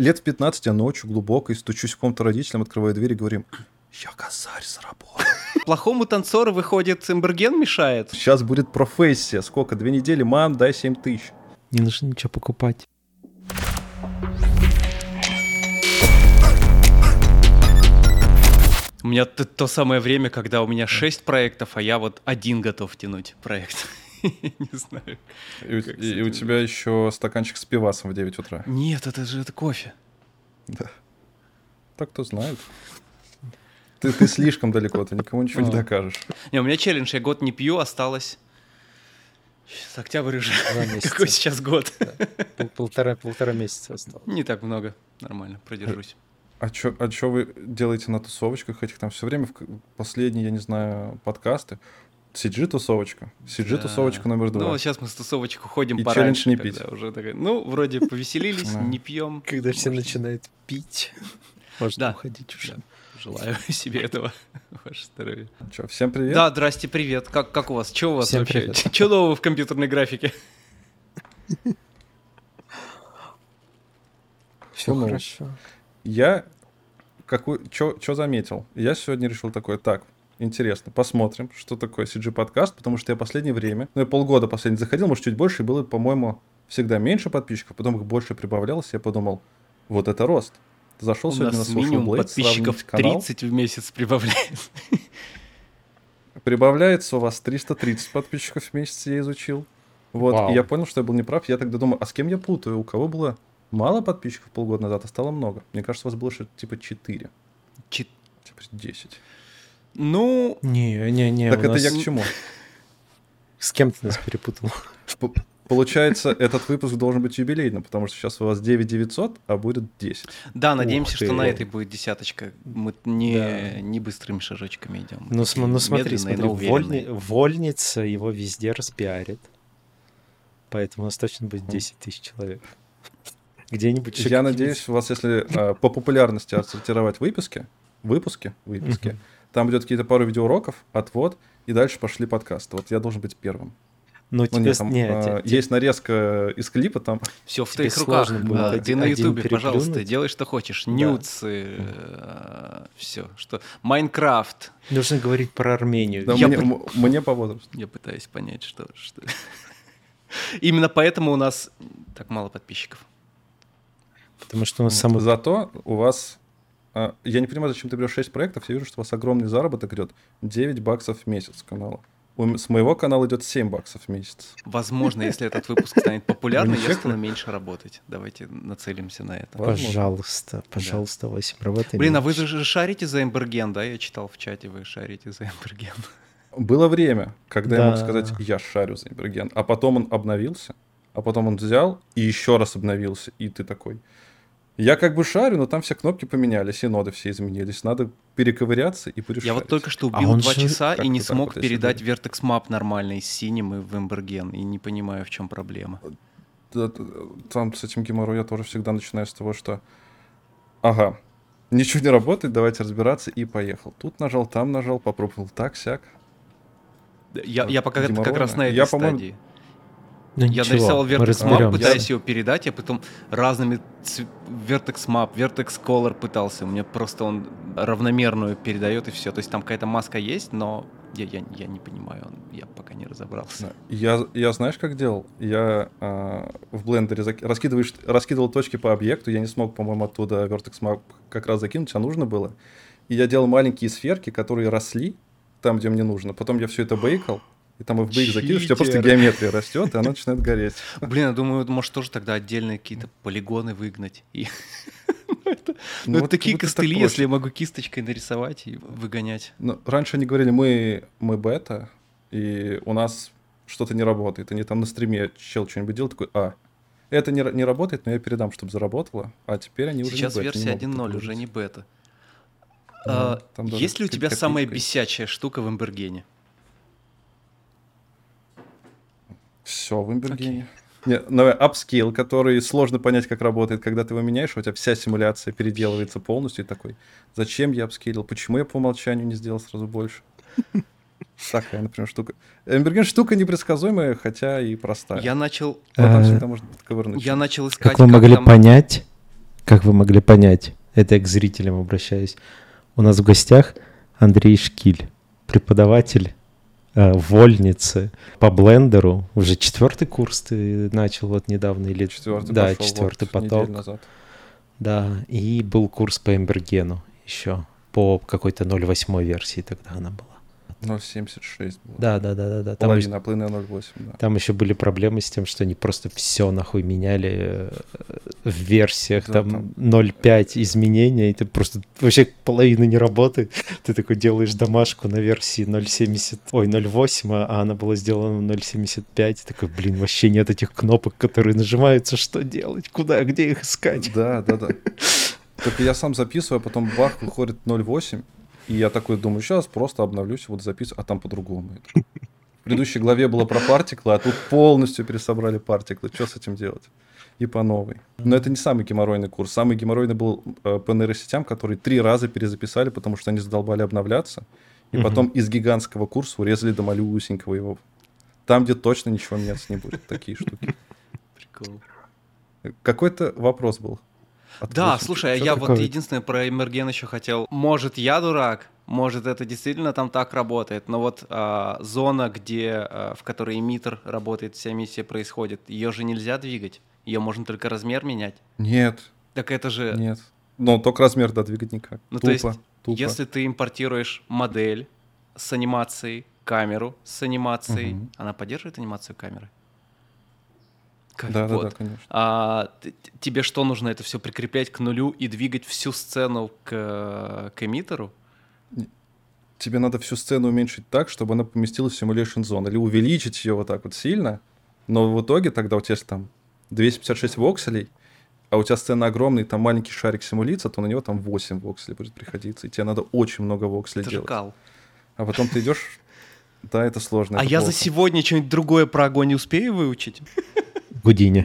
лет в 15 я ночью глубокой стучусь в комнату родителям, открываю дверь и говорим: я косарь заработал. Плохому танцору, выходит, эмберген мешает? Сейчас будет профессия. Сколько? 2 недели? Мам, дай 7 тысяч. Не нужно ничего покупать. У меня то самое время, когда у меня 6 проектов, а я вот один готов тянуть проект. Не знаю. И у тебя еще стаканчик с пивасом в 9 утра. Нет, это кофе. Да. Так кто знает. Ты слишком далеко, ты никому ничего не докажешь. Не, у меня челлендж, я год не пью, осталось... Сейчас октябрь уже. Какой сейчас год? Полтора месяца осталось. Не так много. Нормально, продержусь. А чё вы делаете на тусовочках этих там все время? Последние, я не знаю, подкасты. CG-тусовочка. CG-тусовочка номер 2. Ну, вот сейчас мы с тусовочек уходим и пораньше. челлендж не пить. Уже такая, ну, вроде повеселились, не пьем. Когда все начинают пить, можно уходить уже. Желаю себе этого. Ваше здоровье. Чё, всем привет? Да, здрасте, привет. Как у вас? Чё у вас всем вообще? Привет. Чё нового в компьютерной графике? Все хорошо. Я чё заметил? Я сегодня решил такое: так, интересно, посмотрим, что такое CG-подкаст, потому что я последнее время, я полгода последний заходил, может, чуть больше, и было, по-моему, всегда меньше подписчиков, потом их больше прибавлялось, я подумал, вот это рост. Зашел У сегодня нас на Social минимум Blade, подписчиков 30 в месяц прибавляется. Прибавляется у вас 330 подписчиков в месяц, я изучил. Вот, Вау. И я понял, что я был неправ. Я тогда думаю, а с кем я путаю? У кого было мало подписчиков полгода назад, а стало много? Мне кажется, у вас было что-то типа 4. Типа 10. Ну... Не. Так это я к чему? С кем ты нас перепутал? Получается, этот выпуск должен быть юбилейным, потому что сейчас у вас 9900, а будет 10. Да, надеемся, что на этой будет десяточка. Мы не быстрыми шажочками идем. Ну смотри, но уверенные. Вольница его везде распиарит. Поэтому у нас точно будет 10 тысяч человек. Где-нибудь... Я надеюсь, у вас, если по популярности отсортировать выпуски, там будет какие-то пару видеоуроков, отвод, и дальше пошли подкасты. Вот я должен быть первым. Но тебе... Есть нарезка из клипа там. Все в твоих руках. Ты на Ютубе, пожалуйста, делай, что хочешь. Нюцы, все. Что? Майнкрафт. Нужно говорить про Армению. Да, мне по возрасту. Я пытаюсь понять, что... Именно поэтому у нас так мало подписчиков. Потому что у нас самый... Зато у вас... Я не понимаю, зачем ты берешь 6 проектов. Я вижу, что у вас огромный заработок идет. $9 в месяц с канала. С моего канала идет $7 в месяц. Возможно, если этот выпуск станет популярным, я стану меньше работать. Давайте нацелимся на это. Пожалуйста, 8 работаем. Блин, а вы же шарите за эмберген, да? Я читал в чате, вы шарите за эмберген. Было время, когда я мог сказать, я шарю за эмберген. А потом он обновился, а потом он взял и еще раз обновился. И ты такой... Я как бы шарю, но там все кнопки поменялись, и ноды все изменились. Надо перековыряться и перешарить. Я вот только что убил 2 часа и не смог передать Vertex Map нормально из синим и в эмберген. И не понимаю, в чем проблема. Там с этим геморрой я тоже всегда начинаю с того, что... Ага, ничего не работает, давайте разбираться, и поехал. Тут нажал, там нажал, попробовал так-сяк. Я пока как раз на этой стадии. Ну, я нарисовал Vertex Map, пытаюсь его передать, я потом разными Vertex Map, Vertex Color пытался. У меня просто он равномерную передает, и все. То есть там какая-то маска есть, но я не понимаю, я пока не разобрался. Я знаешь, как делал? Я в блендере раскидывал точки по объекту, я не смог, по-моему, оттуда Vertex Map как раз закинуть, а нужно было. И я делал маленькие сферки, которые росли там, где мне нужно. Потом я все это бейкал, и там FBX закидываешь, у тебя просто геометрия растет, и она начинает гореть. Блин, я думаю, может тоже тогда отдельные какие-то полигоны выгнать. Ну, это такие костыли, если я могу кисточкой нарисовать и выгонять. Раньше они говорили, мы бета, и у нас что-то не работает. Они там на стриме чел что-нибудь делал, такой, это не работает, но я передам, чтобы заработало. А теперь они уже не бета. Сейчас версия 1.0, уже не бета. Есть ли у тебя самая бесячая штука в эмбергене? Все в эмбергене. Апскейл, который сложно понять, как работает, когда ты его меняешь, у тебя вся симуляция переделывается полностью, и такой, зачем я апскейлил, почему я по умолчанию не сделал сразу больше? Такая, например, штука. Эмберген штука непредсказуемая, хотя и простая. Я начал... Там всегда можно подковырнуть. Я начал искать... Как вы могли понять, Как вы могли понять, это я к зрителям обращаюсь. У нас в гостях Андрей Шкиль, преподаватель вольницы по блендеру. Уже 4-й курс ты начал вот недавно или... 4-й да, пошел, 4-й вот, поток. неделю назад. Да, и был курс по Эмбергену еще, по какой-то 0.8 версии тогда она была. 0.76 было. Да. Половина, плыная 0.8, да. Там еще были проблемы с тем, что они просто все нахуй меняли в версиях, Да, там 0.5 изменения, и ты просто вообще половина не работает. Ты такой делаешь домашку на версии 0.8, а она была сделана в 0.75. И такой, блин, вообще нет этих кнопок, которые нажимаются, что делать, куда, где их искать. Да. Только я сам записываю, а потом бах, выходит 0.8, и я такой думаю, сейчас просто обновлюсь, вот записываю, а там по-другому. В предыдущей главе было про партиклы, а тут полностью пересобрали партиклы. Что с этим делать? И по новой. Но это не самый геморройный курс. Самый геморройный был по нейросетям, которые 3 раза перезаписали, потому что они задолбали обновляться. И потом из гигантского курса урезали до малюсенького его. Там, где точно ничего меняться не будет. Такие штуки. Прикол. Какой-то вопрос был. Да, слушай, я вот единственное про Эмберген еще хотел. Может, я дурак, может, это действительно там так работает, но вот зона, в которой эмиттер работает, вся эмиссия происходит, ее же нельзя двигать, ее можно только размер менять. Нет. Так это же... Нет. Но только размер, да, двигать никак. Ну, то есть, если ты импортируешь модель с анимацией, камеру с анимацией, она поддерживает анимацию камеры? Да, конечно. Тебе что нужно, это все прикреплять к нулю и двигать всю сцену к эмиттеру? Тебе надо всю сцену уменьшить так, чтобы она поместилась в Simulation Zone, или увеличить ее вот так вот сильно, но в итоге тогда у тебя там 256 вокселей, а у тебя сцена огромная, и там маленький шарик симулится, то на него там 8 вокселей будет приходиться, и тебе надо очень много вокселей делать. Кал. А потом ты идешь... Да, это сложно. А я за сегодня что-нибудь другое про огонь не успею выучить? Гудини.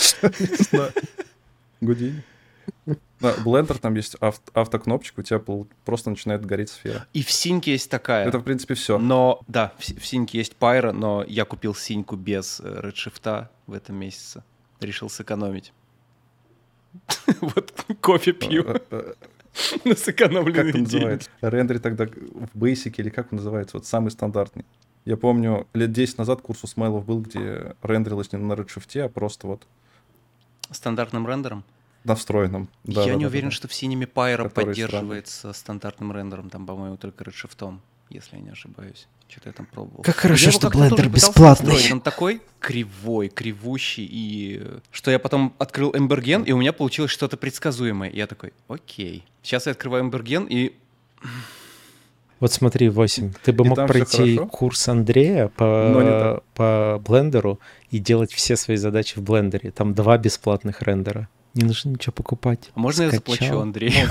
Гудини. Блендер, там есть автокнопочка, у тебя просто начинает гореть сфера. И в синьке есть такая. Это, в принципе, все. Но, да, в синьке есть Pyro, но я купил синьку без Redshift в этом месяце. Решил сэкономить. Вот кофе пью. На сэкономленные деньги. Как он называется? Рендер тогда в Basic или как он называется? Вот самый стандартный. Я помню, лет 10 назад курс у Смайлов был, где рендерилось не на Redshift, а просто вот... Стандартным рендером? На встроенном. Я не уверен, что в Cinema Pyro поддерживается стандартным рендером, там, по-моему, только Redshift, если я не ошибаюсь. Что-то я там пробовал. Как хорошо, что блендер бесплатный. Он такой кривой, кривущий, и что я потом открыл Эмберген, и у меня получилось что-то предсказуемое. И я такой, окей. Сейчас я открываю Эмберген, и... Вот смотри, 8. Ты бы мог пройти курс Андрея по блендеру и делать все свои задачи в блендере. Там 2 бесплатных рендера. Не нужно ничего покупать. А можно я заплачу Андрею?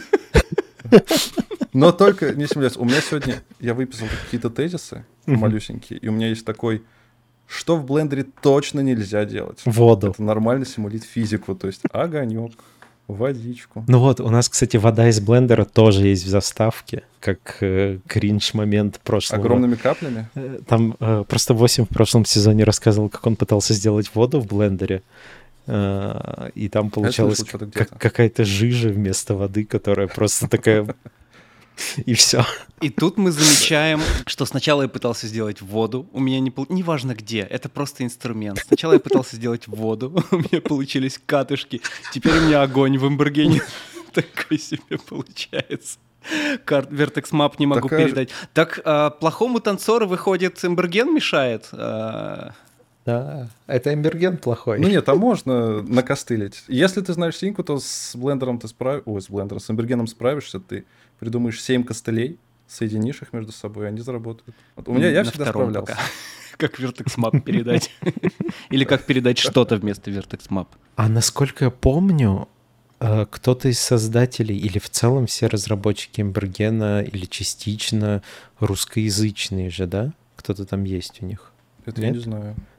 Но только не симуляция. У меня сегодня... Я выписал какие-то тезисы малюсенькие, и у меня есть такой... Что в блендере точно нельзя делать? Воду. Это нормально симулит физику, то есть огонек, водичку. Ну вот, у нас, кстати, вода из блендера тоже есть в заставке, как кринж-момент прошлого. Огромными каплями? Там просто 8 в прошлом сезоне рассказывал, как он пытался сделать воду в блендере, и там получалась какая-то жижа вместо воды, которая просто такая... И все. И тут мы замечаем, что сначала я пытался сделать воду, у меня неважно где, это просто инструмент. Сначала я пытался сделать воду, у меня получились катышки, теперь у меня огонь в Эмбергене. Такой себе получается. Vertex Map не могу передать. Так плохому танцору, выходит, Эмберген мешает? Да, это Эмберген плохой. Ну нет, там можно накостылить. Если ты знаешь синьку, то с блендером ты с Эмбергеном справишься, ты придумаешь 7 костылей, соединишь их между собой, и они заработают. Вот у меня я всегда справлялся. Пока. Как Vertex Map передать. Или как передать что-то вместо Vertex Map. А насколько я помню, кто-то из создателей или в целом все разработчики Эмбергена или частично русскоязычные же, да? Кто-то там есть у них. Это я не знаю.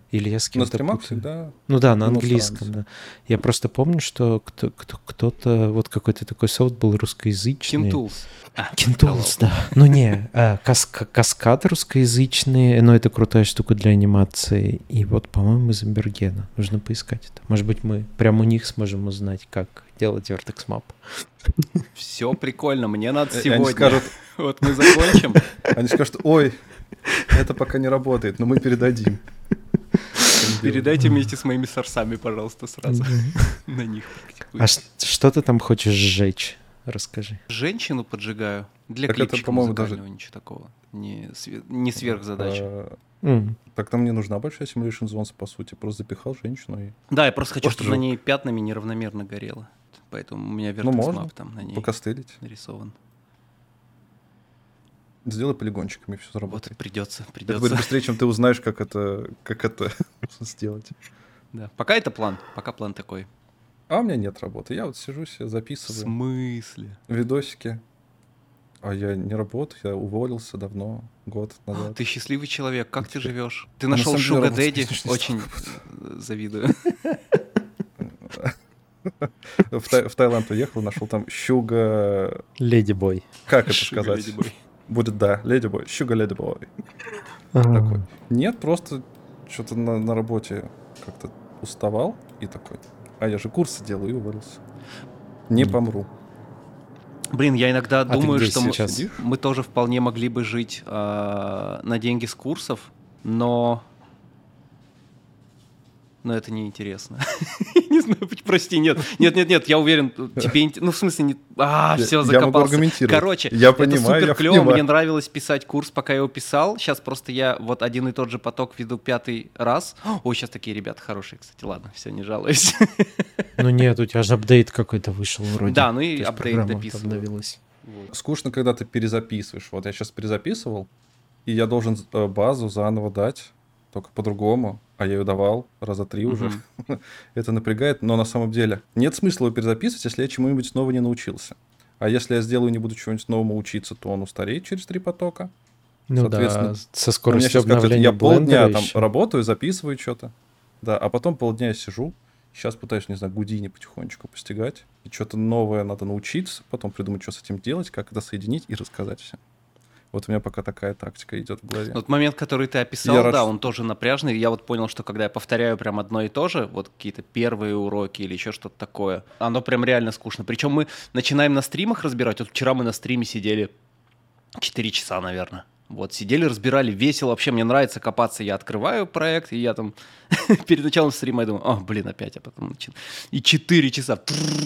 Или я с На кем-то стримах путаю? всегда Ну да, на иностранцы. английском, да. Я просто помню, что кто-то, вот какой-то такой софт был русскоязычный. Kintools. Kintools, да. Ну не, Каскад русскоязычный, но это крутая штука для анимации. И вот, по-моему, из Эмбергена. Нужно поискать это. Может быть, мы прямо у них сможем узнать, как делать Vertex Map. Все прикольно, мне надо Они сегодня. скажут, Вот мы закончим. они скажут, ой, это пока не работает, но мы передадим. Передайте вместе с моими сорсами, пожалуйста, сразу. На них практикуйте. А что ты там хочешь сжечь? Расскажи. Женщину поджигаю. Для Так это, клипчика по-моему, музыкального, ничего такого. Не сверхзадача. Так-то мне нужна большая Simulation Zones, по сути. Просто запихал женщину и... Да, я просто хочу, Просто чтобы на жёг. ней пятнами неравномерно горело. Поэтому у меня Ну, Vertex можно Map там на ней покостылить. нарисован. Сделай полигончиками, все Вот заработает. придется. Это будет быстрее, чем ты узнаешь, как это сделать. Да. Пока это план. Пока план такой. А у меня нет работы. Я вот сижу себе, В записываю смысле? видосики. А я не работаю, я уволился давно, год назад. Ты счастливый человек. Как ты живешь? Ты А на нашел самом деле Sugar работать Daddy? смешно, Очень завидую. В Таиланд уехал, нашел там Sugar... Леди Бой. Как это Sugar сказать? Lady Boy. Будет, да, Lady Boy. Sugar Lady Boy. Такой. Нет, просто что-то на работе как-то уставал и такой. А я же курсы делаю и уволился. Не помру. Блин, я иногда ты думаю, где что сейчас? мы тоже вполне могли бы жить на деньги с курсов, но это неинтересно. Не знаю, прости, нет, я уверен, тебе... Ну, в смысле, не... все, Я могу закопался. аргументировать. Короче, Я это понимаю, супер я клево, понимаю. мне нравилось писать курс, пока я его писал. Сейчас просто я вот один и тот же поток веду 5-й раз. Ой, сейчас такие ребята хорошие, кстати, ладно, все, не жалуюсь. Ну нет, у тебя же апдейт какой-то вышел вроде. Да, ну и То есть апдейт программа дописываю. обновилась. Скучно, когда ты перезаписываешь. Вот я сейчас перезаписывал, и я должен базу заново дать, только по-другому. А я ее давал раза 3 уже. Это напрягает, но на самом деле нет смысла его перезаписывать, если я чему-нибудь снова не научился. А если я сделаю и не буду чему-нибудь новому учиться, то он устареет через 3 потока. Ну да, Соответственно, со у меня скоростью сейчас как-то... обновления Я полдня Blender там еще. работаю, записываю что-то. Да, а потом полдня я сижу. Сейчас пытаюсь, не знаю, Гудини потихонечку постигать. И что-то новое надо научиться, потом придумать, что с этим делать, как это соединить и рассказать всем. Вот у меня пока такая тактика идет в голове. Вот момент, который ты описал, Я рад, да, что- он тоже напряжный. Я вот понял, что когда я повторяю прям одно и то же, вот какие-то первые уроки или еще что-то такое, оно прям реально скучно. Причем мы начинаем на стримах разбирать. Вот вчера мы на стриме сидели 4 часа, наверное. Вот, сидели, разбирали, весело. Вообще, мне нравится копаться. Я открываю проект, и я там перед началом стрима я думаю, блин, опять, а потом начинаю. И 4 часа.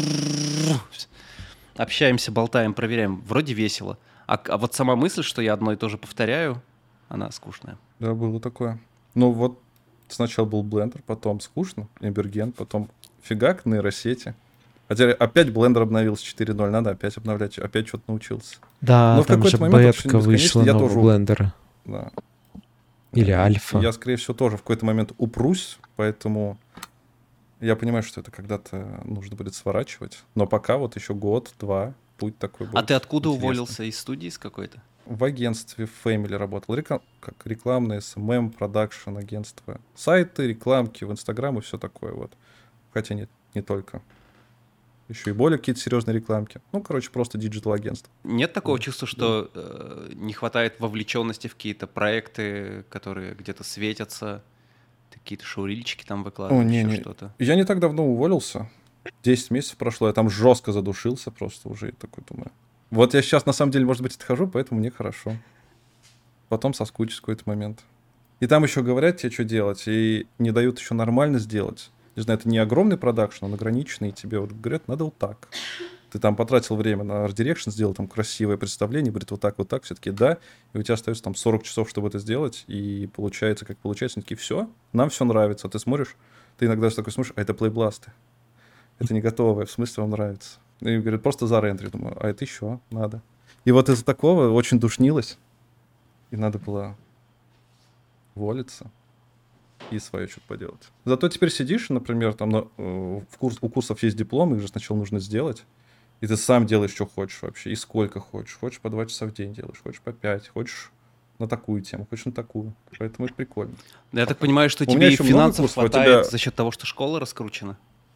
Общаемся, болтаем, проверяем. Вроде весело. А вот сама мысль, что я одно и то же повторяю, она скучная. Да, было такое. Ну вот сначала был Blender, потом скучно, Эмберген, потом фигак, нейросети. А теперь опять Blender обновился 4.0, надо опять обновлять, опять что-то научился. Да, Но в там какой-то же момент бетка вообще вышла бесконечно, я нового тоже- Блендера. Да. Или альфа. Я, скорее всего, тоже в какой-то момент упрусь, поэтому я понимаю, что это когда-то нужно будет сворачивать. Но пока вот еще год-два путь такой будет. А ты откуда интересный. уволился? Из студии с какой-то? В агентстве Family работал. Как рекламное СММ, продакшн агентство. Сайты, рекламки в Инстаграм и все такое вот. Хотя нет, не только. Еще и более какие-то серьезные рекламки. Ну, короче, просто диджитал-агентство. Нет такого чувства, что не хватает вовлеченности в какие-то проекты, которые где-то светятся, ты какие-то шоурильчики там выкладываешь, еще не-не. что-то? Я не так давно уволился. 10 месяцев прошло, я там жестко задушился просто уже. И такой думаю. Вот я сейчас, на самом деле, может быть, отхожу, поэтому мне хорошо. Потом соскучусь в какой-то момент. И там еще говорят тебе, что делать, и не дают еще нормально сделать. Не знаю, это не огромный продакшн, он ограниченный, и тебе вот говорят, надо вот так. Ты там потратил время на Art Direction, сделал там красивое представление, говорит, вот так, все-таки да, и у тебя остается там 40 часов, чтобы это сделать, и получается, как получается, они такие, все, нам все нравится. А ты смотришь, ты иногда такой смотришь, а это плейбласты. Это не готовое, в смысле вам нравится. И говорят, просто зарендери. Думаю, а это еще надо. И вот из-за такого очень душнилось, и надо было уволиться и свое что-то поделать. Зато теперь сидишь, например, там у курсов есть диплом, их же сначала нужно сделать, и ты сам делаешь, что хочешь вообще, и сколько хочешь. Хочешь по 2 часа в день делаешь, хочешь по 5, хочешь на такую тему, хочешь на такую. Поэтому это прикольно. Я так понимаю, что У меня тебе и еще много финансов курсов, а у хватает тебя- за счет того, что школа раскручена.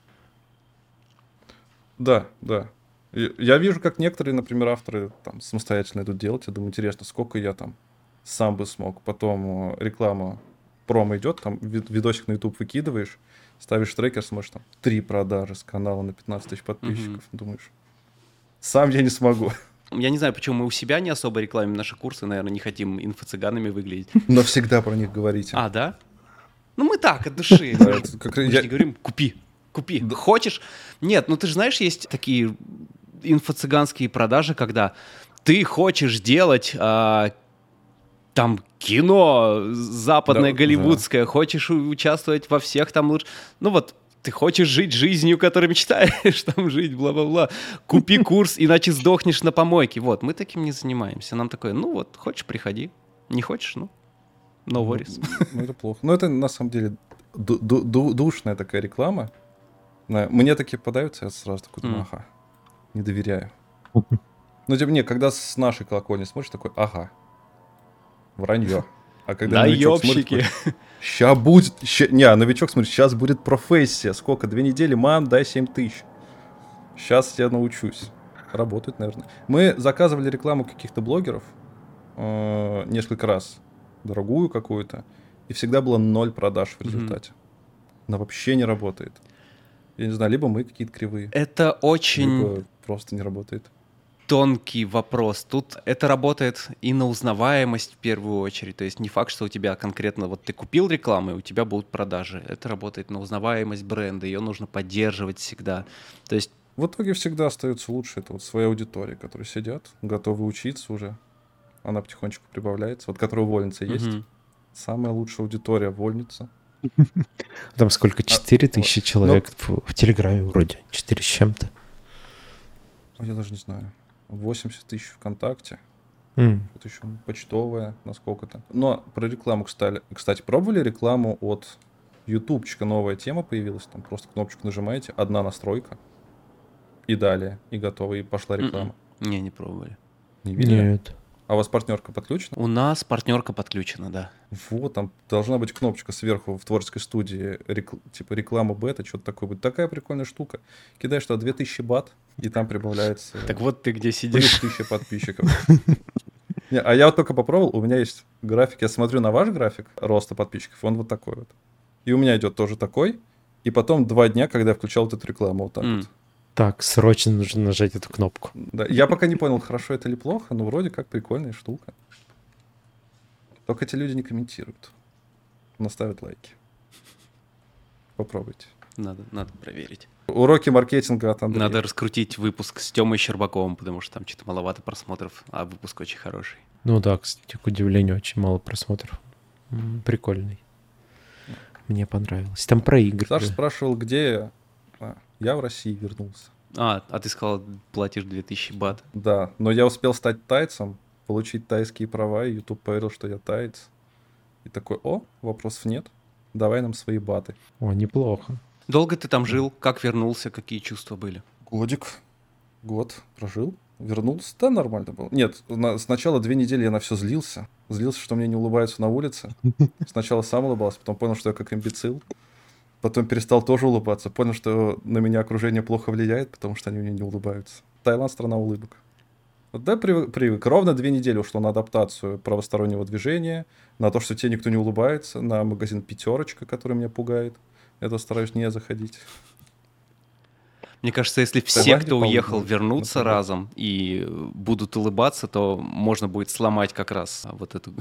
Да, да. Я вижу, как некоторые, например, авторы там самостоятельно идут делать. Я думаю, интересно, сколько я там сам бы смог. Потом реклама промо идет, там видосик на YouTube выкидываешь, ставишь трекер, смотришь, там 3 продажи с канала на 15 тысяч подписчиков. Думаешь, сам я не смогу. Я не знаю, почему мы у себя не особо рекламим наши курсы, наверное, не хотим инфо-цыганами выглядеть. Но всегда про них говорите. А, да? Ну, мы так, от души. Да, это как Мы я- же не говорим, купи. Хочешь? Нет, ну ты же знаешь, есть такие инфо-цыганские продажи, когда ты хочешь делать там кино западное, Да, голливудское, хочешь участвовать во всех там лучше. Ну вот, ты хочешь жить жизнью, которой мечтаешь, там жить, бла-бла-бла. Купи курс, иначе сдохнешь на помойке. Вот, мы таким не занимаемся. Нам такое, ну вот, хочешь, приходи. Не хочешь, ну, no worries. Ну, это плохо. Но это, на самом деле, душная такая реклама. Мне такие подаются, я сразу такой думаю, ага, не доверяю. Ну, типа, не, когда с нашей колокольни смотришь, такой, ага, вранье. А когда новичок смотрит, Наебщики. ща будет, новичок смотрит, сейчас будет профессия. Сколько? 2 недели, мам, дай 7 тысяч. Сейчас я научусь. Работает, наверное. Мы заказывали рекламу каких-то блогеров несколько раз. Дорогую какую-то. И всегда было 0 продаж в результате. Она вообще не работает. Я не знаю, либо мы какие-то кривые, Это очень либо просто не работает. тонкий вопрос. Тут это работает и на узнаваемость в первую очередь. То есть не факт, что у тебя конкретно вот ты купил рекламу, и у тебя будут продажи. Это работает на узнаваемость бренда. Ее нужно поддерживать всегда. То есть В итоге всегда остается лучше. Это вот своя аудитория, которые сидят, готовы учиться уже. Она потихонечку прибавляется. Вот которая вольница есть. Самая лучшая аудитория вольница. Там сколько? 4000 человек в Телеграме вроде. 4 с чем-то. Я даже не знаю. 80 тысяч ВКонтакте. М. Вот еще почтовая, насколько-то. Но про рекламу, кстати, пробовали рекламу от ютубчика? Новая тема появилась. Там просто кнопочку нажимаете, одна настройка. И далее, и готово, и пошла реклама. не пробовали. Не видели? Нет. А у вас партнерка подключена? У нас партнерка подключена, да. Вот, там должна быть кнопочка сверху в творческой студии, типа реклама бета, что-то такое будет. Такая прикольная штука. Кидаешь туда 2000 бат, и там прибавляется Так вот ты где плюс сидишь. 1000 подписчиков. Не, а я вот только попробовал, у меня есть график, я смотрю на ваш график роста подписчиков, он вот такой вот. И у меня идет тоже такой, и потом 2 дня, когда я включал вот эту рекламу, вот так вот. Так, срочно нужно нажать эту кнопку. Да, я пока не понял, хорошо это или плохо, но вроде как прикольная штука. Только эти люди не комментируют, но ставят лайки. Попробуйте. Надо проверить. Уроки маркетинга от Андрея. Надо раскрутить выпуск с Тёмой Щербаковым, потому что там что-то маловато просмотров, а выпуск очень хороший. Ну да, кстати, к удивлению, очень мало просмотров. Прикольный. Мне понравилось. Там про игры. Саша спрашивал, где я. Я в России вернулся. А ты сказал, платишь 2000 бат. Да, но я успел стать тайцем, получить тайские права, и YouTube поверил, что я таец. И такой, вопросов нет, давай нам свои баты. О, неплохо. Долго ты там жил? Как вернулся? Какие чувства были? Год прожил, вернулся, да, нормально было. Нет, сначала 2 недели я на все злился. Злился, что мне не улыбаются на улице. Сначала сам улыбался, потом понял, что я как имбецил. Потом перестал тоже улыбаться. Понял, что на меня окружение плохо влияет, потому что они мне не улыбаются. Таиланд — страна улыбок. Вот да, привык. Ровно 2 недели ушло на адаптацию правостороннего движения, на то, что тебе никто не улыбается, на магазин «Пятерочка», который меня пугает. Я стараюсь не заходить. Мне кажется, если все, кто уехал, вернутся разом и будут улыбаться, то можно будет сломать как раз вот эту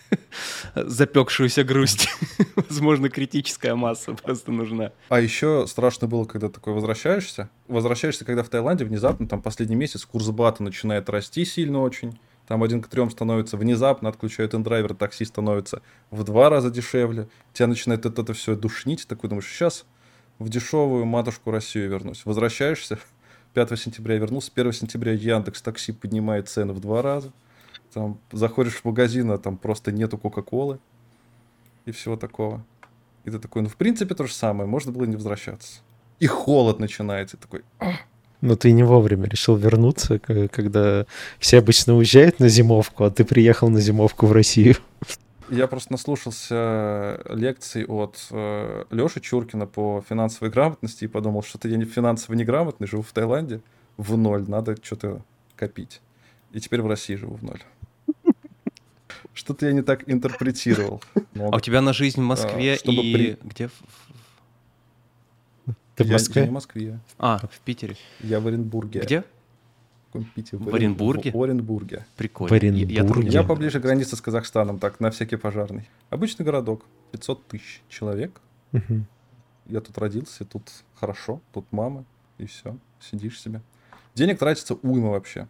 запекшуюся грусть. Возможно, критическая масса просто нужна. А еще страшно было, когда такой возвращаешься. Возвращаешься, когда в Таиланде внезапно, там последний месяц, курс бата начинает расти сильно очень. Там 1:3 становится, внезапно отключают индрайвер, такси становится в 2 раза дешевле. Тебя начинает это все душнить. Такой думаешь, сейчас в дешевую матушку Россию вернусь. Возвращаешься, 5 сентября я вернулся, 1 сентября Яндекс Такси поднимает цены в 2 раза. Там заходишь в магазин, а там просто нету Кока-Колы и всего такого. И ты такой, в принципе, то же самое, можно было не возвращаться. И холод начинается, такой, Но ты не вовремя решил вернуться, когда все обычно уезжают на зимовку, а ты приехал на зимовку в Россию. Я просто наслушался лекций от Лёши Чуркина по финансовой грамотности и подумал, что-то я не финансово неграмотный, живу в Таиланде в ноль, надо что-то копить. И теперь в России живу в ноль. Что-то я не так интерпретировал. А у тебя на жизнь в Москве и... Где? Ты в Москве? Я не в Москве. В Питере. Я в Оренбурге. Где? В Оренбурге? В Оренбурге. Прикольно. В Оренбурге? Я поближе к границе с Казахстаном, так, на всякий пожарный. Обычный городок, 500 тысяч человек. Мгм. Я тут родился, тут хорошо, тут мама, и все, сидишь себе. Денег тратится уйма вообще.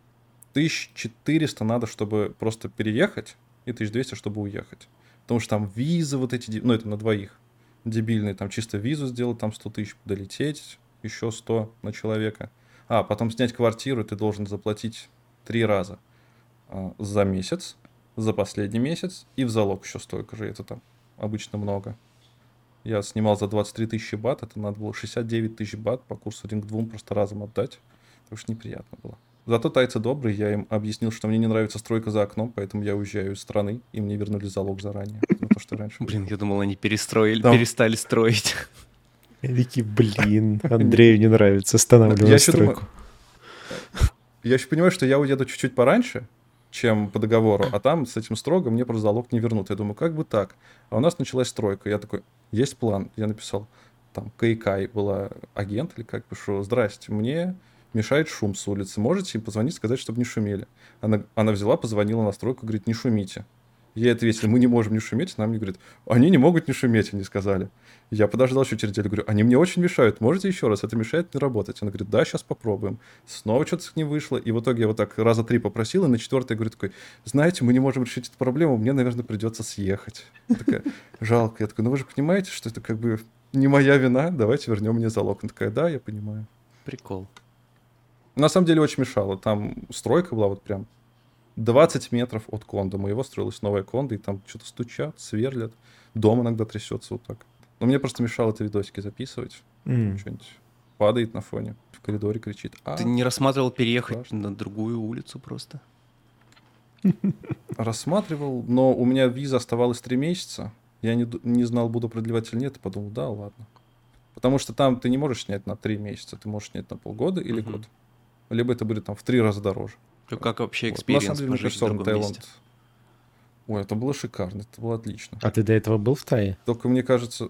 1400 надо, чтобы просто переехать, и 1200, чтобы уехать. Потому что там визы вот эти, ну это на двоих, дебильные, там чисто визу сделать, там 100 тысяч долететь, еще 100 на человека. Потом снять квартиру ты должен заплатить 3 раза. За месяц, за последний месяц и в залог еще столько же. Это там обычно много. Я снимал за 23 тысячи бат, это надо было 69 тысяч бат по курсу Ring 2 просто разом отдать. Потому что неприятно было. Зато тайцы добрые, я им объяснил, что мне не нравится стройка за окном, поэтому я уезжаю из страны, и мне вернули залог заранее. На то, что раньше. Блин, я думал, они перестали строить. Такие, блин, Андрею не нравится, останавливать стройку. Я еще понимаю, что я уеду чуть-чуть пораньше, чем по договору, а там с этим строго мне просто залог не вернут. Я думаю, как бы так? А у нас началась стройка. Я такой, есть план. Я написал, там, Кайкай была агент, или как пишу, здрасте, мне мешает шум с улицы. Можете им позвонить, сказать, чтобы не шумели? Она взяла, позвонила на стройку, говорит, не шумите. Ей ответили, мы не можем не шуметь. Она мне говорит, они не могут не шуметь, они сказали. Я подождал еще через неделю, говорю, они мне очень мешают, можете еще раз? Это мешает мне работать. Она говорит, да, сейчас попробуем. Снова что-то с ним вышло, и в итоге я вот так раза 3 попросил, и на 4-й говорю такой, знаете, мы не можем решить эту проблему, мне, наверное, придется съехать. Я такая, жалко. Я такой, ну вы же понимаете, что это как бы не моя вина, давайте вернем мне залог. Она такая, да, я понимаю. Прикол. На самом деле очень мешало. Там стройка была вот прям 20 метров от кондо. Моего строилась новая кондо, и там что-то стучат, сверлят. Дом иногда трясется вот так. Но мне просто мешало это видосики записывать. Что-нибудь падает на фоне, в коридоре кричит. Ты не рассматривал переехать на другую улицу просто? Рассматривал, но у меня виза оставалась 3 месяца. Я не знал, буду продлевать или нет, и подумал, да, ладно. Потому что там ты не можешь снять на 3 месяца, ты можешь снять на полгода или год. Либо это будет там в 3 раза дороже. Как вообще экспириенс пожить в другом месте? Ой, это было шикарно, это было отлично. А ты до этого был в Тае? Только, мне кажется,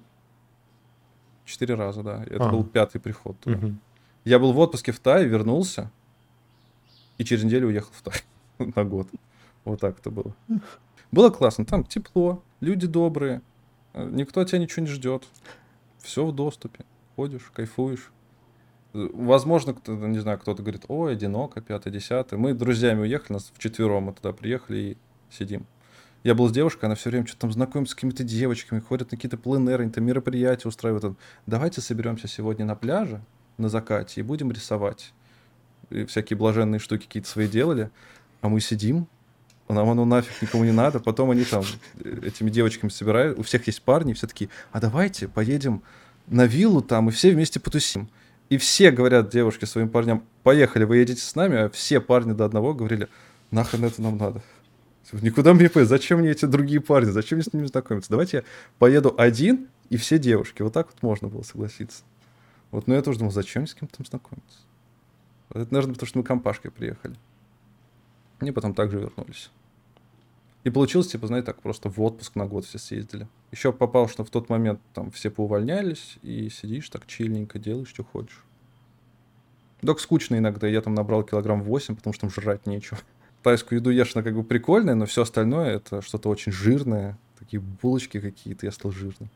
4 раза, да. Это был 5-й приход туда. Я был в отпуске в Тае, вернулся, и через неделю уехал в Тай на год. Вот так это было. Было классно, там тепло, люди добрые, никто от тебя ничего не ждет. Все в доступе, ходишь, кайфуешь. Возможно, не знаю, кто-то говорит, ой, одиноко, 5-10. Мы друзьями уехали, нас вчетвером мы туда приехали и сидим. Я был с девушкой, она все время что-то там знакомится с какими-то девочками, ходят на какие-то пленэры, они там мероприятия устраивают. Давайте соберемся сегодня на пляже, на закате, и будем рисовать. И всякие блаженные штуки какие-то свои делали. А мы сидим, нам оно нафиг никому не надо. Потом они там этими девочками собирают, у всех есть парни, и все такие, а давайте поедем на виллу там, и все вместе потусим. И все говорят девушки своим парням, поехали, вы едете с нами, а все парни до одного говорили, нахрен это нам надо. Никуда мне не поедет, зачем мне эти другие парни, зачем мне с ними знакомиться? Давайте я поеду один, и все девушки. Вот так вот можно было согласиться. Вот, но я тоже думал, зачем с кем-то там знакомиться? Это, наверное, потому что мы компашкой приехали. И потом также вернулись. И получилось, типа, знаете, так просто в отпуск на год все съездили. Еще попал, что в тот момент там все поувольнялись, и сидишь так чильненько, делаешь, что хочешь. Только скучно иногда. Я там набрал 8 килограмм, потому что там жрать нечего. Тайскую еду ешь, она как бы прикольная, но все остальное это что-то очень жирное. Такие булочки какие-то, я стал жирным.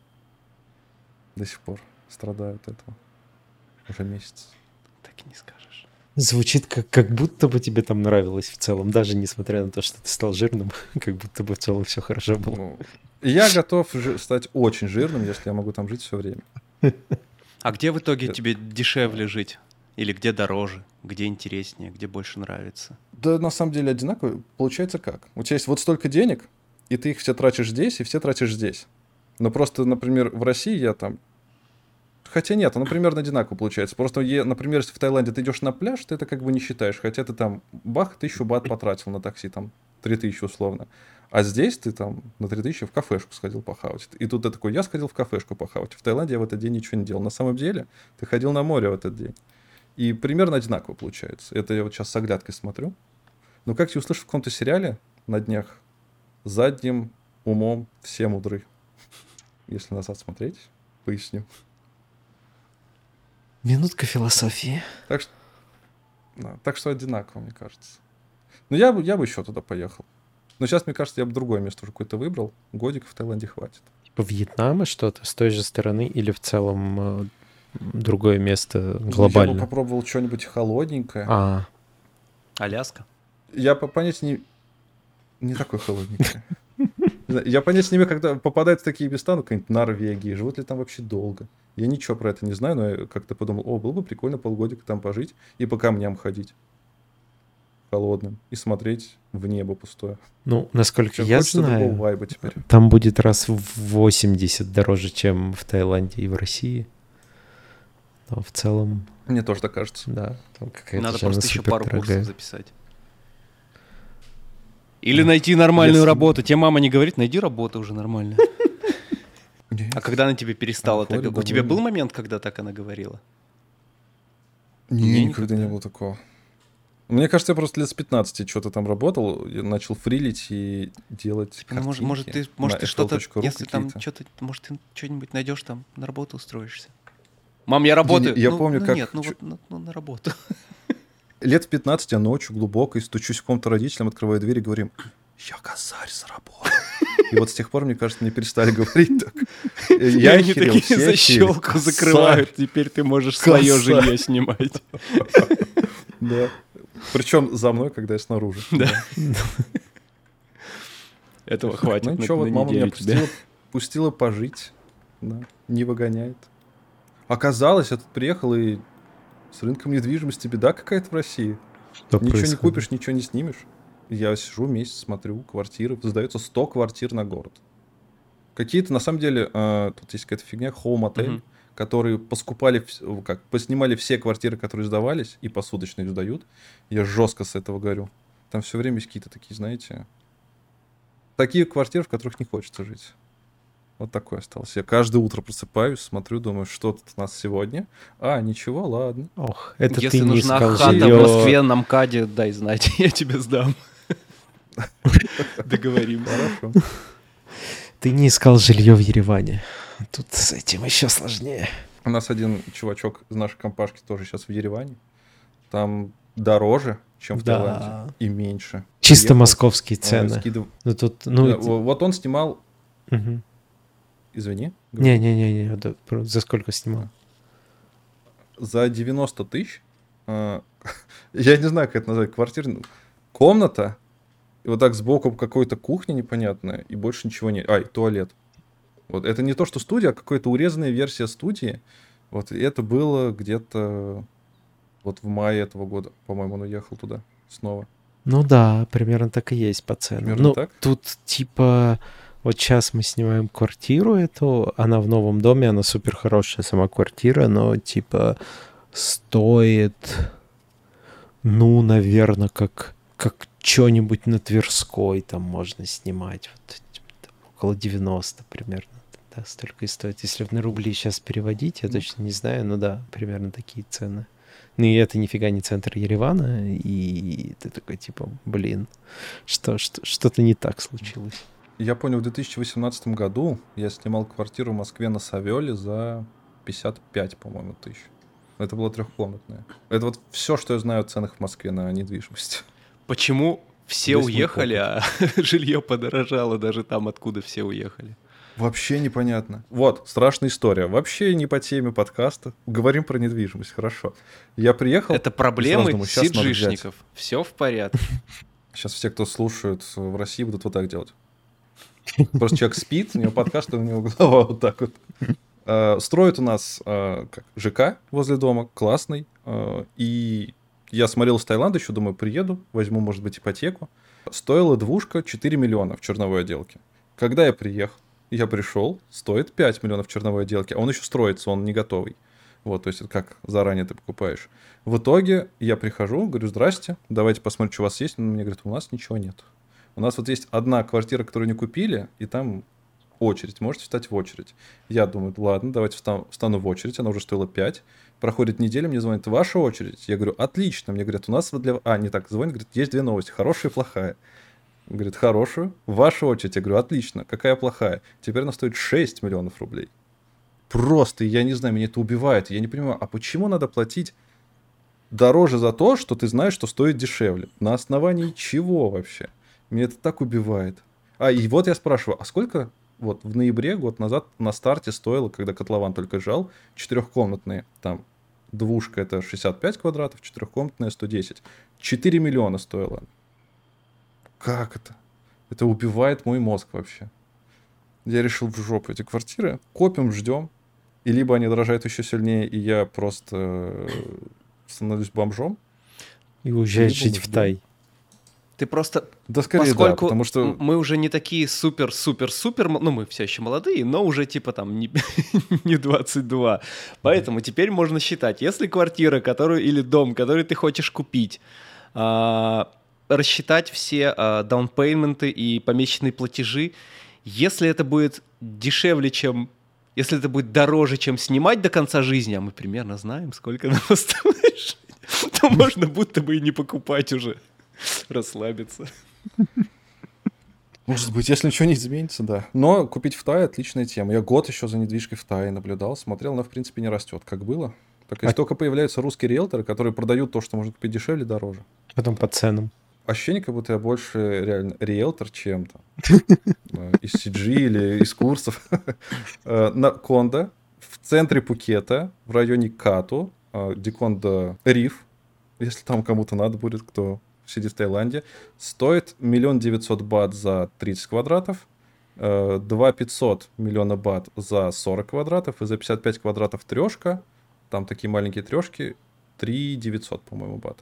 До сих пор страдаю от этого. Уже месяц. Так и не скажешь. Звучит как будто бы тебе там нравилось в целом, даже несмотря на то, что ты стал жирным, как будто бы в целом все хорошо было. Ну, я готов стать очень жирным, если я могу там жить все время. А где в итоге тебе дешевле жить? Или где дороже? Где интереснее? Где больше нравится? Да, на самом деле одинаково. Получается как? У тебя есть вот столько денег, и ты их все тратишь здесь, и все тратишь здесь. Но просто, например, в России я там Хотя нет, оно примерно одинаково получается. Просто, например, если в Таиланде ты идешь на пляж, ты это как бы не считаешь. Хотя ты там, бах, 1000 бат потратил на такси, там, 3000 условно. А здесь ты там на 3000 в кафешку сходил похавать. И тут ты такой, я сходил в кафешку похавать. В Таиланде я в этот день ничего не делал. На самом деле ты ходил на море в этот день. И примерно одинаково получается. Это я вот сейчас с оглядкой смотрю. Но как я услышал в каком-то сериале на днях, задним умом все мудры. Если назад смотреть, поясню. Минутка философии. Так что одинаково, мне кажется. Но я бы еще туда поехал. Но сейчас, мне кажется, я бы другое место уже какое-то выбрал. Годик в Таиланде хватит. Типа Вьетнама что-то с той же стороны или в целом другое место глобально? Я бы попробовал что-нибудь холодненькое. Аляска? Я понятия не такой холодненький. Я понятия не имею, когда попадают в такие места, ну, какая-нибудь Норвегия, живут ли там вообще долго. Я ничего про это не знаю, но я как-то подумал, было бы прикольно полгодика там пожить и по камням ходить холодным и смотреть в небо пустое. Ну, насколько я знаю, другого вайба теперь. Там будет раз в 80 дороже, чем в Таиланде и в России. Но в целом... Мне тоже так кажется. Да. Там надо просто еще пару курсов записать. Или найти нормальную работу. Тебе мама не говорит, найди работу уже нормальную. А когда она тебе перестала так... У тебя был момент, когда так она говорила? Не, никогда не было такого. Мне кажется, я просто лет с 15 что-то там работал, начал фрилить и делать картинки. Может, ты что-то, если там что-то, может, ты что-нибудь найдешь там, на работу устроишься. Мам, я работаю. Я помню, как... Нет, на работу. Лет в 15 я ночью глубоко и стучусь в комнату родителям, открываю дверь и говорим, я косарь заработал. И вот с тех пор, мне кажется, мне перестали говорить так. И они такие защелку закрывают, теперь ты можешь свое жилье снимать. Да. Причем за мной, когда я снаружи. Да. Этого хватит. Ну ничего, вот мама меня пустила пожить. Не выгоняет. Оказалось, я тут приехал, и с рынком недвижимости беда какая-то в России. Ничего не купишь, ничего не снимешь. Я сижу месяц, смотрю квартиры. Сдается 100 квартир на город. Какие-то, на самом деле, тут есть какая-то фигня, хоум-отель, которые поснимали все квартиры, которые сдавались, и посуточно их сдают. Я жестко с этого горю. Там все время есть какие-то такие, знаете, такие квартиры, в которых не хочется жить. Вот такое осталось. Я каждое утро просыпаюсь, смотрю, думаю, что тут у нас сегодня. Ничего, ладно. Ох, это если ты не нужна искал хата жилье... в Москве на МКАДе, дай знать, я тебе сдам. Договоримся. Хорошо. Ты не искал жилье в Ереване. Тут с этим еще сложнее. У нас один чувачок из нашей компашки тоже сейчас в Ереване. Там дороже, чем в Таиланде, и меньше. Чисто московские цены. Вот он снимал... Извини. Не, за сколько снимал? За 90 тысяч. Я не знаю, как это назвать. Квартира, комната, и вот так сбоку какой-то кухня непонятная, и больше ничего нет. И туалет. Вот это не то, что студия, а какая-то урезанная версия студии. Вот и это было где-то вот в мае этого года, по-моему, он уехал туда снова. Ну да, примерно так и есть по ценам. Примерно так? Тут типа... Вот сейчас мы снимаем квартиру эту, она в новом доме, она супер хорошая сама квартира, но типа стоит, наверное, как что-нибудь на Тверской там можно снимать, вот, типа, около 90 примерно, да, столько и стоит. Если на рубли сейчас переводить, я точно не знаю, но да, примерно такие цены. Ну и это нифига не центр Еревана, и ты такой типа, блин, что-то не так случилось. Я понял, в 2018 году я снимал квартиру в Москве на Савеле за 55, по-моему, тысяч. Это была трехкомнатная. Это вот все, что я знаю о ценах в Москве на недвижимость. Почему все уехали, а жилье подорожало даже там, откуда все уехали? Вообще непонятно. Вот, страшная история. Вообще не по теме подкаста. Говорим про недвижимость, хорошо. Я приехал... Это проблемы сиджишников. Все в порядке. Сейчас все, кто слушают в России, будут вот так делать. Просто человек спит, у него подкаст, у него голова вот так вот. Строят у нас ЖК возле дома, классный. И я смотрел с Таиланда еще, думаю, приеду, возьму, может быть, ипотеку. Стоила двушка 4 миллиона в черновой отделке. Когда я приехал, я пришел, стоит 5 миллионов в черновой отделке, а он еще строится, он не готовый. Вот, то есть это как заранее ты покупаешь. В итоге я прихожу, говорю, здрасте, давайте посмотрим, что у вас есть. Он мне говорит, у нас ничего нет. У нас вот есть одна квартира, которую не купили, и там очередь, можете встать в очередь. Я думаю, ладно, давайте встану в очередь, она уже стоила 5. Проходит неделя, мне звонит, ваша очередь. Я говорю, отлично. Мне говорят, у нас вот для... А, не так, звонит, говорит, есть 2 новости, хорошая и плохая. Говорит, хорошую, ваша очередь. Я говорю, отлично, какая плохая? Теперь она стоит 6 миллионов рублей. Просто, я не знаю, меня это убивает. Я не понимаю, а почему надо платить дороже за то, что ты знаешь, что стоит дешевле? На основании чего вообще? Меня это так убивает. А, и вот я спрашиваю, а сколько вот в ноябре, год назад, на старте стоило, когда котлован только жал, 4-комнатные, там, двушка это 65 квадратов, 4-комнатная 110. 4 миллиона стоило. Как это? Это убивает мой мозг вообще. Я решил в жопу эти квартиры. Копим, ждем. И либо они дорожают еще сильнее, и я просто становлюсь бомжом. И уезжаешь жить в Тай. Ты просто... Да, скорее, поскольку да, потому что... мы уже не такие супер-супер-супер... Ну, мы все еще молодые, но уже типа там не 22. Поэтому теперь можно считать, если квартира, которую или дом, который ты хочешь купить, рассчитать все даунпейменты и помесячные платежи, если это будет дешевле, чем... Если это будет дороже, чем снимать до конца жизни, а мы примерно знаем, сколько нам осталось, то можно будто бы и не покупать уже. Расслабиться. Может быть, если ничего не изменится, да. Но купить в Тае — отличная тема. Я год еще за недвижкой в Тае наблюдал, смотрел, она, в принципе, не растет. Как было, так и только появляются русские риэлторы, которые продают то, что можно купить дешевле, дороже. Потом по ценам. Ощущение, как будто я больше реально риэлтор, чем там из CG или из курсов. На кондо в центре Пхукета, в районе Кату, Дикондо Риф, если там кому-то надо будет, кто сидит в Таиланде, стоит 1 900 000 бат за 30 квадратов, 2 500 000 бат за 40 квадратов, и за 55 квадратов трешка, там такие маленькие трешки, 3 900, по-моему, бат.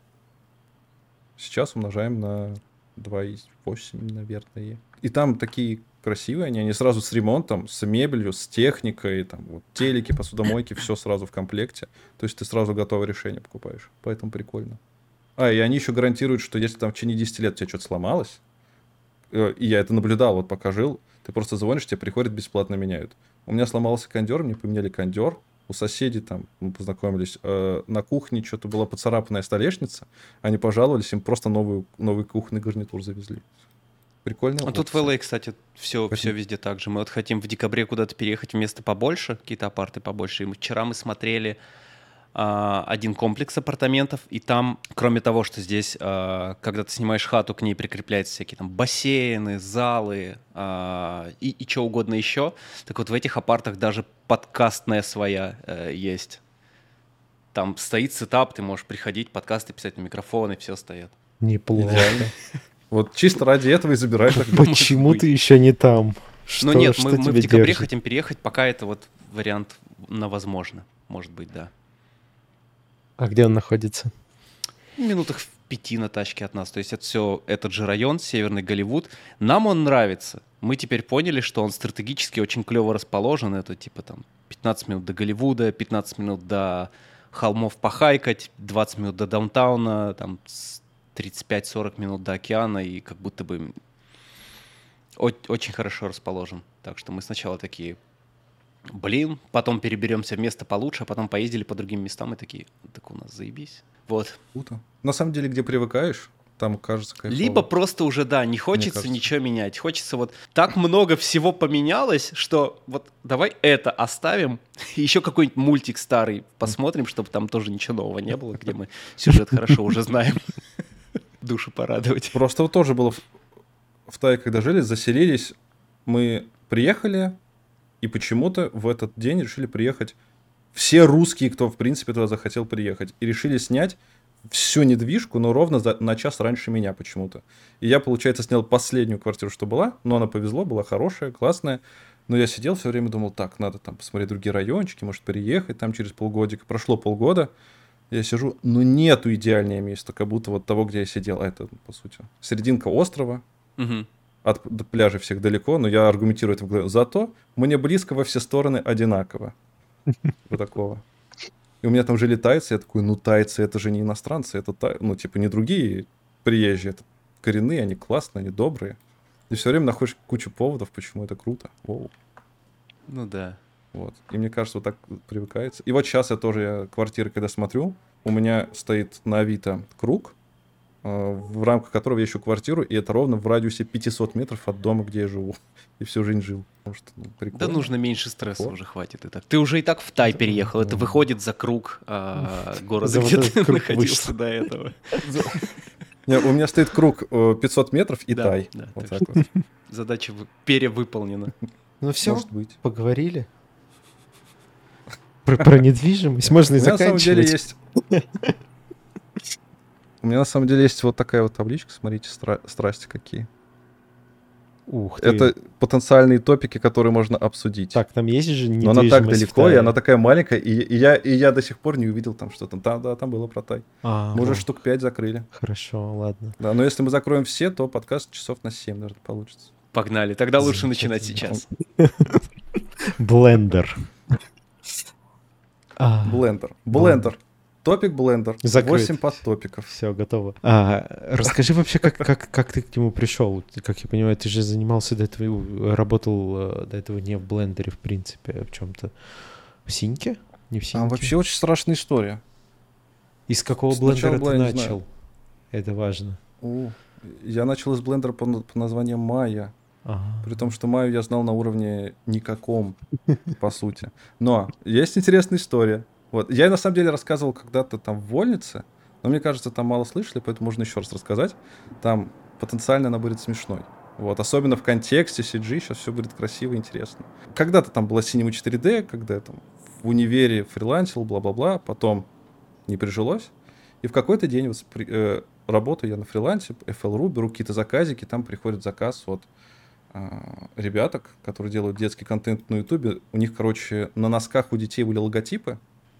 Сейчас умножаем на 2,8, наверное. И там такие красивые они сразу с ремонтом, с мебелью, с техникой, там вот телеки, посудомойки, все сразу в комплекте. То есть ты сразу готовое решение покупаешь. Поэтому прикольно. И они еще гарантируют, что если там в течение 10 лет у тебя что-то сломалось, и я это наблюдал, вот пока жил, ты просто звонишь, тебе приходят, бесплатно меняют. У меня сломался кондер, мне поменяли кондер. У соседей там, мы познакомились, на кухне что-то была поцарапанная столешница, они пожаловались, им просто новый кухонный гарнитур завезли. Прикольно. А тут в LA, кстати, все везде так же. Мы вот хотим в декабре куда-то переехать в место побольше, какие-то апарты побольше. И вчера мы смотрели один комплекс апартаментов, и там, кроме того, что здесь, когда ты снимаешь хату, к ней прикрепляются всякие там бассейны, залы и что угодно еще, так вот в этих апартах даже подкастная своя есть. Там стоит сетап, ты можешь приходить, подкасты писать на микрофон, и все стоят. Неплохо. Вот чисто ради этого и забирай. Почему ты еще не там? Ну нет, мы в декабре хотим переехать, пока это вот вариант на возможно, может быть, да. А где он находится? В минутах в 5 на тачке от нас. То есть это все этот же район, Северный Голливуд. Нам он нравится. Мы теперь поняли, что он стратегически очень клево расположен. Это типа там 15 минут до Голливуда, 15 минут до холмов похайкать, 20 минут до даунтауна, там 35-40 минут до океана. И как будто бы очень хорошо расположен. Так что мы сначала такие... потом переберемся в место получше, а потом поездили по другим местам и такие, так у нас заебись. Вот. Круто. На самом деле, где привыкаешь, там кажется кайфово. Либо просто уже, да, не хочется ничего менять. Хочется вот... Так много всего поменялось, что вот давай это оставим. И еще какой-нибудь мультик старый посмотрим, чтобы там тоже ничего нового не было, где мы сюжет хорошо уже знаем. Душу порадовать. Просто вот тоже было в Тае, когда жили, заселились, мы приехали, и почему-то в этот день решили приехать все русские, кто, в принципе, туда захотел приехать. И решили снять всю недвижку, но ровно на час раньше меня почему-то. И я, получается, снял последнюю квартиру, что была. Но она повезло, была хорошая, классная. Но я сидел все время, думал, так, надо там посмотреть другие райончики, может, переехать там через полгодика. Прошло полгода, я сижу, нету идеального места, как будто вот того, где я сидел. А это, по сути, серединка острова. Угу. от пляжей всех далеко, но я аргументирую это в голове. Зато мне близко во все стороны одинаково. Вот такого. И у меня там жили тайцы, я такой, ну тайцы это же не иностранцы, это ну типа не другие приезжие, это коренные, они классные, они добрые. И все время находишь кучу поводов, почему это круто. Воу. Ну да. Вот. И мне кажется, вот так привыкается. И вот сейчас я квартиры, когда смотрю, у меня стоит на Авито круг, в рамках которого я ищу квартиру, и это ровно в радиусе 500 метров от дома, где я живу. И всю жизнь жил. Потому что, да нужно меньше стресса уже, хватит и так. Ты уже и так в Тай переехал, это выходит за круг города, где ты находился до этого. У меня стоит круг 500 метров и Тай. Вот так вот. Задача перевыполнена. Ну все, поговорили. Про недвижимость можно и заканчивать. У меня на самом деле есть вот такая вот табличка, смотрите, страсти какие. Ух ты. Это потенциальные топики, которые можно обсудить. Так, там есть же недвижимость. Но она так далеко, и она такая маленькая, и я до сих пор не увидел там что-то. Там было про Тай. Мы уже штук 5 закрыли. Хорошо, ладно. Да, но если мы закроем все, то подкаст часов на 7, наверное, получится. Погнали, тогда лучше начинать сейчас. Блендер. Блендер. Топик блендер. 8 подтопиков. Все, готово. Расскажи вообще, как ты к нему пришел? Как я понимаю, ты же занимался до этого, работал до этого не в блендере, в принципе, а в чем-то. В Синьке? Не в Синьке? Там вообще очень страшная история. Из какого блендера ты начал? Это важно. Я начал из блендера по названию Майя. При том, что Майю я знал на уровне никаком, по сути. Но есть интересная история. Вот. Я на самом деле рассказывал когда-то там в Вольнице, но мне кажется, там мало слышали, поэтому можно еще раз рассказать. Там потенциально она будет смешной. Вот. Особенно в контексте CG сейчас все будет красиво и интересно. Когда-то там была Cinema 4D, когда я там в универе фрилансил, бла-бла-бла, потом не прижилось. И в какой-то день работаю я на фрилансе, FL.ru, беру какие-то заказики, там приходит заказ от ребяток, которые делают детский контент на Ютубе. У них, короче, на носках у детей были логотипы,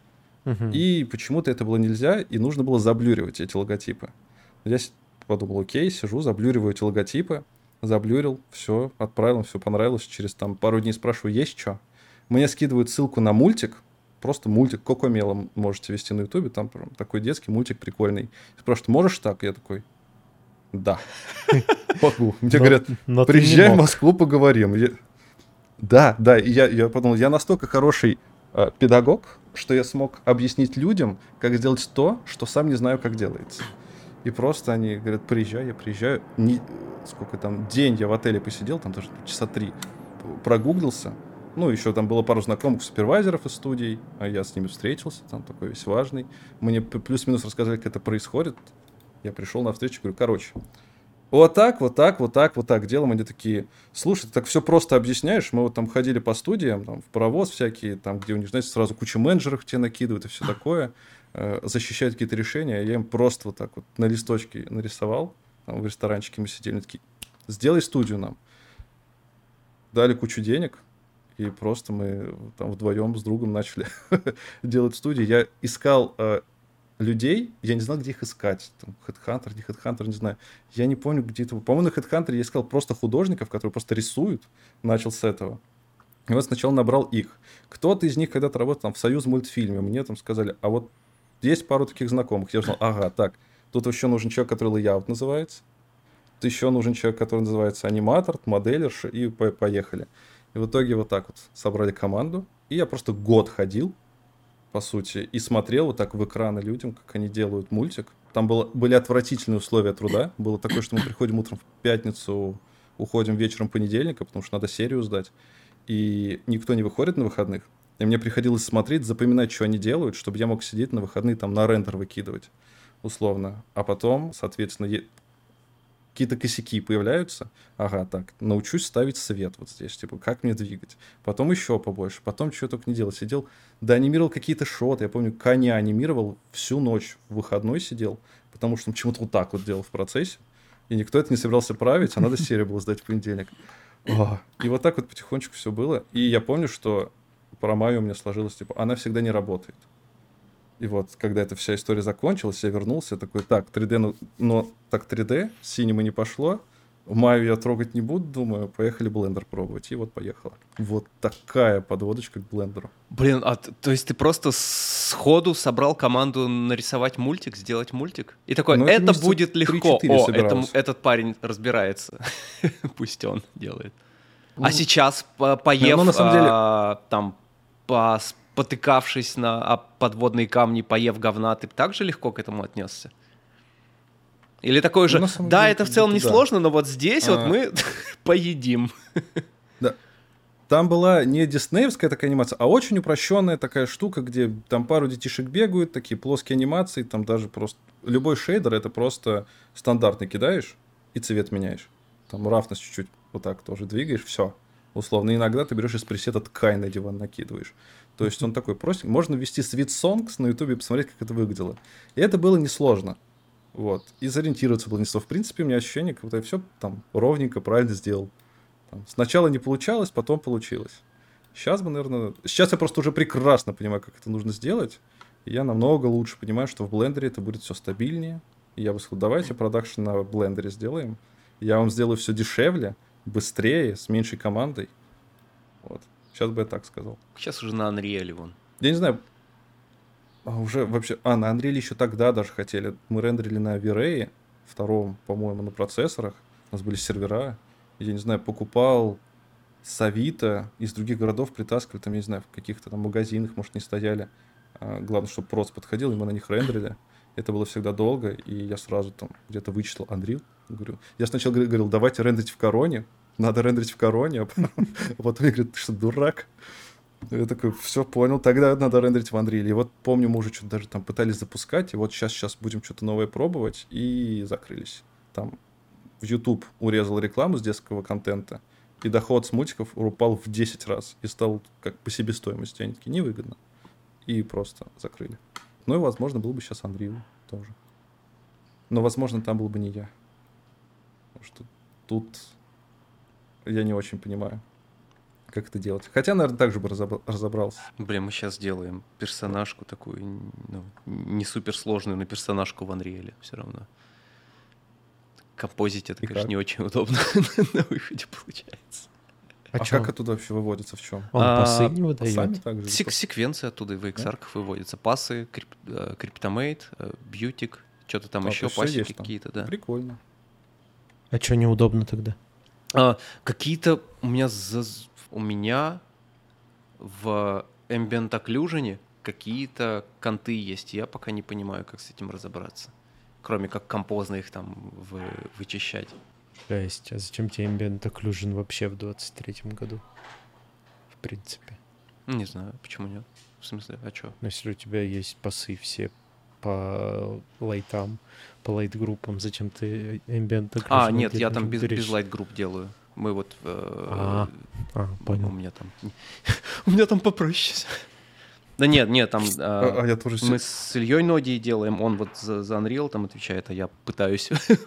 и почему-то это было нельзя, и нужно было заблюривать эти логотипы. Я подумал, окей, сижу, заблюриваю эти логотипы, заблюрил, все, отправил, все понравилось. Через там пару дней спрашиваю, есть что? Мне скидывают ссылку на мультик, просто мультик, Кокомело можете вести на Ютубе, там такой детский мультик прикольный. Спрашивают, можешь так? Я такой, да, могу. Мне говорят, приезжай в Москву, поговорим. Да, и я подумал, я настолько хороший педагог, что я смог объяснить людям, как сделать то, что сам не знаю, как делается. И просто они говорят, приезжай, я приезжаю. Сколько там, день я в отеле посидел, там даже часа 3, прогуглился. Ну, еще там было пару знакомых супервайзеров из студий, а я с ними встретился, там такой весь важный. Мне плюс-минус рассказали, как это происходит. Я пришел на встречу, говорю, короче, вот так делаем. Они такие, слушай, ты так все просто объясняешь. Мы вот там ходили по студиям, там, в паровоз всякие, там, где у них, знаете, сразу куча менеджеров тебе накидывают и все такое, защищают какие-то решения. Я им просто вот так вот на листочке нарисовал. Там в ресторанчике мы сидели, такие, сделай студию нам. Дали кучу денег, и просто мы там вдвоем с другом начали делать студию. Я искал людей, я не знал, где их искать. Там, Headhunter, не Headhunter, не знаю. Я не помню, где это. По-моему, на Headhunter я искал просто художников, которые просто рисуют. Начал с этого. И вот сначала набрал их. Кто-то из них когда-то работал там в Союз мультфильме. Мне там сказали, а вот есть пару таких знакомых. Я узнал, ага, так, тут еще нужен человек, который layout называется. Тут еще нужен человек, который называется аниматор, моделер, и поехали. И в итоге вот так вот собрали команду. И я просто год ходил, по сути, и смотрел вот так в экраны людям, как они делают мультик. Там были отвратительные условия труда. Было такое, что мы приходим утром в пятницу, уходим вечером понедельника, потому что надо серию сдать. И никто не выходит на выходных. И мне приходилось смотреть, запоминать, что они делают, чтобы я мог сидеть на выходные там на рендер выкидывать, условно. А потом, соответственно, какие-то косяки появляются. Ага, так, научусь ставить свет вот здесь, типа, как мне двигать. Потом еще побольше, потом что только не делал. Сидел, доанимировал какие-то шоты. Я помню, коня анимировал всю ночь, в выходной сидел, потому что он почему-то вот так вот делал в процессе. И никто это не собирался править, а надо серию было сдать в понедельник. И вот так вот потихонечку все было. И я помню, что про Майю у меня сложилось, типа, она всегда не работает. И вот, когда эта вся история закончилась, я вернулся, такой, так, 3D, но так 3D, с Cinema не пошло, Маю я трогать не буду, думаю, поехали блендер пробовать. И вот поехала. Вот такая подводочка к блендеру. Блин, то есть ты просто сходу собрал команду нарисовать мультик, сделать мультик? И такой, Ну, это будет легко. 3-4 Этот парень разбирается. Пусть он делает. Ну, А сейчас, поев, на самом деле... там, потыкавшись на подводные камни, поев говна, ты так же легко к этому отнесся? Или такой же, да, деле, это в целом несложно, но вот здесь вот мы поедим. Да. Там была не диснеевская такая анимация, а очень упрощенная такая штука, где там пару детишек бегают, такие плоские анимации, там даже просто... Любой шейдер — это просто стандартный кидаешь и цвет меняешь. Там рафность чуть-чуть вот так тоже двигаешь, все. Условно, иногда ты берешь из пресета ткань на диван накидываешь. То есть он такой простенький. Можно ввести Sweet Songs на ютубе и посмотреть, как это выглядело. И это было несложно. Вот. И сориентироваться было несложно. В принципе, у меня ощущение, как будто я все там ровненько, правильно сделал. Там, сначала не получалось, потом получилось. Сейчас бы, наверное... Сейчас я просто уже прекрасно понимаю, как это нужно сделать. И я намного лучше понимаю, что в блендере это будет все стабильнее. И я бы сказал, давайте продакшн на блендере сделаем. Я вам сделаю все дешевле, быстрее, с меньшей командой. Вот. Сейчас бы я так сказал. Сейчас уже на Unreal вон. Я не знаю... уже вообще... на Unreal еще тогда даже хотели. Мы рендерили на V-Ray, втором, по-моему, на процессорах. У нас были сервера. Я не знаю, покупал с Авито, из других городов притаскивали, там, я не знаю, в каких-то там магазинах, может, не стояли. Главное, чтобы просто подходил, и мы на них рендерили. Это было всегда долго, и я сразу там где-то вычислил Unreal. Говорю, я сначала говорил, давайте рендерить в Короне. Надо рендерить в Короне, а потом я говорю, ты что, дурак? Я такой, все, понял, тогда надо рендерить в Unreal. И вот помню, мы уже что-то даже там пытались запускать, и вот сейчас будем что-то новое пробовать, и закрылись. Там в YouTube урезал рекламу с детского контента, и доход с мультиков упал в 10 раз, и стал как по себестоимости. Они такие, невыгодно. И просто закрыли. Ну и, возможно, был бы сейчас Unreal тоже. Но, возможно, там был бы не я. Потому что тут я не очень понимаю, как это делать. Хотя, наверное, так же бы разобрался. Блин, мы сейчас сделаем персонажку такую, ну, не суперсложную, но персонажку в Unreal все равно. Композить это, конечно, не очень удобно на выходе получается. А как оттуда вообще выводится, в чем? Он пасы не выдает? Секвенции оттуда в XR выводятся. Пасы, Cryptomate, Beautic, что-то там еще, пасики какие-то, да. Прикольно. А что неудобно тогда? Какие-то у меня в Ambient Occlusion какие-то конты есть. Я пока не понимаю, как с этим разобраться. Кроме как композно их там вычищать. Жесть. А зачем тебе Ambient Occlusion вообще в 23-м году? В принципе. Не знаю, почему нет. В смысле, а что? Ну, если у тебя есть пасы все по лайтам, по лайт-группам, зачем ты Ambient Occlusion? Нет, я там без лайт-групп делаю. Мы вот... понял. У меня там попроще. Да нет, там я тоже мы с Ильей Ноди делаем, он вот за Unreal там отвечает, а я пытаюсь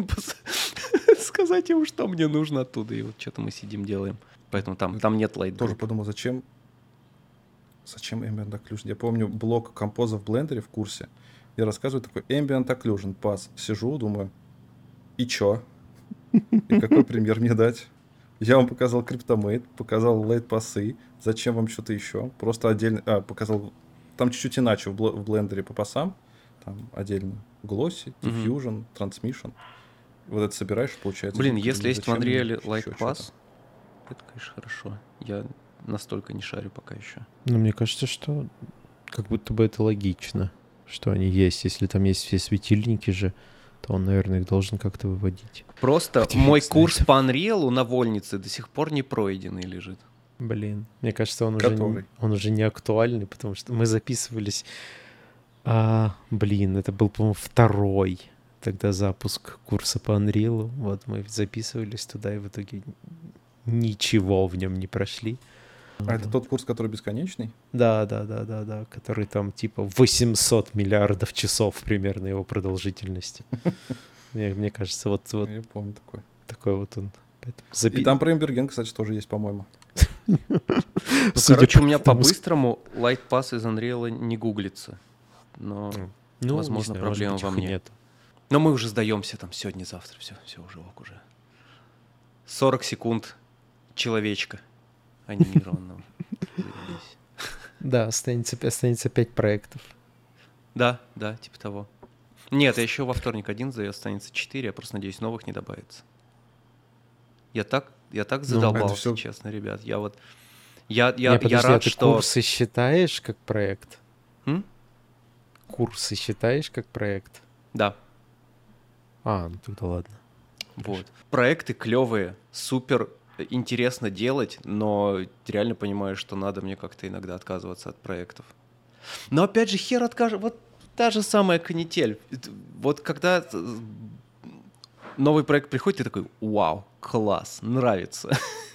сказать ему, что мне нужно оттуда, и вот что-то мы сидим делаем. Поэтому там нет лайт. Тоже подумал, зачем Ambient Occlusion? Я помню блок композа в блендере в курсе. Я рассказываю такой Ambient Occlusion, пас. Сижу, думаю, и чё? И какой пример мне дать? Я вам показал Cryptomate, показал лайт-пасы. Зачем вам что-то еще? Просто отдельно... показал... Там чуть-чуть иначе в блендере по пасам. Там отдельно Glossy, Diffusion, Transmission. Вот это собираешь, получается... Блин, если есть в Unreal Light-Pass, это, конечно, хорошо. Я настолько не шарю пока еще. Но мне кажется, что как будто бы это логично, что они есть. Если там есть все светильники же, то он, наверное, их должен как-то выводить. Просто мой курс по Unreal на вольнице до сих пор не пройденный лежит. Блин, мне кажется, он уже не актуальный, потому что мы записывались... это был, по-моему, второй тогда запуск курса по Unreal. Вот мы записывались туда, и в итоге ничего в нем не прошли. Это тот курс, который бесконечный? Да, который там типа 800 миллиардов часов примерно его продолжительности. Мне кажется, вот... Я помню такой. Такой вот он. И там про Эмберген, кстати, тоже есть, по-моему. Короче, у меня по-быстрому Light Pass из Unreal не гуглится. Но, возможно, знаю, проблема во мне. Нет. Но мы уже сдаемся там сегодня-завтра. Все уже ок уже. 40 секунд человечка анимированного. Да, останется 5 проектов. Да, типа того. Нет, еще во вторник 1 останется 4, я просто надеюсь, новых не добавится. Я так задолбался, честно, ребят. Я рад, ты что... курсы считаешь как проект? Курсы считаешь как проект? Да. Ну тогда ладно. Вот. Проекты клевые, супер интересно делать, но реально понимаю, что надо мне как-то иногда отказываться от проектов. Но опять же, хер откажешь. Вот та же самая канитель. Вот когда новый проект приходит, ты такой: вау, класс, нравится.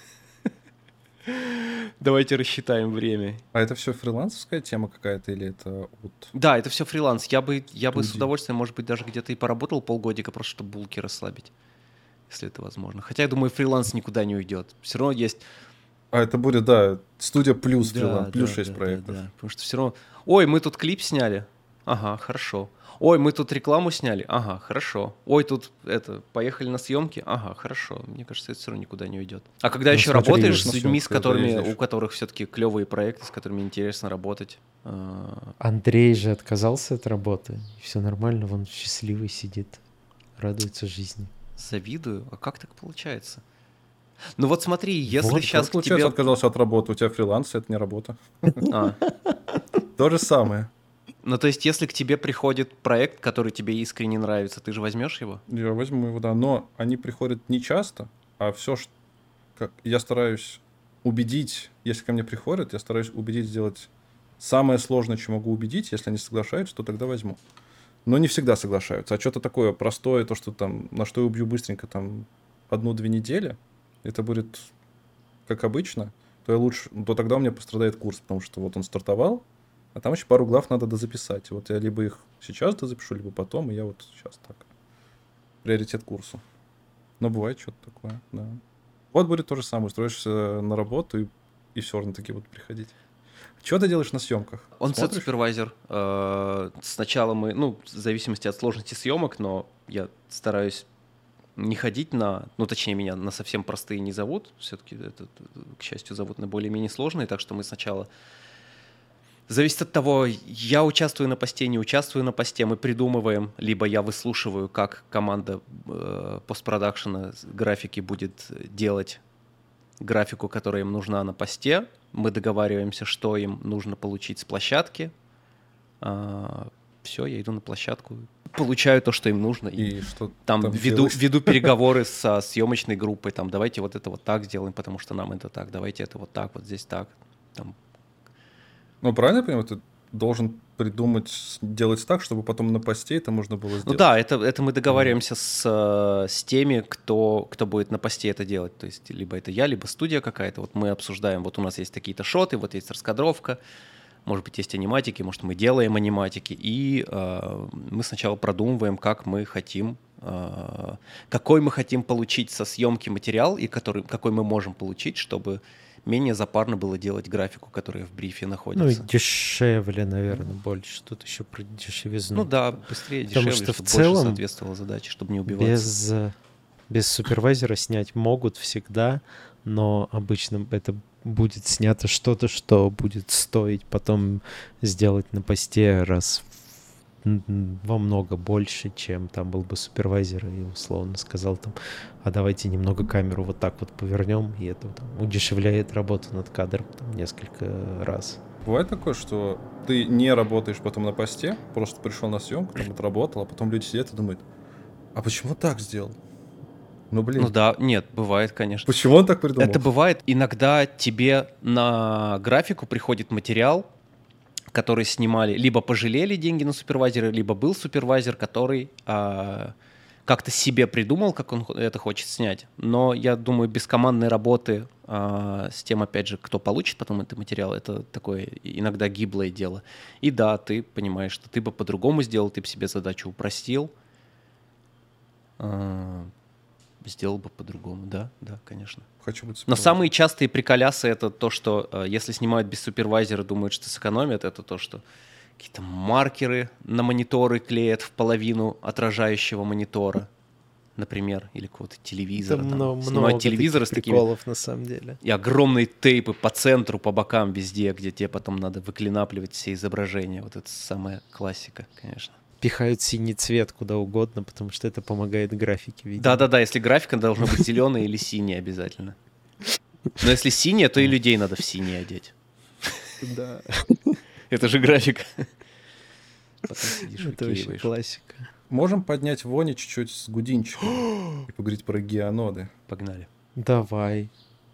Давайте рассчитаем время. А это все фрилансовская тема какая-то или это от... Да, это все фриланс. Я бы с удовольствием, может быть, даже где-то и поработал полгодика, просто чтобы булки расслабить, если это возможно. Хотя, я думаю, фриланс никуда не уйдет. Все равно есть... А это будет, да, студия плюс фриланс, плюс 6 проектов. Да. Потому что все равно... Ой, мы тут клип сняли. Ага, хорошо. Ой, мы тут рекламу сняли. Ага, хорошо. Ой, тут поехали на съемки. Ага, хорошо. Мне кажется, это все равно никуда не уйдет. А когда еще работаешь с людьми, у которых все-таки клевые проекты, с которыми интересно работать. Андрей же отказался от работы. Все нормально, он счастливый сидит, радуется жизни. Завидую. А как так получается? Ну вот смотри, если вот, сейчас к тебе... отказался от работы, у тебя фриланс, это не работа. То же самое. Ну, то есть, если к тебе приходит проект, который тебе искренне нравится, ты же возьмешь его? Я возьму его, да. Но они приходят не часто, а все, что... Я стараюсь убедить, если ко мне приходят, я стараюсь убедить сделать самое сложное, что могу убедить. Если они соглашаются, то тогда возьму. Но не всегда соглашаются. А что-то такое простое, то, что там, на что я убью быстренько, там, 1-2 недели, это будет как обычно, то тогда у меня пострадает курс, потому что вот он стартовал, а там еще пару глав надо дозаписать. Вот я либо их сейчас дозапишу, либо потом, и я вот сейчас так. Приоритет курсу. Но бывает что-то такое, да. Вот будет то же самое. Устроишься на работу, и все равно такие будут приходить. Что ты делаешь на съемках? Он сет-супервайзер. Сначала мы, в зависимости от сложности съемок, но я стараюсь не ходить точнее, меня на совсем простые не зовут. Все-таки это, к счастью, зовут на более-менее сложные, так что мы сначала... Зависит от того, я участвую на посте, не участвую на посте, мы придумываем, либо я выслушиваю, как команда постпродакшена графики будет делать графику, которая им нужна на посте. Мы договариваемся, что им нужно получить с площадки. Все, я иду на площадку, получаю то, что им нужно. И что там веду переговоры со съемочной группой. Там, давайте вот это вот так сделаем, потому что нам это так. Давайте это вот так, вот здесь так. Там. Ну, правильно я понимаю, ты должен придумать, делать так, чтобы потом на посте это можно было сделать? Ну да, это мы договариваемся с теми, кто будет на посте это делать. То есть либо это я, либо студия какая-то. Вот мы обсуждаем, вот у нас есть такие-то шоты, вот есть раскадровка, может быть, есть аниматики, может, мы делаем аниматики. И мы сначала продумываем, как мы хотим, какой мы хотим получить со съемки материал, и какой мы можем получить, чтобы менее запарно было делать графику, которая в брифе находится. Ну и дешевле, наверное, больше. Тут еще про дешевизну. Ну да, быстрее, дешевле, что чтобы в целом больше соответствовало задаче, чтобы не убиваться. Без супервайзера снять могут всегда, но обычно это будет снято что-то, что будет стоить потом сделать на посте раз во много больше, чем там был бы супервайзер и условно сказал там, а давайте немного камеру вот так вот повернем, и это там удешевляет работу над кадром там, несколько раз. Бывает такое, что ты не работаешь потом на посте, просто пришел на съемку, там отработал, а потом люди сидят и думают, а почему так сделал? Ну, блин. Ну да, нет, бывает, конечно. Почему он так придумал? Это бывает. Иногда тебе на графику приходит материал, который снимали, либо пожалели деньги на супервайзера, либо был супервайзер, который как-то себе придумал, как он это хочет снять. Но я думаю, без командной работы с тем, опять же, кто получит потом этот материал, это такое иногда гиблое дело. И да, ты понимаешь, что ты бы по-другому сделал, ты бы себе задачу упростил, сделал бы по-другому, да, конечно. Хочу быть Но самые частые приколясы — это то, что если снимают без супервайзера, думают, что сэкономят, это то, что какие-то маркеры на мониторы клеят в половину отражающего монитора. например, или какого-то телевизора. Там снимать телевизоры с такими приколов на самом деле. И огромные тейпы по центру, по бокам, везде, где тебе потом надо выклинапливать все изображения. Вот это самая классика, конечно. Пихают синий цвет куда угодно, потому что это помогает графике видеть. Да-да-да, если графика должна быть зеленая или синяя обязательно. Но если синяя, то и людей надо в синий одеть. Да. Это же графика. Потом сидишь, это вообще классика. Можем поднять вони чуть-чуть с гудинчиком и поговорить про геоноды. Погнали. Давай.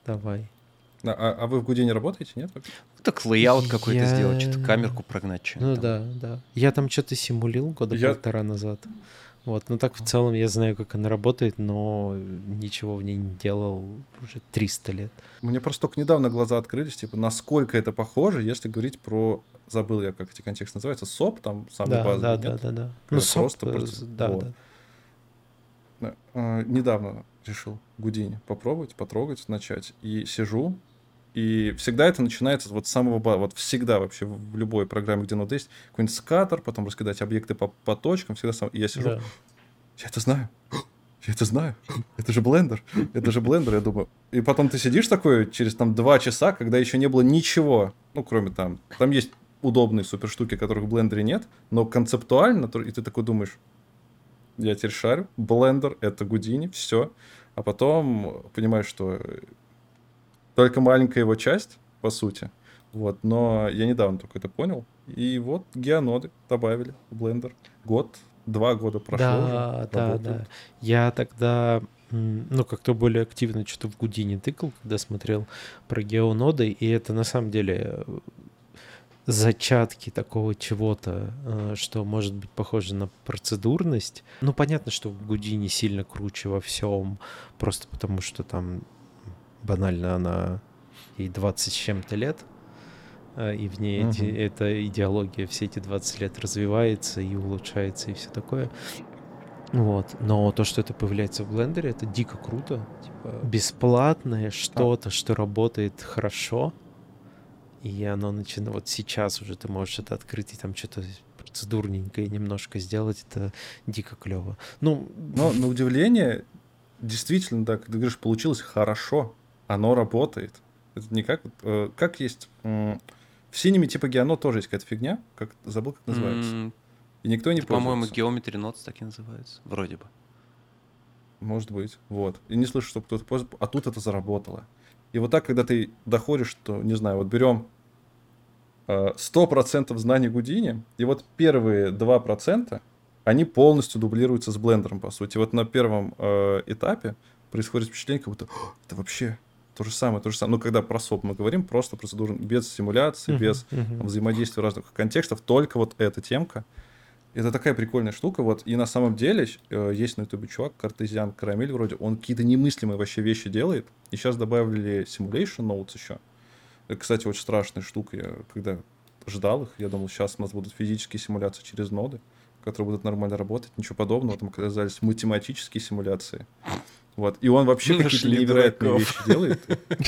А вы в Гудине работаете, нет? Так лейаут какой-то сделать, что-то камерку прогнать. Ну да. Я там что-то симулил года полтора назад. Вот, ну так в целом я знаю, как она работает, но ничего в ней не делал уже 300 лет. Мне просто только недавно глаза открылись, типа, насколько это похоже, если говорить про... Забыл я, как эти контексты называются. СОП, там, самый базовый, нет? Да. Ну, СОП, да. Недавно решил Гудини попробовать, потрогать, начать. И сижу, и всегда это начинается вот с самого базового. Вот всегда вообще в любой программе, где нода есть, какой-нибудь скатер, потом раскидать объекты по точкам, всегда сам. И я сижу, я это знаю, это же блендер, я думаю. И потом ты сидишь такой через там 2 часа, когда еще не было ничего, ну, кроме там есть удобные супер штуки, которых в блендере нет, но концептуально, и ты такой думаешь, я теперь шарю, блендер, это Гудини, все. А потом понимаешь, что только маленькая его часть, по сути, вот, но я недавно только это понял, и вот геоноды добавили в блендер. 2 года прошло уже. Да. Я тогда, как-то более активно что-то в Гудини тыкал, когда смотрел про геоноды, и это на самом деле зачатки такого чего-то, что может быть похоже на процедурность. Ну, понятно, что в Гудини сильно круче во всем, просто потому что там банально она ей 20 с чем-то лет, и в ней эта идеология все эти 20 лет развивается и улучшается, и все такое. Вот. Но то, что это появляется в блендере, это дико круто. Типа, бесплатное что-то, что работает хорошо, и оно начинает... Вот сейчас уже ты можешь это открыть и там что-то процедурненькое немножко сделать. Это дико клево. Но на удивление, действительно, да, когда ты говоришь, получилось хорошо, оно работает. Это не как есть... В Cinema типа геонод тоже есть какая-то фигня. Забыл, как называется. И никто не пользуется. По-моему, Geometry Nodes так и называется. Вроде бы. Может быть. Вот. И не слышу, чтобы кто-то пользовался. А тут это заработало. И вот так, когда ты доходишь, что, не знаю, вот берем 100% знаний Гудини, и вот первые 2%, они полностью дублируются с блендером, по сути. Вот на первом этапе происходит впечатление, как будто это вообще то же самое. Ну, когда про СОП мы говорим, просто процедурно, без симуляции, без взаимодействия разных контекстов, только вот эта темка. Это такая прикольная штука, вот, и на самом деле есть на ютубе чувак, Картезиан Карамель вроде, он какие-то немыслимые вообще вещи делает, и сейчас добавили Simulation Notes еще. Это, кстати, очень страшная штука, я когда ждал их, я думал, сейчас у нас будут физические симуляции через ноды, которые будут нормально работать, ничего подобного, там оказались математические симуляции. Вот, и он вообще какие-то невероятные вещи делает.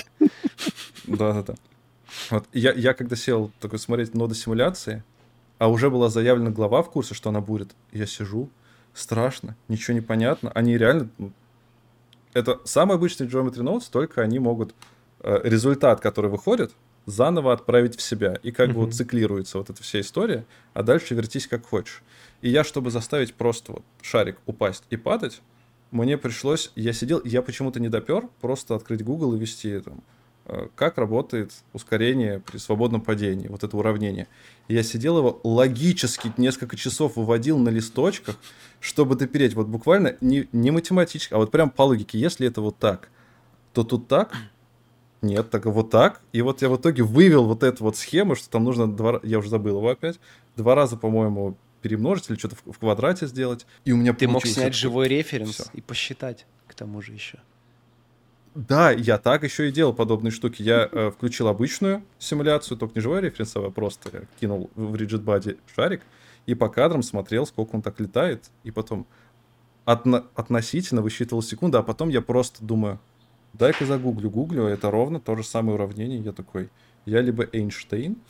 Да. Вот, я когда сел такой смотреть ноды симуляции, а уже была заявлена глава в курсе, что она будет. Я сижу, страшно, ничего не понятно. Они реально... Это самый обычный Geometry Nodes, только они могут результат, который выходит, заново отправить в себя. И как бы вот циклируется вот эта вся история, а дальше вертись как хочешь. И я, чтобы заставить просто вот шарик упасть и падать, мне пришлось... Я сидел, я почему-то не допер, просто открыть Google и ввести там... как работает ускорение при свободном падении, вот это уравнение. И я сидел его логически несколько часов выводил на листочках, чтобы допереть. Вот буквально не математически, а вот прям по логике. Если это вот так, то тут так, нет, так вот так. И вот я в итоге вывел вот эту вот схему, что там нужно я уже забыл его опять, 2 раза, по-моему, перемножить или что-то в квадрате сделать. И у меня ты мог снять живой референс и посчитать к тому же еще. Да, я так еще и делал подобные штуки. Я включил обычную симуляцию, только не живой референс, а просто кинул в RigidBody шарик и по кадрам смотрел, сколько он так летает, и потом относительно высчитывал секунды, а потом я просто думаю, дай-ка загуглю. Гуглю, это ровно то же самое уравнение. Я такой, я либо Эйнштейн,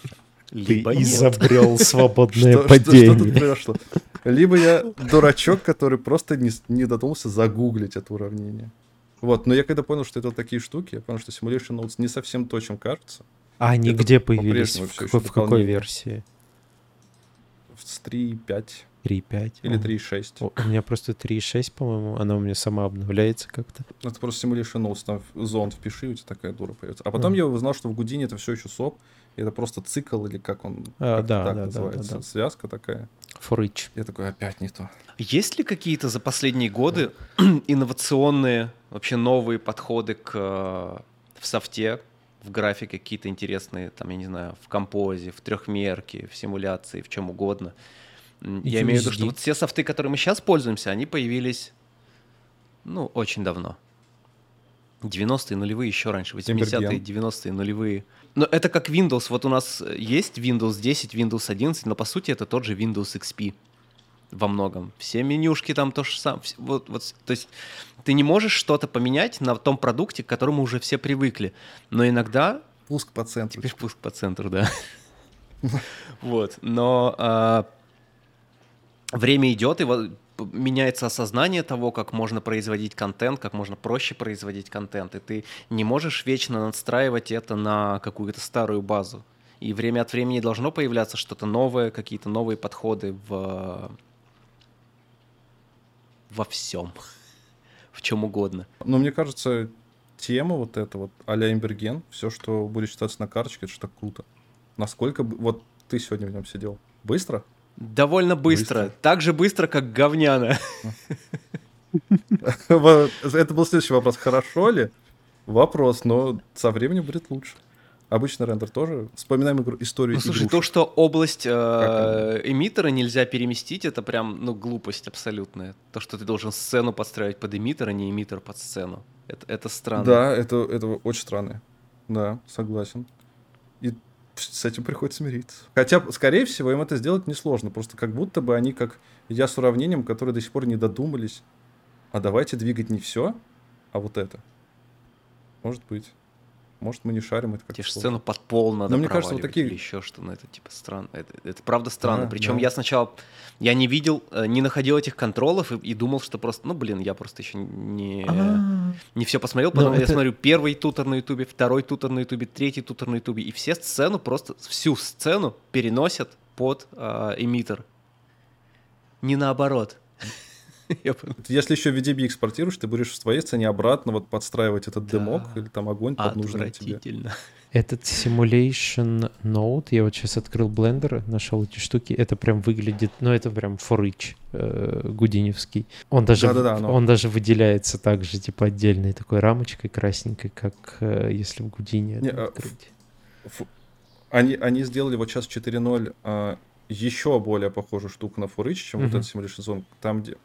Ты изобрел свободное падение. Что тут произошло? Либо я дурачок, который просто не додумался загуглить это уравнение. Вот, но я когда понял, что это вот такие штуки, я понял, что Simulation Notes не совсем то, чем кажется. А они где появились? В какой версии? В 3.5. 3.5? Или 3.6. У меня просто 3.6, по-моему, она у меня сама обновляется как-то. Это просто Simulation Notes, там зонд впиши, у тебя такая дура появится. А потом я узнал, что в Houdini это все еще SOP, и это просто цикл, или как он называется, да. Связка такая. For each. Я такой, опять не то. Есть ли какие-то за последние годы инновационные, вообще новые подходы в софте, в графике, какие-то интересные, там, я не знаю, в композе, в трехмерке, в симуляции, в чем угодно? Я имею в виду, что вот все софты, которые мы сейчас пользуемся, они появились, очень давно. 90-е, нулевые, еще раньше, 80-е, 90-е, нулевые. Но это как Windows. Вот у нас есть Windows 10, Windows 11, но по сути это тот же Windows XP во многом. Все менюшки там то же самое. То есть ты не можешь что-то поменять на том продукте, к которому уже все привыкли. Но иногда... Пуск по центру. Теперь пуск по центру, да. Вот. Но время идет, и меняется осознание того, как можно производить контент, как можно проще производить контент, и ты не можешь вечно надстраивать это на какую-то старую базу. И время от времени должно появляться что-то новое, какие-то новые подходы во всем, в чем угодно. Но мне кажется, тема вот эта вот а-ля Имберген, все, что будет читаться на карточке, это же так круто. Насколько... Вот ты сегодня в нем сидел. Быстро? Довольно быстро. Так же быстро, как говняно. Это был следующий вопрос. Хорошо ли? Вопрос, но со временем будет лучше. Обычный рендер тоже. Вспоминаем историю. Слушай, то, что область эмиттера нельзя переместить, это прям, глупость абсолютная. То, что ты должен сцену подстраивать под эмиттер, а не эмиттер под сцену. Это странно. Да, это очень странно. Да, согласен. И с этим приходится мириться. Хотя, скорее всего, им это сделать несложно. Просто как будто бы они, как я с уравнением, которые до сих пор не додумались. А давайте двигать не все, а вот это. Может быть. Может, мы не шарим, это как-то сложно. Сцену под пол надо мне кажется, вот такие... или еще что, это типа странно. Это правда странно. Причем я сначала, я не видел, не находил этих контролов и думал, что просто, я просто еще не все посмотрел. Потом я смотрю первый тутор на ютубе, второй тутор на ютубе, третий тутор на ютубе, и всю сцену переносят под эмиттер. Не наоборот. Если еще в VDB экспортируешь, ты будешь в своей сцене обратно вот подстраивать этот дымок или там огонь под нужный тебе. Этот Simulation Node, я вот сейчас открыл Blender, нашел эти штуки, это прям выглядит, это прям for each гудиневский. Он даже выделяется также, типа отдельной такой рамочкой красненькой, как если в Гудине это открыть. Они сделали вот сейчас 4.0 еще более похожую штуку на for each, чем вот этот Simulation Zone, там где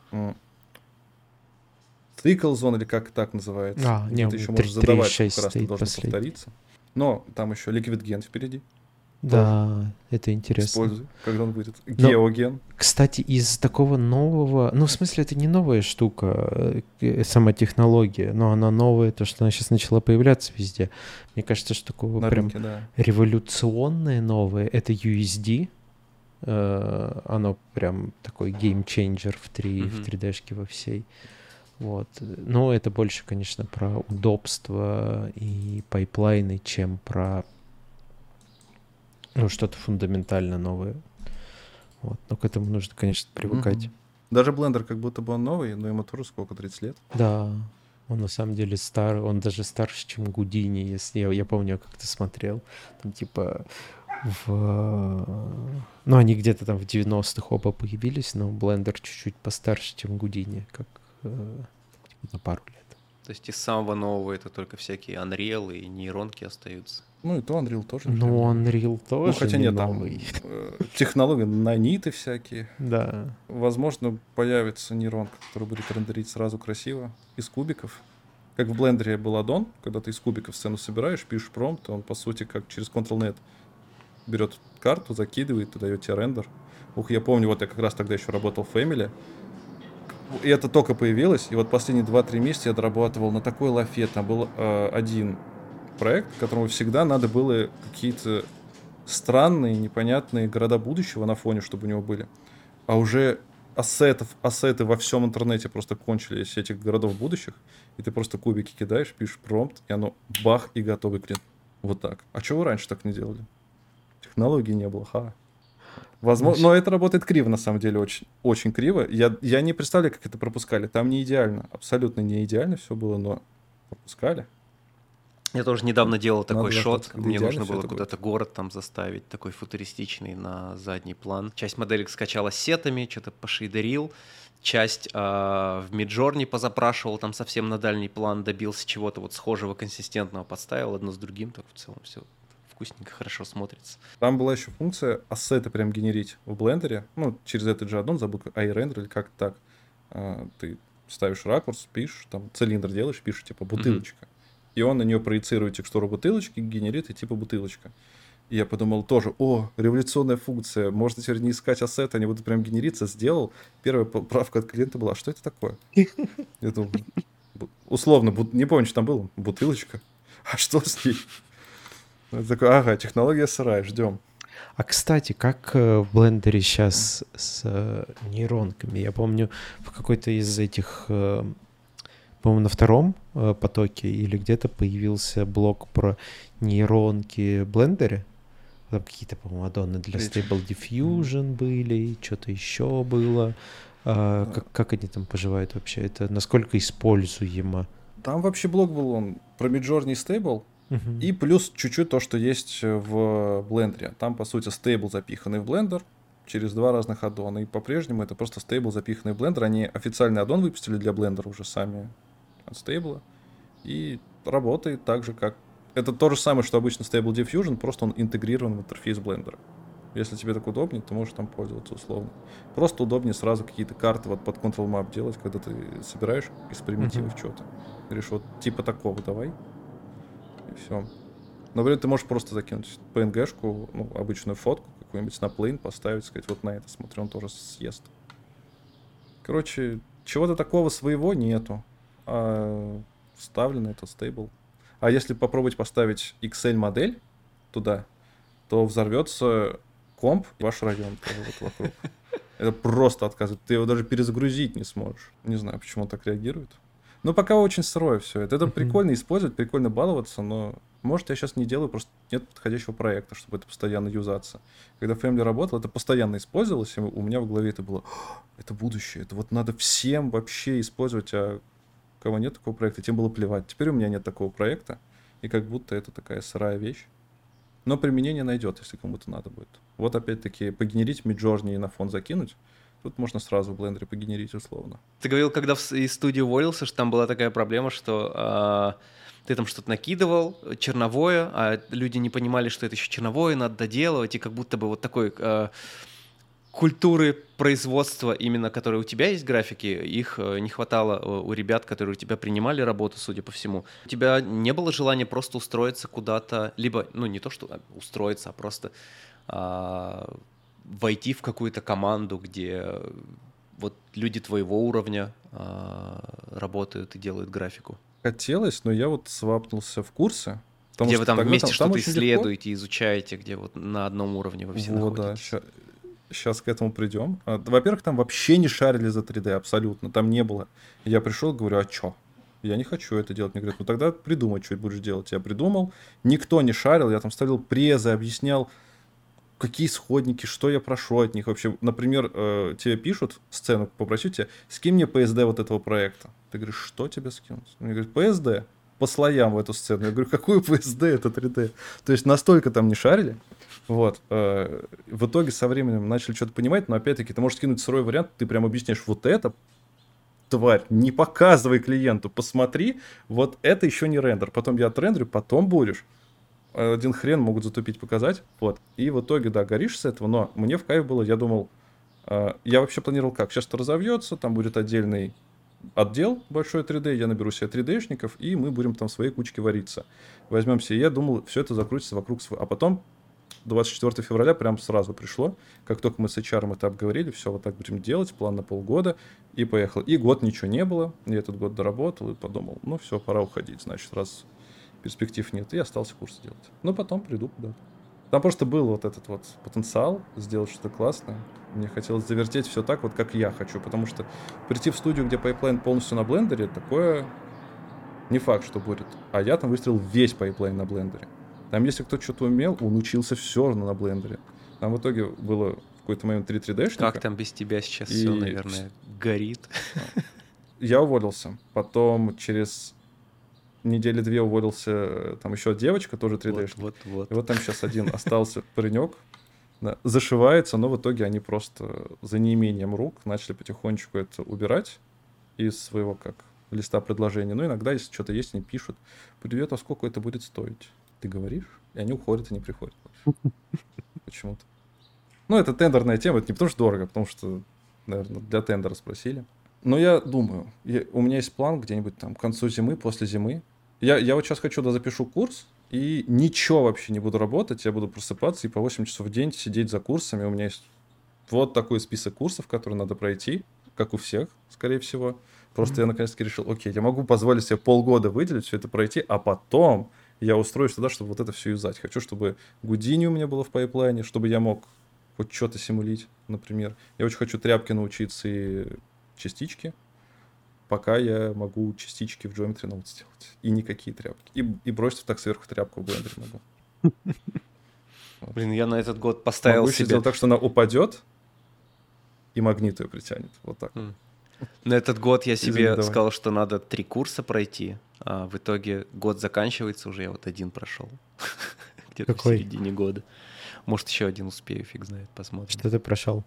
Trickle Zone, или как так называется. Где ты еще можешь задавать, сколько раз ты должен повториться. Но там еще Liquid Gen впереди. Да, это интересно. Используй, когда он будет. Geogen. Кстати, из такого нового... в смысле, это не новая штука, сама технология, но она новая, то, что она сейчас начала появляться везде. Мне кажется, что такого на прям рынке, революционное новое, это USD. Оно прям такой геймчейнджер в 3D-шке во всей. Вот. Но это больше, конечно, про удобство и пайплайны, чем про что-то фундаментально новое. Вот. Но к этому нужно, конечно, привыкать. Даже Blender как будто бы он новый, но ему тоже сколько, 30 лет? Да, он на самом деле старый, он даже старше, чем Гудини, если я помню, я как-то смотрел, там типа они где-то там в 90-х оба появились, но Blender чуть-чуть постарше, чем Гудини, как на пару лет. То есть из самого нового это только всякие Unreal и нейронки остаются? И то Unreal тоже. Unreal тоже хотя нет, там технологии, наниты всякие. Да. Возможно, появится нейронка, которая будет рендерить сразу красиво из кубиков. Как в Blender был аддон, когда ты из кубиков сцену собираешь, пишешь промпт, он, по сути, как через Ctrl-Net берет карту, закидывает и дает тебе рендер. Я помню, я как раз тогда еще работал в Family, и это только появилось, и последние 2-3 месяца я дорабатывал на такой лафе. Там был один проект, которому всегда надо было какие-то странные, непонятные города будущего на фоне, чтобы у него были. А уже ассеты во всем интернете просто кончились этих городов будущих, и ты просто кубики кидаешь, пишешь промпт, и оно бах, и готовый клиент. Вот так. А чего вы раньше так не делали? Технологий не было, Возможно, но это работает криво, на самом деле, очень, очень криво. Я не представляю, как это пропускали. Там не идеально, абсолютно не идеально все было, но пропускали. Я тоже недавно делал такой шот. Мне нужно было куда-то город там заставить, такой футуристичный на задний план. Часть моделек скачала сетами, что-то пошейдерил. Часть в Midjourney позапрашивал, там совсем на дальний план добился чего-то вот схожего, консистентного, подставил одно с другим, так в целом все вкусненько, хорошо смотрится. Там была еще функция ассеты прям генерить в блендере, ну, через этот же аддон, забыл, iRender или как так. Ты ставишь ракурс, пишешь, там, цилиндр делаешь, пишешь, типа, бутылочка. И он на нее проецирует текстуру бутылочки, генерит и типа бутылочка. И я подумал тоже, революционная функция, можно теперь не искать ассеты, они будут прям генериться. Сделал. Первая правка от клиента была, что это такое? Я думал, условно, не помню, что там было, бутылочка. А что с ней? Я такой, ага, технология сырая, ждем. А, кстати, как в блендере сейчас с нейронками? Я помню, в какой-то из этих... По-моему, на втором потоке или где-то появился блок про нейронки в блендере. Там какие-то, по-моему, аддоны для Stable Diffusion были, что-то еще было. Как они там поживают вообще? Это насколько используемо? Там вообще блок был он про Midjourney Stable, и плюс чуть-чуть то, что есть в блендере. Там, по сути, Stable запиханный в блендер через два разных аддона. И по-прежнему это просто Stable запиханный в блендер. Они официальный аддон выпустили для блендера уже сами от Stable. И работает так же, как... Это то же самое, что обычно Stable Diffusion, просто он интегрирован в интерфейс блендера. Если тебе так удобнее, ты можешь там пользоваться условно. Просто удобнее сразу какие-то карты вот под Control Map делать, когда ты собираешь из примитивов что-то. Говоришь, вот типа такого давай. И все. Например, ты можешь просто закинуть PNG-шку, ну, обычную фотку, какую-нибудь на плейн поставить, сказать, вот на это смотри, он тоже съест. Короче, чего-то такого своего нету. А вставлено это стейбл. А если попробовать поставить Excel-модель туда, то взорвется комп и ваш район тоже вот вокруг. Это просто отказывает. Ты его даже перезагрузить не сможешь. Не знаю, почему он так реагирует. Но пока очень сырое все это. Это прикольно использовать, прикольно баловаться, но, может, я сейчас не делаю, просто нет подходящего проекта, чтобы это постоянно юзаться. Когда Family работал, это постоянно использовалось, и у меня в голове это было, это будущее, это вот надо всем вообще использовать, а у кого нет такого проекта, тем было плевать. Теперь у меня нет такого проекта, и как будто это такая сырая вещь. Но применение найдет, если кому-то надо будет. Вот опять-таки погенерить Midjourney и на фон закинуть. Тут можно сразу в блендере погенерить условно. Ты говорил, когда из студии уволился, что там была такая проблема, что ты там что-то накидывал, черновое, а люди не понимали, что это еще черновое, надо доделывать, и как будто бы вот такой культуры производства, именно которой у тебя есть графики, их не хватало у ребят, которые у тебя принимали работу, судя по всему. У тебя не было желания просто устроиться куда-то, либо, ну не то, что устроиться, а просто войти в какую-то команду, где вот люди твоего уровня работают и делают графику? Хотелось, но я вот свапнулся в курсы. Где вы там вместе что-то исследуете, изучаете, где вот на одном уровне вы все находитесь. Да, сейчас к этому придем. Во-первых, там вообще не шарили за 3D, абсолютно. Там не было. Я пришел, говорю, а чё? Я не хочу это делать. Мне говорят, ну тогда придумай, что будешь делать. Я придумал. Никто не шарил. Я там ставил презы, объяснял, какие исходники, что я прошу от них вообще. Например, тебе пишут сцену, попросить тебя, скинь мне PSD вот этого проекта. Ты говоришь, что тебе скинуть? Мне говорят, PSD по слоям в эту сцену. Я говорю, какую PSD, это 3D? То есть настолько там не шарили. Вот. В итоге со временем начали что-то понимать, но опять-таки ты можешь скинуть сырой вариант, ты прям объясняешь, вот это, тварь, не показывай клиенту, посмотри, вот это еще не рендер. Потом я отрендерю, потом будешь. Один хрен могут затупить, показать. Вот. И в итоге, да, горишь с этого, но мне в кайф было, я думал, я вообще планировал как? Сейчас это разовьется, там будет отдельный отдел большой 3D, я наберу себе 3D-шников, и мы будем там в своей кучке вариться. Возьмемся, и я думал, все это закрутится вокруг своего. А потом 24 февраля прям сразу пришло, как только мы с HR это обговорили, все, вот так будем делать, план на полгода, и поехал. И год ничего не было, я этот год доработал и подумал, ну все, пора уходить, значит, раз перспектив нет, и остался курс делать. Но потом приду куда-то. Там просто был вот этот вот потенциал сделать что-то классное. Мне хотелось завертеть все так, вот как я хочу, потому что прийти в студию, где пайплайн полностью на блендере, такое не факт, что будет. А я там выстроил весь пайплайн на блендере. Там, если кто-то что-то умел, он учился все равно на блендере. Там в итоге было в какой-то момент 3 3D-шника. Как там без тебя сейчас все, наверное, горит? Я уволился. Потом через недели 2 уволился там еще девочка, тоже 3D-шник. Вот. И вот там сейчас один остался паренек. Да, зашивается, но в итоге они просто за неимением рук начали потихонечку это убирать из своего как листа предложений. Ну, иногда, если что-то есть, они пишут: привет, а сколько это будет стоить? Ты говоришь? И они уходят и не приходят. Почему-то. Ну, это тендерная тема, это не потому что дорого, а потому что, наверное, для тендера спросили. Но я думаю, у меня есть план где-нибудь там к концу зимы, после зимы. Я вот сейчас хочу, запишу курс, и ничего вообще не буду работать, я буду просыпаться и по 8 часов в день сидеть за курсами. У меня есть вот такой список курсов, которые надо пройти, как у всех, скорее всего. Просто я наконец-таки решил, окей, я могу позволить себе полгода выделить, все это пройти, а потом я устроюсь туда, чтобы вот это все юзать. Хочу, чтобы Houdini у меня было в пайплайне, чтобы я мог хоть что-то симулить, например. Я очень хочу тряпки научиться и частички, пока я могу частички в Geometry Note сделать. И никакие тряпки. И бросить так сверху тряпку в блендере могу. Блин, я на этот год поставил могу себе... сделать так, что она упадет, и магнит ее притянет. Вот так. На этот год я себе сказал, что надо 3 курса пройти, а в итоге год заканчивается, уже я вот один прошел. Где-то в середине года. Может, еще один успею, фиг знает, посмотрим. Что ты прошел?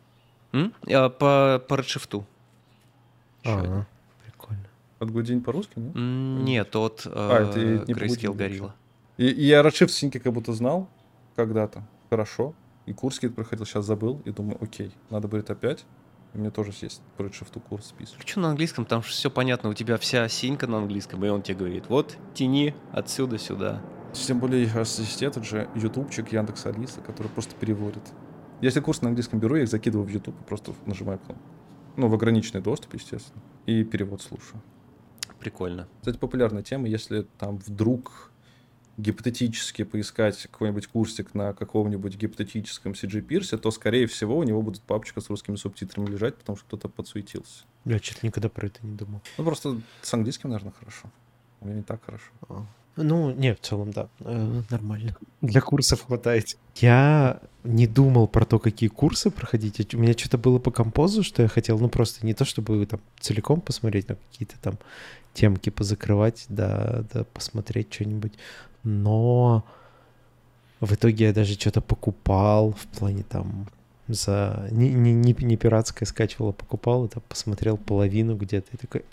По Redshift. Прикольно. От Houdini по-русски, нет? Нет, от Grayscale Gorilla. И я Redshift синьки как будто знал когда-то. Хорошо. И курс какие-то проходил, сейчас забыл. И думаю, окей, надо будет опять. И мне тоже есть по Redshift курс список. Что на английском? Там же все понятно. У тебя вся синька на английском, и он тебе говорит, вот, тяни отсюда сюда. Тем более, есть этот же ютубчик Яндекс Алиса, который просто переводит. Если курс на английском беру, я их закидываю в YouTube, просто нажимаю кнопку. Ну, в ограниченный доступ, естественно. И перевод слушаю. Прикольно. Кстати, популярная тема, если там вдруг гипотетически поискать какой-нибудь курсик на каком-нибудь гипотетическом CG-пирсе, то, скорее всего, у него будет папочка с русскими субтитрами лежать, потому что кто-то подсуетился. Я что-то никогда про это не думал. Ну, просто с английским, наверное, хорошо. У меня не так хорошо. Ну, нет, в целом, да, нормально. Для курсов хватает. Я не думал про то, какие курсы проходить. У меня что-то было по композу, что я хотел, ну, просто не то, чтобы там целиком посмотреть, но какие-то там темки позакрывать, да посмотреть что-нибудь. Но в итоге я даже что-то покупал в плане там за... Не пиратское скачивал, а покупал, это посмотрел половину где-то и такой...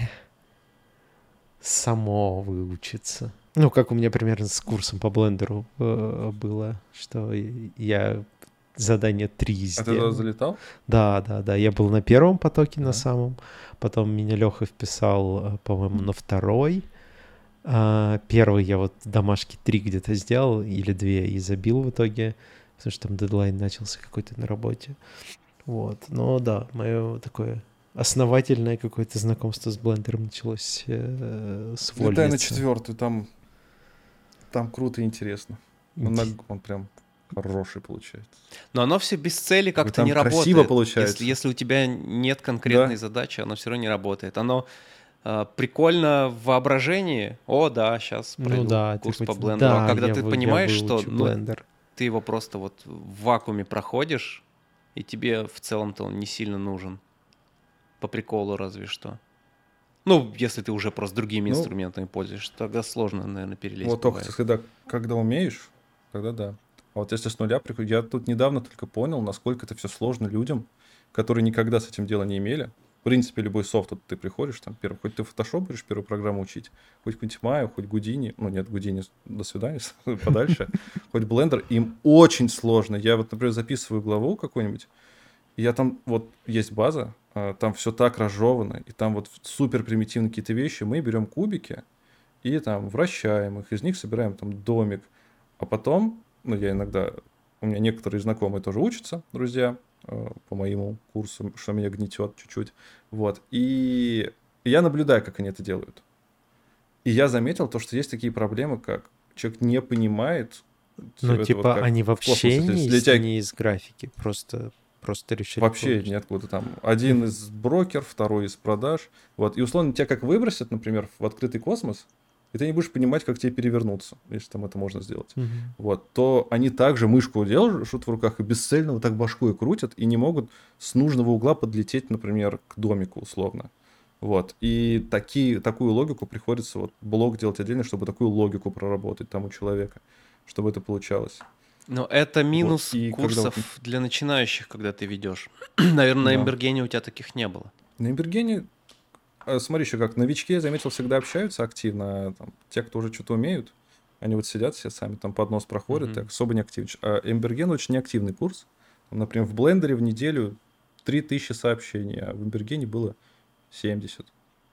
само выучиться. Ну, как у меня примерно с курсом по блендеру было, что я задание 3 сделал. А ты туда залетал? Да. Я был на первом потоке, на самом. Потом меня Леха вписал, по-моему, на второй. Первый я вот домашки 3 где-то сделал, или 2, и забил в итоге, потому что там дедлайн начался какой-то на работе. Вот. Но да, мое такое... основательное какое-то знакомство с блендером началось с вольницы. Летай на 4-ю, там круто и интересно. Он прям хороший получается. Но оно все без цели как-то там не работает. Красиво получается. Если у тебя нет конкретной задачи, оно все равно не работает. Оно прикольно в воображении. О, да, сейчас пройду курс по блендеру. А когда ты понимаешь, что ты его просто вот в вакууме проходишь, и тебе в целом-то он не сильно нужен. По приколу разве что. Ну, если ты уже просто другими инструментами пользуешься, тогда сложно, наверное, перелезть. Вот только когда умеешь, тогда да. А вот если с нуля приходишь... Я тут недавно только понял, насколько это все сложно людям, которые никогда с этим делом не имели. В принципе, любой софт, вот ты приходишь, там, хоть ты Photoshop будешь первую программу учить, хоть какую-нибудь Maya, хоть Houdini, ну нет, Houdini, до свидания, подальше, хоть Blender, им очень сложно. Я вот, например, записываю главу какую-нибудь, и я там, вот есть база, там все так разжевано, и там вот супер примитивные какие-то вещи. Мы берем кубики и там вращаем их, из них собираем там домик. А потом, ну, я иногда, у меня некоторые знакомые тоже учатся, друзья, по моему курсу, что меня гнетет чуть-чуть. Вот. И я наблюдаю, как они это делают. И я заметил то, что есть такие проблемы, как человек не понимает, Ну, Это типа, как они в космос, вообще если не летят. не из графики, просто решили Вообще получить. ниоткуда там. Один из брокер, второй из продаж. Вот. И условно тебя как выбросят, например, в открытый космос, и ты не будешь понимать, как тебе перевернуться, если там это можно сделать. Мгм. Вот. То они также мышку держат в руках и бесцельно вот так башкой крутят, и не могут с нужного угла подлететь, например, к домику условно. Вот. И такую логику приходится вот блок делать отдельно, чтобы такую логику проработать там у человека, чтобы это получалось. Но это Вот. минус И когда вот курсов для начинающих, когда ты ведешь. Наверное, на да. Эмбергене у тебя таких не было. На Эмбергене, смотри, еще как новички, я заметил, всегда общаются активно. Там, те, кто уже что-то умеют, они вот сидят все сами, там под нос проходят, и Мгм. особо не активны. А Эмберген очень неактивный курс. Там, например, в Блендере в неделю 3000 сообщений, а в Эмбергене было 70.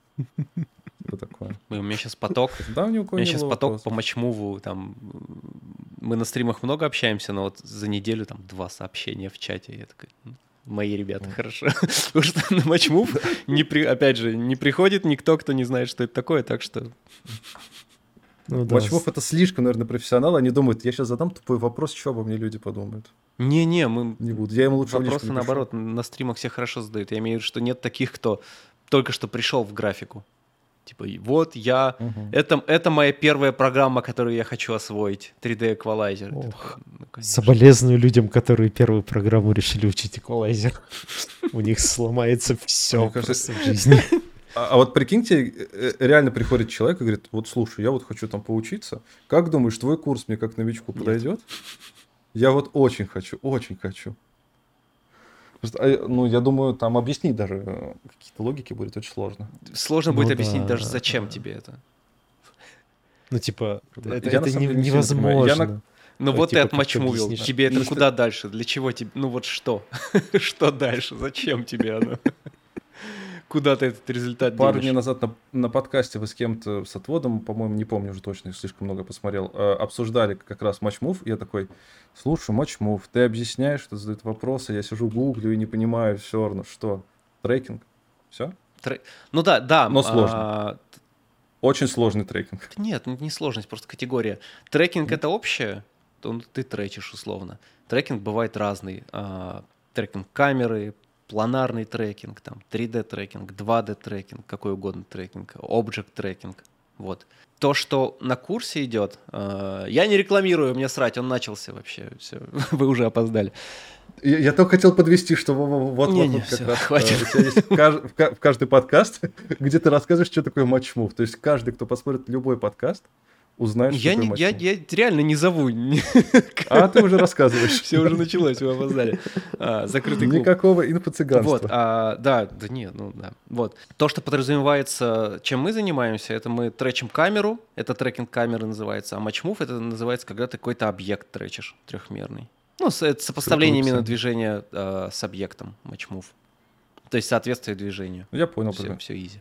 Типа такое. У меня сейчас поток. Да, ни у У кого меня не сейчас было поток по вопросов. матчмуву. Там мы на стримах много общаемся, но вот за неделю там 2 сообщения в чате. Я такой, мои ребята, хорошо. Потому что на матчмув, опять же, не приходит никто, кто не знает, что это такое, так что... Ну да. Матчмув это слишком, наверное, профессионал. Они думают, я сейчас задам тупой вопрос, что обо мне люди подумают. Не-не, мы Не буду. Я ему лучше в личку вопросы, напишу. наоборот, на стримах все хорошо задают. Я имею в виду, что нет таких, кто только что пришел в графику. Типа, вот я... Мгм. Это моя первая программа, которую я хочу освоить. 3D Equalizer. И ты Ох, такой, ну, конечно. Соболезную людям, которые первую программу решили учить эквалайзер. У них сломается все Мне кажется, просто в жизни. А вот прикиньте, реально приходит человек и говорит, вот слушай, я вот хочу там поучиться. Как думаешь, твой курс мне как новичку Нет. подойдет? Я вот очень хочу, очень хочу. Просто, ну, я думаю, там объяснить даже какие-то логики будет очень сложно. Сложно Ну будет объяснить да, даже, зачем да. тебе это. Ну, типа, Да. это Я на самом деле не сильно понимаю. невозможно. Ну А вот типа, ты как ты отмачмувил. объяснишь? Тебе это Потому что- куда дальше? Для чего тебе? Ну вот что? Что дальше? Зачем тебе оно? Куда ты этот результат Пару дней денешь? назад на подкасте вы с кем-то, с отводом, по-моему, не помню уже точно, слишком много посмотрел, обсуждали как раз матчмув. Я такой, слушай, матчмув, ты объясняешь, что задают вопросы, я сижу гуглю и не понимаю все равно, что? Трекинг? Все? Ну да. Но сложно. Очень сложный трекинг. Нет, не сложность, просто категория. Трекинг это общее, то ты тречишь условно. Трекинг бывает разный. Трекинг камеры, планарный трекинг, там 3D трекинг, 2D трекинг, какой угодно трекинг, object трекинг. Вот. То, что на курсе идет, я не рекламирую, мне срать, он начался вообще, все, вы уже опоздали. Я только хотел подвести, что вот Не-не, как всё, раз хватит. у тебя есть в каждый подкаст, где ты рассказываешь, что такое матчмув. То есть каждый, кто посмотрит любой подкаст, узнает, что Я такое матчмув. реально не зову. А ты уже рассказываешь. Все уже началось, вы опоздали. Закрытый клуб. Никакого инфо-цыганства. Вот, да, нет, ну да. Вот. То, что подразумевается, чем мы занимаемся, это мы тречим камеру, это трекинг камеры называется, а матчмув это называется, когда ты какой-то объект тречишь трехмерный. Ну, это сопоставление именно движения с объектом матчмув. То есть соответствие движению. Я понял тебя. Все изи.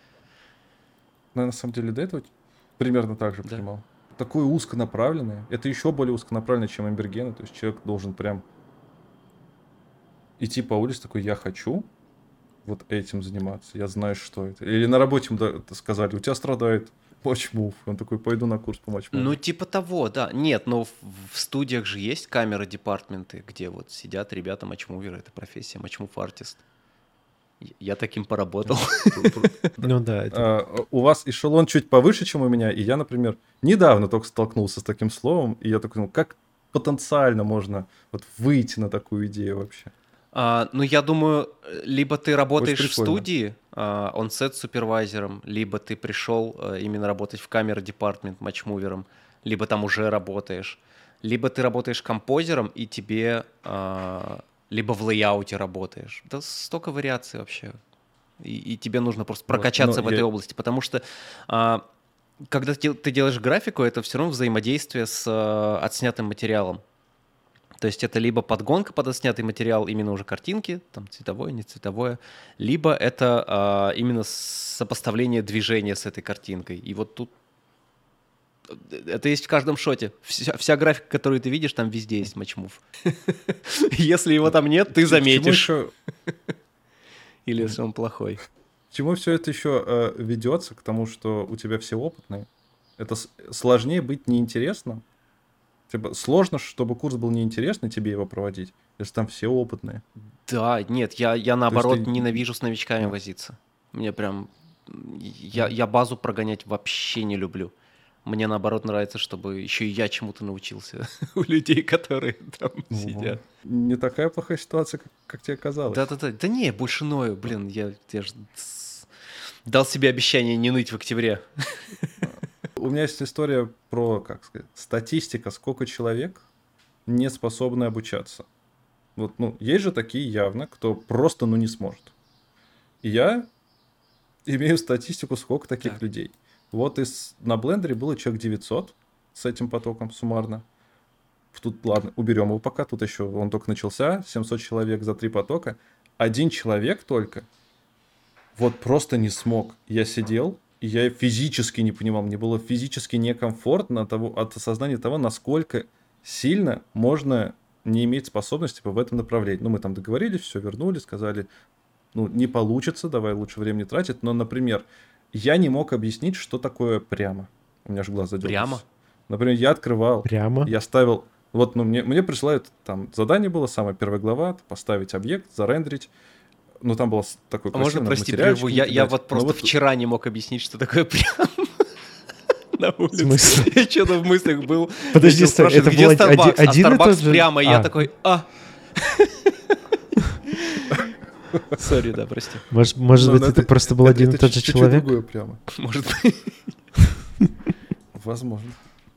Но я на самом деле до этого примерно так же Да. понимал. Такое узконаправленное. Это еще более узконаправленное, чем Эмбергены. То есть человек должен прям идти по улице такой, я хочу вот этим заниматься. Я знаю, что это. Или на работе ему сказали, у тебя страдает матчмув. Он такой, пойду на курс по матчмуву. Ну, типа того, да. Нет, но в студиях же есть камеры-департменты, где вот сидят ребята матчмуверы, это профессия, матчмув-артист. Я таким поработал. Ну да, У вас эшелон чуть повыше, чем у меня, и я, например, недавно только столкнулся с таким словом, и я такой, ну как потенциально можно вот выйти на такую идею вообще? Ну, я думаю, либо ты работаешь в прикольно. студии он-сет супервайзером, либо ты пришел именно работать в камера-департмент матчмувером, либо там уже работаешь, либо ты работаешь композером, и тебе... либо в лейауте работаешь. Да столько вариаций вообще. И тебе нужно просто прокачаться в этой области, потому что когда ты делаешь графику, это все равно взаимодействие с отснятым материалом. То есть это либо подгонка под отснятый материал, именно уже картинки, там цветовое, не цветовое, либо это именно сопоставление движения с этой картинкой. И вот тут это есть в каждом шоте. Вся графика, которую ты видишь, там везде есть матчмув. Если его там нет, ты заметишь. Или если он плохой. К чему все это еще ведется? К тому, что у тебя все опытные. Это сложнее быть неинтересным, Типа, сложно, чтобы курс был неинтересный тебе его проводить, если там все опытные. Да, нет, я наоборот ненавижу с новичками возиться. Мне прям... Я базу прогонять вообще не люблю. Мне наоборот нравится, чтобы еще и я чему-то научился у людей, которые там сидят. Не такая плохая ситуация, как тебе казалось. Да-да-да. Да не, больше ною. Блин, я же дал себе обещание не ныть в октябре. У меня есть история про, как сказать, статистика, сколько человек не способны обучаться. Вот, есть же такие явно, кто просто, не сможет. И я имею статистику, сколько таких людей. Вот на блендере было человек 900 с этим потоком суммарно. Тут, ладно, уберем его пока. Тут еще он только начался. 700 человек за 3 потока. Один человек только вот просто не смог. Я сидел, и я физически не понимал. Мне было физически некомфортно от осознания того, насколько сильно можно не иметь способности в этом направлении. Мы там договорились, все вернули, сказали, не получится, давай лучше времени тратить. Но, например, я не мог объяснить, что такое прямо. У меня аж глаз задергался. Прямо? Например, я открывал. Прямо? Я ставил... Вот, мне присылают, там задание было, самая первая глава, поставить объект, зарендерить. Там было такое красивое. Можно, прости, прерву? Я вот просто вчера не мог объяснить, что такое прямо. На улице. В смысле? Я что-то в мыслях был. Подожди, это был один и тот же? Прямо, я такой, Сори, да, прости. Может быть, это просто был один и тот же человек? Другое прямо. Может быть. Возможно.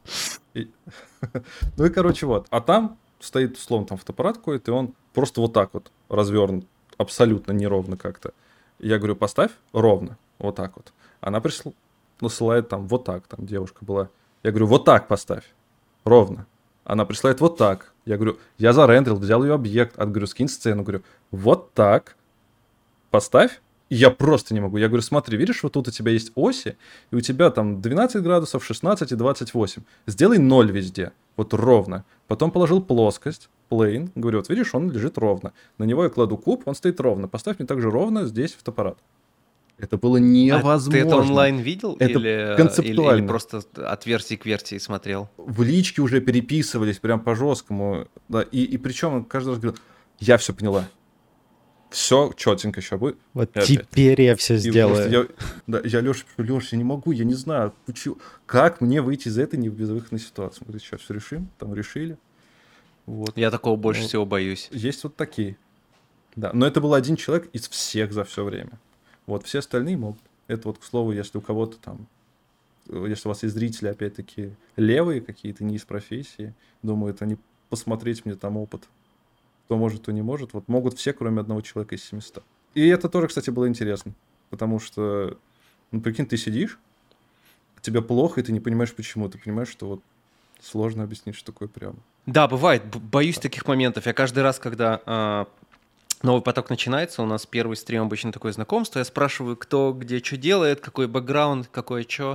И, короче, вот. А там стоит, условно, там фотоаппарат какой-то, и он просто вот так вот развернут, абсолютно неровно как-то. Я говорю, поставь ровно, вот так вот. Она насылает там вот так, там девушка была. Я говорю, вот так поставь, ровно. Она присылает вот так. Я говорю, я зарендерил, взял ее объект, говорю, скинь сцену. Говорю, вот так, поставь. И я просто не могу. Я говорю, смотри, видишь, вот тут у тебя есть оси, и у тебя там 12 градусов, 16 и 28. Сделай 0 везде, вот ровно. Потом положил плоскость, plane. Говорю, вот видишь, он лежит ровно. На него я кладу куб, он стоит ровно. Поставь мне также ровно здесь фотоаппарат. Это было невозможно. А ты это онлайн видел? Это концептуально. Или просто от версии к версии смотрел? В личке уже переписывались прям по-жесткому. Да, и причем каждый раз говорил, я все поняла. Все четенько еще будет. Вот теперь я все сделаю. Я Леша, я не могу, я не знаю, как мне выйти из этой безвыходной ситуации. Мы говорит, сейчас все решим, там решили. Вот. Я такого больше всего боюсь. Есть вот такие. Да, но это был один человек из всех за все время. Вот, все остальные могут. Это вот, к слову, если у кого-то там, если у вас есть зрители, опять-таки, левые какие-то, не из профессии, думают, они посмотреть мне там опыт. Кто может, кто не может. Вот могут все, кроме одного человека из 700. И это тоже, кстати, было интересно. Потому что, прикинь, ты сидишь, тебе плохо, и ты не понимаешь, почему. Ты понимаешь, что вот сложно объяснить, что такое прямо. Да, бывает. Боюсь таких моментов. Я каждый раз, когда новый поток начинается, у нас первый стрим обычно такое знакомство, я спрашиваю, кто где что делает, какой бэкграунд, какое что.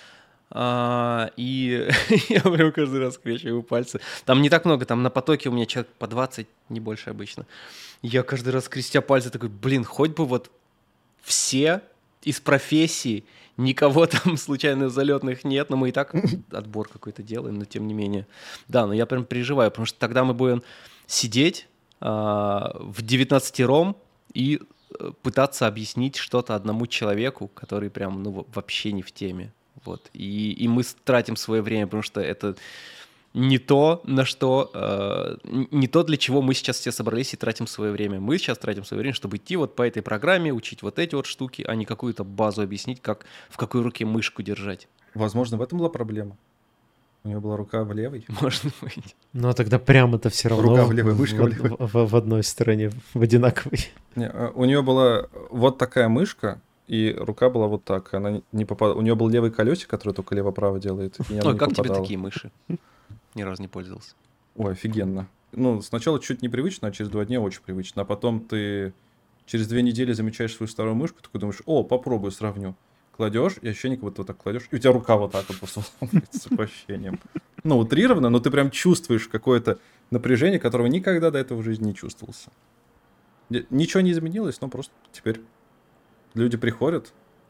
И я прям каждый раз скрещиваю пальцы. Там не так много, там на потоке у меня человек по 20, не больше обычно. Я каждый раз, крестя пальцы, такой, хоть бы вот все из профессии, никого там случайно залетных нет, но мы и так отбор какой-то делаем, но тем не менее. Да, но я прям переживаю, потому что тогда мы будем сидеть в 19-ром и пытаться объяснить что-то одному человеку, который прям вообще не в теме. Вот. И мы тратим свое время, потому что это не то, не то, для чего мы сейчас все собрались и тратим свое время. Мы сейчас тратим свое время, чтобы идти вот по этой программе, учить вот эти вот штуки, а не какую-то базу объяснить, как в какой руке мышку держать. Возможно, в этом была проблема. У него была рука в левой. Может быть. Но тогда прямо-то все равно рука в левой, мышка в левой. В одной стороне, в одинаковой. Не, у нее была вот такая мышка, и рука была вот так. Она не попадала. У нее был левый колесик, который только лево-право делает. Ой, как тебе такие мыши? Ни разу не пользовался. Ой, офигенно. Сначала чуть непривычно, а через 2 дня очень привычно. А потом ты через 2 недели замечаешь свою старую мышку, такой думаешь, попробую, сравню. Кладешь, и ощущение, как будто вот так кладешь, и у тебя рука вот так вот просто с ощущением. Утрированно, но ты прям чувствуешь какое-то напряжение, которого никогда до этого в жизни не чувствовался. Ничего не изменилось, но просто теперь люди приходят,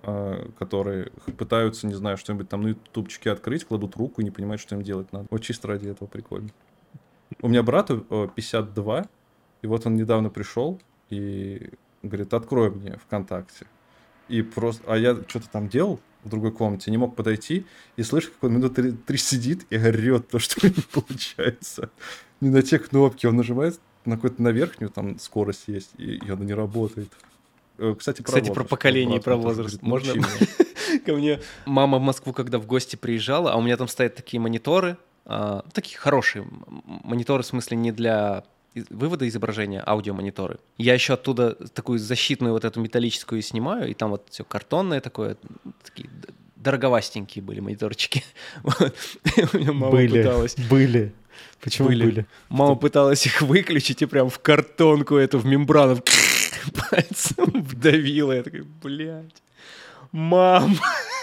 которые пытаются, не знаю, что-нибудь там на ютубчике открыть, кладут руку и не понимают, что им делать надо. Вот чисто ради этого прикольно. У меня брату 52, и вот он недавно пришел и говорит, открой мне ВКонтакте. И просто... А я что-то там делал в другой комнате, не мог подойти, и слышу, как он минуты 3 сидит и орет то, что не получается. Не на те кнопки. Он нажимает на какую-то на верхнюю, там скорость есть, и она не работает. Кстати, про поколение и про возраст. Можно ко мне мама в Москву, когда в гости приезжала, а у меня там стоят такие мониторы, такие хорошие мониторы, в смысле не для вывода изображения, аудиомониторы. Я еще оттуда такую защитную вот эту металлическую снимаю, и там вот все картонное такое, такие дороговастенькие были мониторчики. Были. Почему были? Мама пыталась их выключить и прям в картонку эту, в мембрану пальцем вдавила. Я такой, блядь, мам!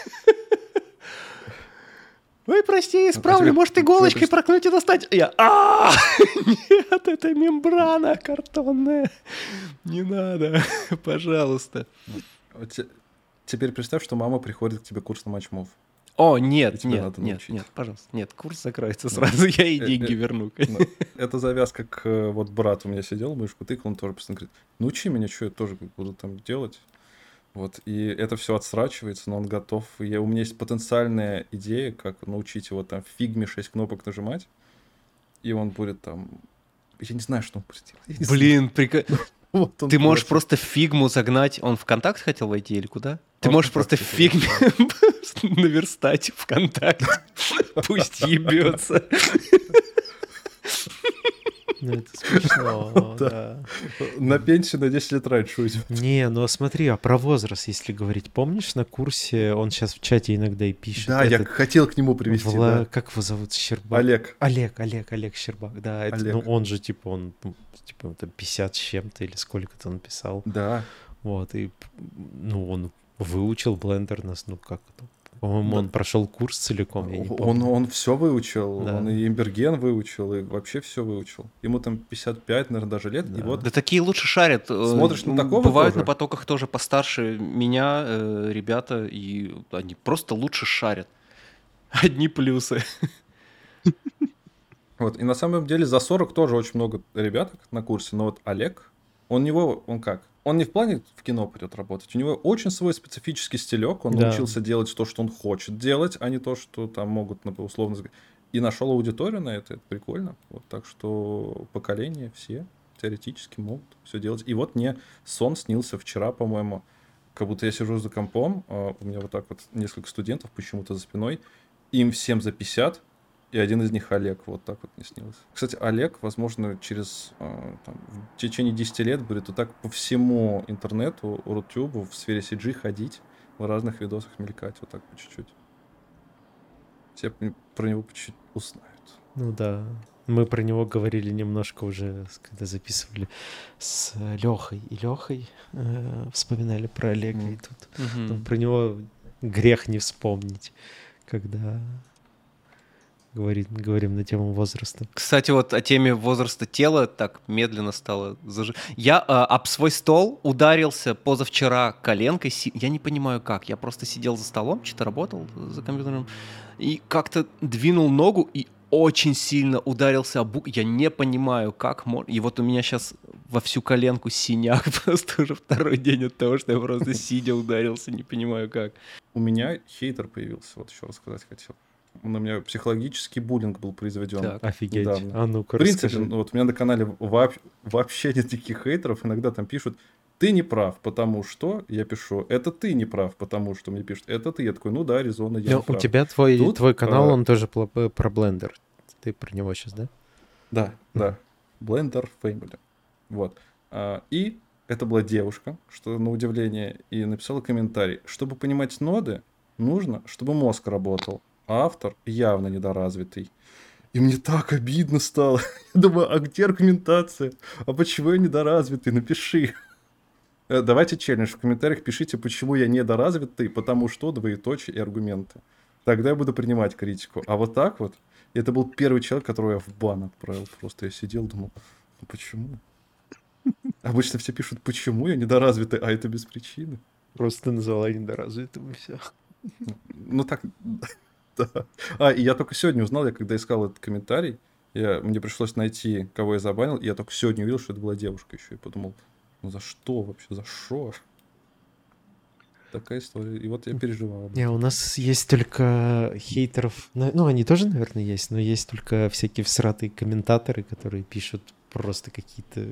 Ой, прости, исправлю, может, иголочкой проткнуть и достать? Я, нет, это мембрана картонная. Не надо, пожалуйста. Теперь представь, что мама приходит к тебе курс на матчмув. О, нет, пожалуйста, нет, курс закроется сразу, я и деньги верну. Это завязка к... Вот брат у меня сидел, мышку тыкал, он тоже постоянно говорит, научи меня, что я тоже буду там делать. Вот, и это все отсрачивается, но он готов. У меня есть потенциальная идея, как научить его там в фигме 6 кнопок нажимать, и он будет там... Я не знаю, что он будет делать. Блин, прикольно. Вот ты можешь просто фигму загнать. Он в контакт хотел войти или куда? Ты можешь просто в фигме наверстать ВКонтакте. Пусть ебется. Ну, это смешно, да. На пенсию на 10 лет раньше уйдет. Не, ну смотри, а про возраст, если говорить, помнишь, на курсе, он сейчас в чате иногда и пишет. Да, я хотел к нему привести. Как его зовут? Щербак? Олег Щербак, да. Ну, он же, там 50 с чем-то или сколько-то написал. Да. Вот, и, он выучил Blender нас, по-моему, он прошел курс целиком, я не помню. Он все выучил, да. Он и Эмберген выучил, и вообще все выучил. Ему там 55, наверное, даже лет. Да, и вот... да такие лучше шарят. Смотришь на такого бывают тоже? На потоках тоже постарше меня ребята, и они просто лучше шарят. Одни плюсы. Вот, и на самом деле за 40 тоже очень много ребяток на курсе, но вот Олег, он как? Он не в плане в кино придет работать, у него очень свой специфический стилек, он научился делать то, что он хочет делать, а не то, что там могут условно сказать. И нашел аудиторию на это прикольно. Вот, так что поколение все теоретически могут все делать. И вот мне сон снился вчера, по-моему, как будто я сижу за компом, у меня вот так вот несколько студентов почему-то за спиной, им всем за 50, и один из них Олег, вот так вот мне снилось. Кстати, Олег, возможно, в течение 10 лет будет вот так по всему интернету, Рутюбу, в сфере CG ходить, в разных видосах мелькать, вот так по чуть-чуть. Все про него по чуть-чуть узнают. Ну да, мы про него говорили немножко уже, когда записывали с Лехой. И Лехой вспоминали про Олега, и тут про него грех не вспомнить, когда... Говорим на тему возраста. Кстати, вот о теме возраста тела так медленно стало заживать. Я об свой стол ударился позавчера коленкой. Я не понимаю как. Я просто сидел за столом, что-то работал за компьютером, и как-то двинул ногу и очень сильно ударился об бук. Я не понимаю, как можно. И вот у меня сейчас во всю коленку синяк просто уже второй день от того, что я просто сидя ударился, не понимаю как. У меня хейтер появился, вот еще рассказать хотел. На меня психологический буллинг был произведен. Так, офигеть. Недавно. А ну-ка, в принципе, расскажи. вот у меня на канале вообще нет таких хейтеров. Иногда там пишут, ты не прав, потому что... Я пишу, это ты не прав, потому что... Мне пишут, это ты. Я такой, ну да, резонно, я не прав. У тебя твой канал, он тоже про Blender. Ты про него сейчас, да? Да. Blender Family. Вот. И это была девушка, что на удивление, и написала комментарий. Чтобы понимать ноды, нужно, чтобы мозг работал. Автор явно недоразвитый. И мне так обидно стало. Я думаю, а где аргументация? А почему я недоразвитый? Напиши. Давайте челлендж в комментариях пишите, почему я недоразвитый, потому что, двоеточие и аргументы. Тогда я буду принимать критику. А вот так вот, это был первый человек, которого я в бан отправил. Просто я сидел, думал, ну почему? Обычно все пишут, почему я недоразвитый, а это без причины. Просто назвала недоразвитым и все. Ну так, да. И я только сегодня узнал, я когда искал этот комментарий, мне пришлось найти, кого я забанил, и я только сегодня увидел, что это была девушка еще, и подумал, ну за что вообще, за что? Такая история, и вот я переживал. Не, у нас есть только хейтеров, ну они тоже, наверное, есть, но есть только всякие всратые комментаторы, которые пишут просто какие-то...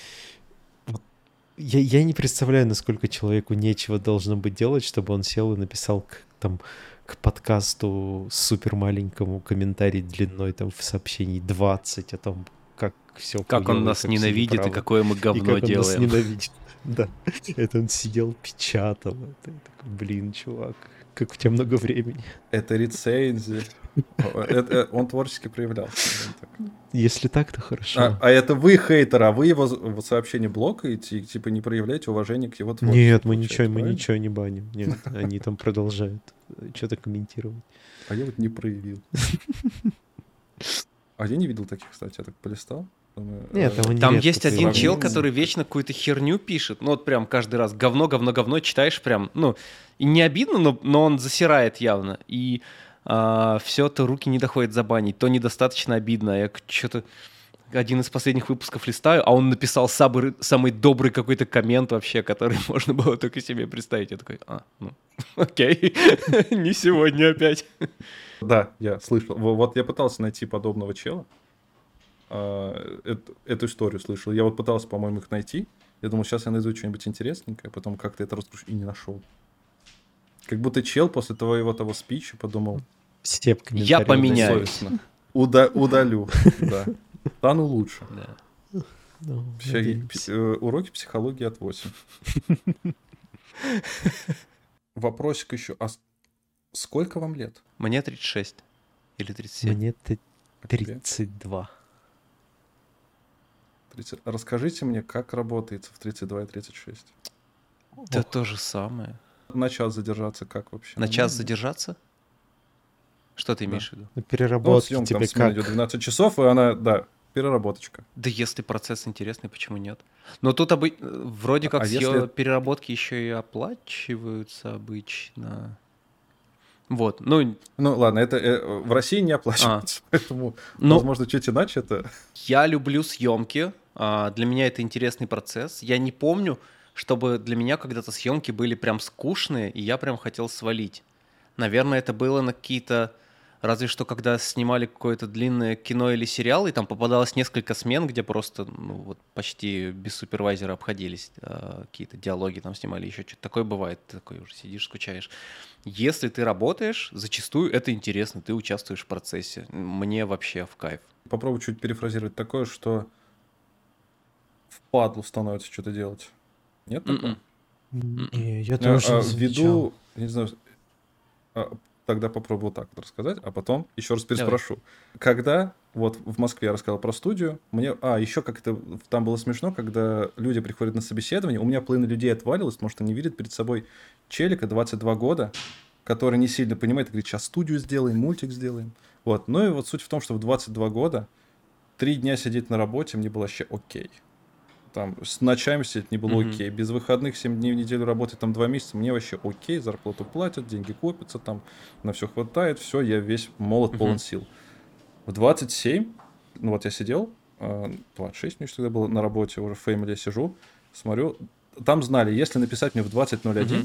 Я не представляю, насколько человеку нечего должно быть делать, чтобы он сел и написал к подкасту супер маленькому комментарий длиной там в сообщении 20 о том, как все как он нас ненавидит и какое мы говно делаем. Он нас ненавидит. Да, это он сидел, печатал. Это такой, блин, чувак, как у тебя много времени. Это рецензии. Он творчески проявлялся. Если так, то хорошо. А это вы хейтер, а вы его сообщение блокаете и типа не проявляете уважения к его творчеству. Нет, мы ничего не баним. Нет, они там продолжают что-то комментировать. А я вот не проявил. А я не видел таких, кстати, я так полистал. Нет, там есть один чел, который вечно какую-то херню пишет. Ну вот прям каждый раз говно, читаешь прям, ну, и не обидно, но он засирает явно. И все, то руки не доходят забанить, то недостаточно обидно. Я что-то один из последних выпусков листаю, а он написал самый добрый какой-то коммент вообще, который можно было только себе представить. Я такой, ну, окей, не сегодня опять. Да, я слышал. Вот я пытался найти подобного чела. Эту историю слышал. Я вот пытался, по-моему, их найти. Я думал, сейчас я найду что-нибудь интересненькое, потом как-то это раскручу и не нашел. Как будто чел после того спича подумал... Я поменяюсь. Удалю. Да. Стану лучше. Да. Уроки психологии от 8. Вопросик еще. А сколько вам лет? Мне 36. Или 37. Мне 32. Расскажите мне, как работается в 32 и 36. Да то же самое. На час задержаться как вообще? На час задержаться? Что ты имеешь в виду? На переработке ну, тебе смена как? идет 12 часов, и она, переработочка. Да если процесс интересный, почему нет? Но тут вроде как переработки еще и оплачиваются обычно. Вот, ну ладно, это в России не оплачивается, поэтому, возможно, чуть иначе это... Я люблю съемки, для меня это интересный процесс. Я не помню, чтобы для меня когда-то съемки были прям скучные, и я прям хотел свалить. Наверное, это было на какие-то... Разве что, когда снимали какое-то длинное кино или сериал, и там попадалось несколько смен, где просто почти без супервайзера обходились, какие-то диалоги там снимали, еще что-то такое бывает, ты такой уже сидишь, скучаешь. Если ты работаешь, зачастую это интересно, ты участвуешь в процессе. Мне вообще в кайф. Попробую чуть перефразировать такое, что впадлу становится что-то делать. Нет такого? Не, я тоже не замечал. Я не знаю... Тогда попробую так вот рассказать, а потом еще раз переспрошу. Когда вот в Москве я рассказал про студию, еще как-то там было смешно, когда люди приходят на собеседование, у меня половина людей отвалилась, потому что они видят перед собой челика 22 года, который не сильно понимает, и говорит, сейчас студию сделаем, мультик сделаем. Вот. Ну и вот суть в том, что в 22 года 3 дня сидеть на работе мне было вообще окей. Там, с ночами сидеть не было окей. Без выходных 7 дней в неделю работать, там 2 месяца, мне вообще окей. Зарплату платят, деньги копятся, там на все хватает, все, я весь молод, полон сил. В 27, вот я сидел, 26 мне что тогда было на работе, уже в Family я сижу, смотрю, там знали, если написать мне в 20:01,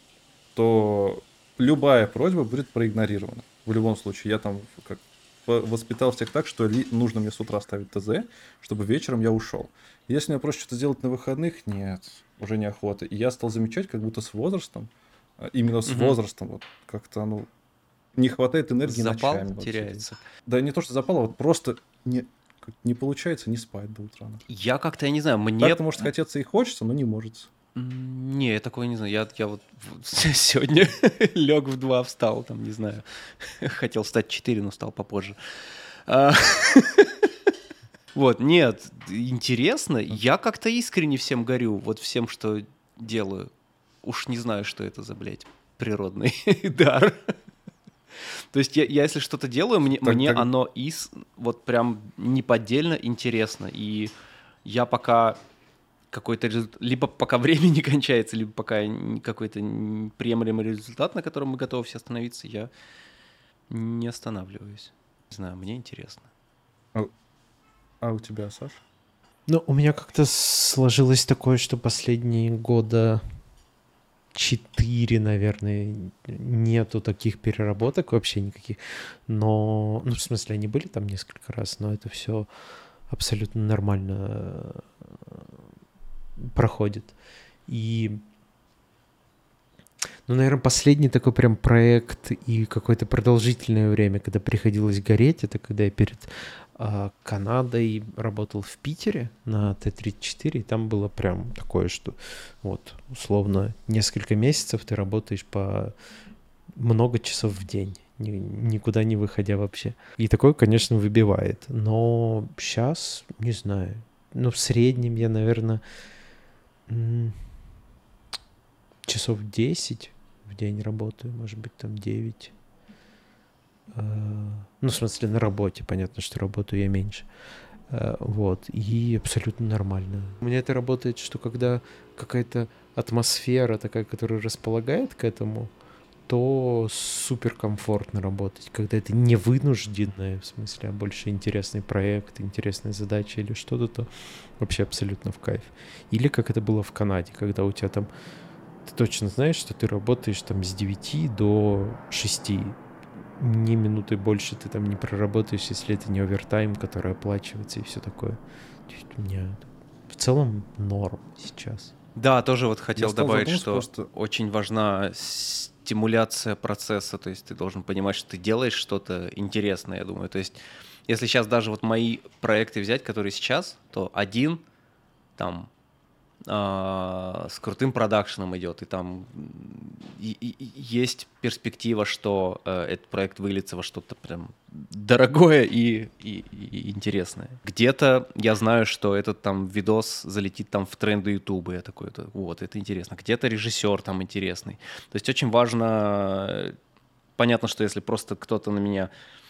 то любая просьба будет проигнорирована. В любом случае, я там как воспитал всех так, что нужно мне с утра ставить ТЗ, чтобы вечером я ушел. Если меня просят что-то сделать на выходных, нет, уже неохота. И я стал замечать, как будто с возрастом, именно с возрастом, вот как-то, не хватает энергии запал ночами. теряется. Да не то, что запал, а вот просто не получается не спать до утра. Я как-то, я не знаю, мне... Так-то, может, хотеться и хочется, но не может. Не, я такого не знаю. Я вот сегодня лег в 2, встал, там, не знаю. Хотел встать в 4, но встал попозже. Вот, нет, интересно. Я как-то искренне всем горю, вот всем, что делаю. Уж не знаю, что это за, блядь, природный дар. То есть я если что-то делаю, мне оно вот прям неподдельно интересно. И я пока какой-то результат, либо пока время не кончается, либо пока какой-то приемлемый результат, на котором мы готовы все остановиться, я не останавливаюсь. Не знаю, мне интересно. А у тебя, Саш? Ну, у меня как-то сложилось такое, что последние года 4, наверное, нету таких переработок вообще никаких. Но, ну, в смысле, они были там несколько раз, но это все абсолютно нормально проходит. И, ну, наверное, последний такой прям проект и какое-то продолжительное время, когда приходилось гореть, это когда я перед Канадой работал в Питере на Т-34, и там было прям такое, что вот условно несколько месяцев ты работаешь по много часов в день, никуда не выходя вообще. И такое, конечно, выбивает. Но сейчас, не знаю, ну в среднем я, наверное, часов 10 в день работаю, может быть, там 9. Ну, в смысле, на работе. Понятно, что работаю я меньше. Вот. И абсолютно нормально. У меня это работает, что когда какая-то атмосфера такая, которая располагает к этому, то супер комфортно работать. Когда это не вынужденное, в смысле, а больше интересный проект, интересная задача или что-то, то вообще абсолютно в кайф. Или как это было в Канаде, когда у тебя там... Ты точно знаешь, что ты работаешь там с 9 до 6. Ни минуты больше ты там не проработаешь, если это не овертайм, который оплачивается и все такое. То есть у меня в целом норм сейчас. Да, тоже вот хотел добавить, что просто очень важна стимуляция процесса, то есть ты должен понимать, что ты делаешь что-то интересное, я думаю. То есть если сейчас даже вот мои проекты взять, которые сейчас, то один там с крутым продакшеном идет, и там есть перспектива, что этот проект выльется во что-то прям дорогое и интересное. Где-то я знаю, что этот там видос залетит там в тренды Ютуба, я такой, вот, это интересно. Где-то режиссер там интересный. То есть очень важно, понятно, что если просто кто-то на меня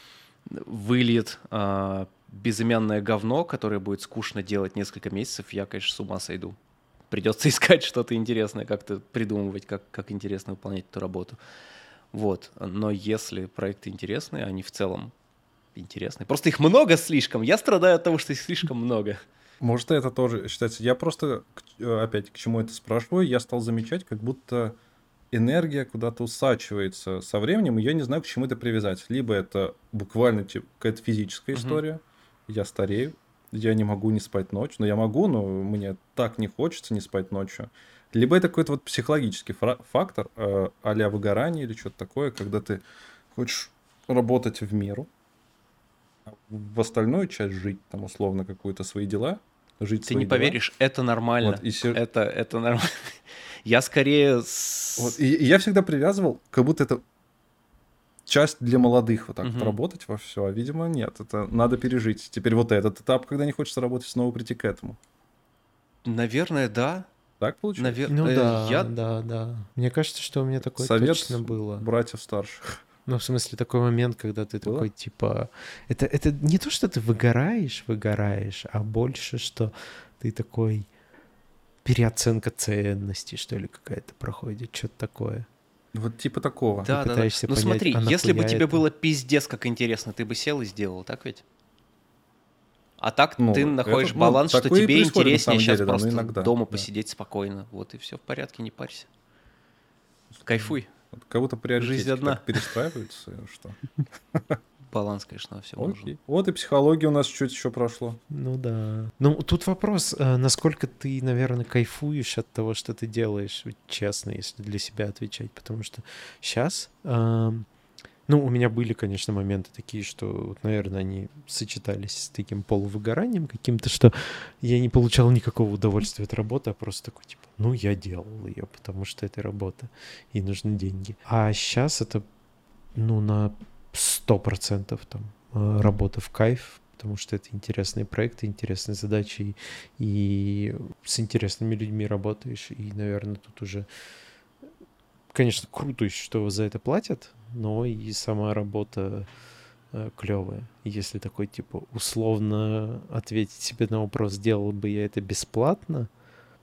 выльет безымянное говно, которое будет скучно делать несколько месяцев, я, конечно, с ума сойду. Придется искать что-то интересное, как-то придумывать, как интересно выполнять эту работу. Вот. Но если проекты интересные, они в целом интересные. Просто их много слишком. Я страдаю от того, что их слишком много. Может, это тоже считается. Я просто, опять, к чему это спрашиваю, я стал замечать, как будто энергия куда-то усачивается со временем, и я не знаю, к чему это привязать. Либо это буквально типа, какая-то физическая история, я старею, я не могу не спать ночью. Но я могу, но мне так не хочется не спать ночью. Либо это какой-то вот психологический фактор, а-ля выгорание или что-то такое, когда ты хочешь работать в меру, а в остальную часть жить, там, условно, какие-то свои дела, жить ты свои не поверишь, это нормально. Вот, это нормально. Я скорее... Вот, и я всегда привязывал, как будто это часть для молодых вот так вот работать во все, а видимо нет, это надо пережить. Теперь вот этот этап, когда не хочется работать, снова прийти к этому. Наверное, да. Так получается? Ну да. Мне кажется, что у меня такое Совет точно было. братьев старших. Ну, в смысле, такой момент, когда ты такой, типа... Это не то, что ты выгораешь, а больше, что ты такой... Переоценка ценностей, что ли, какая-то проходит, что-то такое. Вот типа такого. Да. Ну смотри, если бы тебе было пиздец как интересно, ты бы сел и сделал, так ведь? А так ты находишь баланс, что тебе интереснее сейчас просто дома посидеть спокойно. Вот и все в порядке, не парься. Кайфуй. Как будто жизнь одна. Перестраиваются, что? Баланс, конечно, все нужен. Вот и психология у нас чуть еще прошло. Ну да. Ну тут вопрос, насколько ты, наверное, кайфуешь от того, что ты делаешь, честно, если для себя отвечать, потому что сейчас... Ну, у меня были, конечно, моменты такие, что, вот, наверное, они сочетались с таким полувыгоранием каким-то, что я не получал никакого удовольствия от работы, а просто такой, типа, ну, я делал ее, потому что это работа, и нужны деньги. А сейчас это, ну, на 100% там работа в кайф, потому что это интересные проекты, интересные задачи, и с интересными людьми работаешь, и, наверное, тут уже... Конечно, круто, что за это платят, но и сама работа клевая. Если такой, типа, условно ответить себе на вопрос, делал бы я это бесплатно,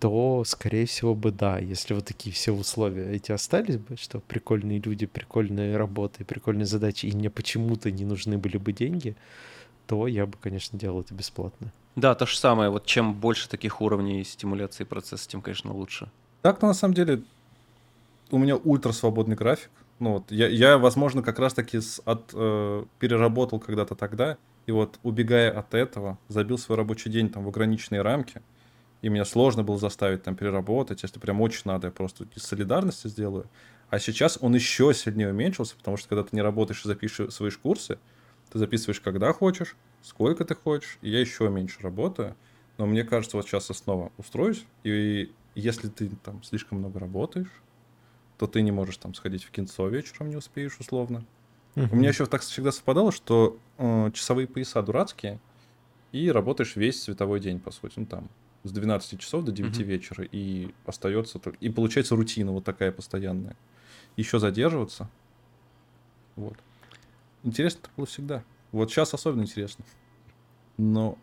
то, скорее всего, бы да. Если вот такие все условия эти остались бы, что прикольные люди, прикольные работы, прикольные задачи, и мне почему-то не нужны были бы деньги, то я бы, конечно, делал это бесплатно. Да, то же самое. Вот чем больше таких уровней стимуляции процесса, тем, конечно, лучше. Так-то на самом деле у меня ультра свободный график. Ну вот я возможно, как раз-таки переработал когда-то тогда, и вот убегая от этого, забил свой рабочий день там в ограниченные рамки, и меня сложно было заставить там переработать. Если прям очень надо, я просто из солидарности сделаю. А сейчас он еще сильнее уменьшился, потому что когда ты не работаешь и запишешь свои курсы, ты записываешь когда хочешь, сколько ты хочешь, и я еще меньше работаю. Но мне кажется, вот сейчас я снова устроюсь, и если ты там слишком много работаешь, то ты не можешь там сходить в кинцо вечером, не успеешь условно. У меня еще так всегда совпадало, что часовые пояса дурацкие, и работаешь весь световой день, по сути. Ну, там, с 12 часов до 9 вечера, и остается... И получается рутина вот такая постоянная. Еще задерживаться. Вот. Интересно это было всегда. Вот сейчас особенно интересно. Но,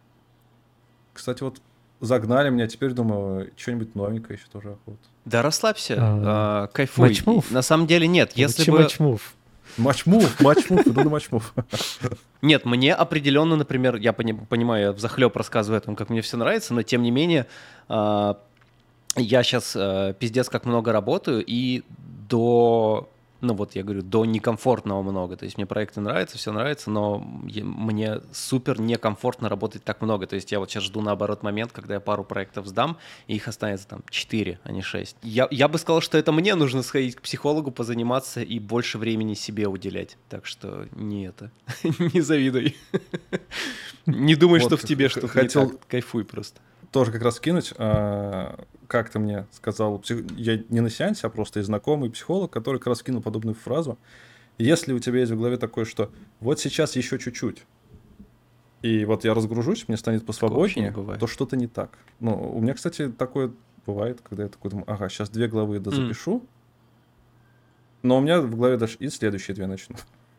кстати, вот загнали меня, теперь думаю, что-нибудь новенькое еще тоже охота. Да расслабься, кайфуй. Матчмув? На самом деле нет. Если бы... Матчмув. Матчмув, иду на матчмув. Нет, мне определенно, например, я понимаю, я взахлеб рассказываю о том, как мне все нравится, но тем не менее я сейчас пиздец как много работаю, и ну вот я говорю, до некомфортного много. То есть мне проекты нравятся, все нравится, но мне супер некомфортно работать так много. То есть я вот сейчас жду, наоборот, момент, когда я пару проектов сдам, и их останется там 4, а не 6. Я бы сказал, что это мне нужно сходить к психологу, позаниматься и больше времени себе уделять. Так что не завидуй. Не думай, что в тебе что-то не так. Кайфуй просто. Тоже как раз скинуть, как ты мне сказал, я не на сеансе, а просто и знакомый психолог, который как раз скинул подобную фразу. Если у тебя есть в голове такое, что вот сейчас еще чуть-чуть, и вот я разгружусь, мне станет посвободнее, то что-то не так. Ну, у меня, кстати, такое бывает, когда я такой думаю, ага, сейчас 2 главы дозапишу, но у меня в голове даже и следующие 2 начну.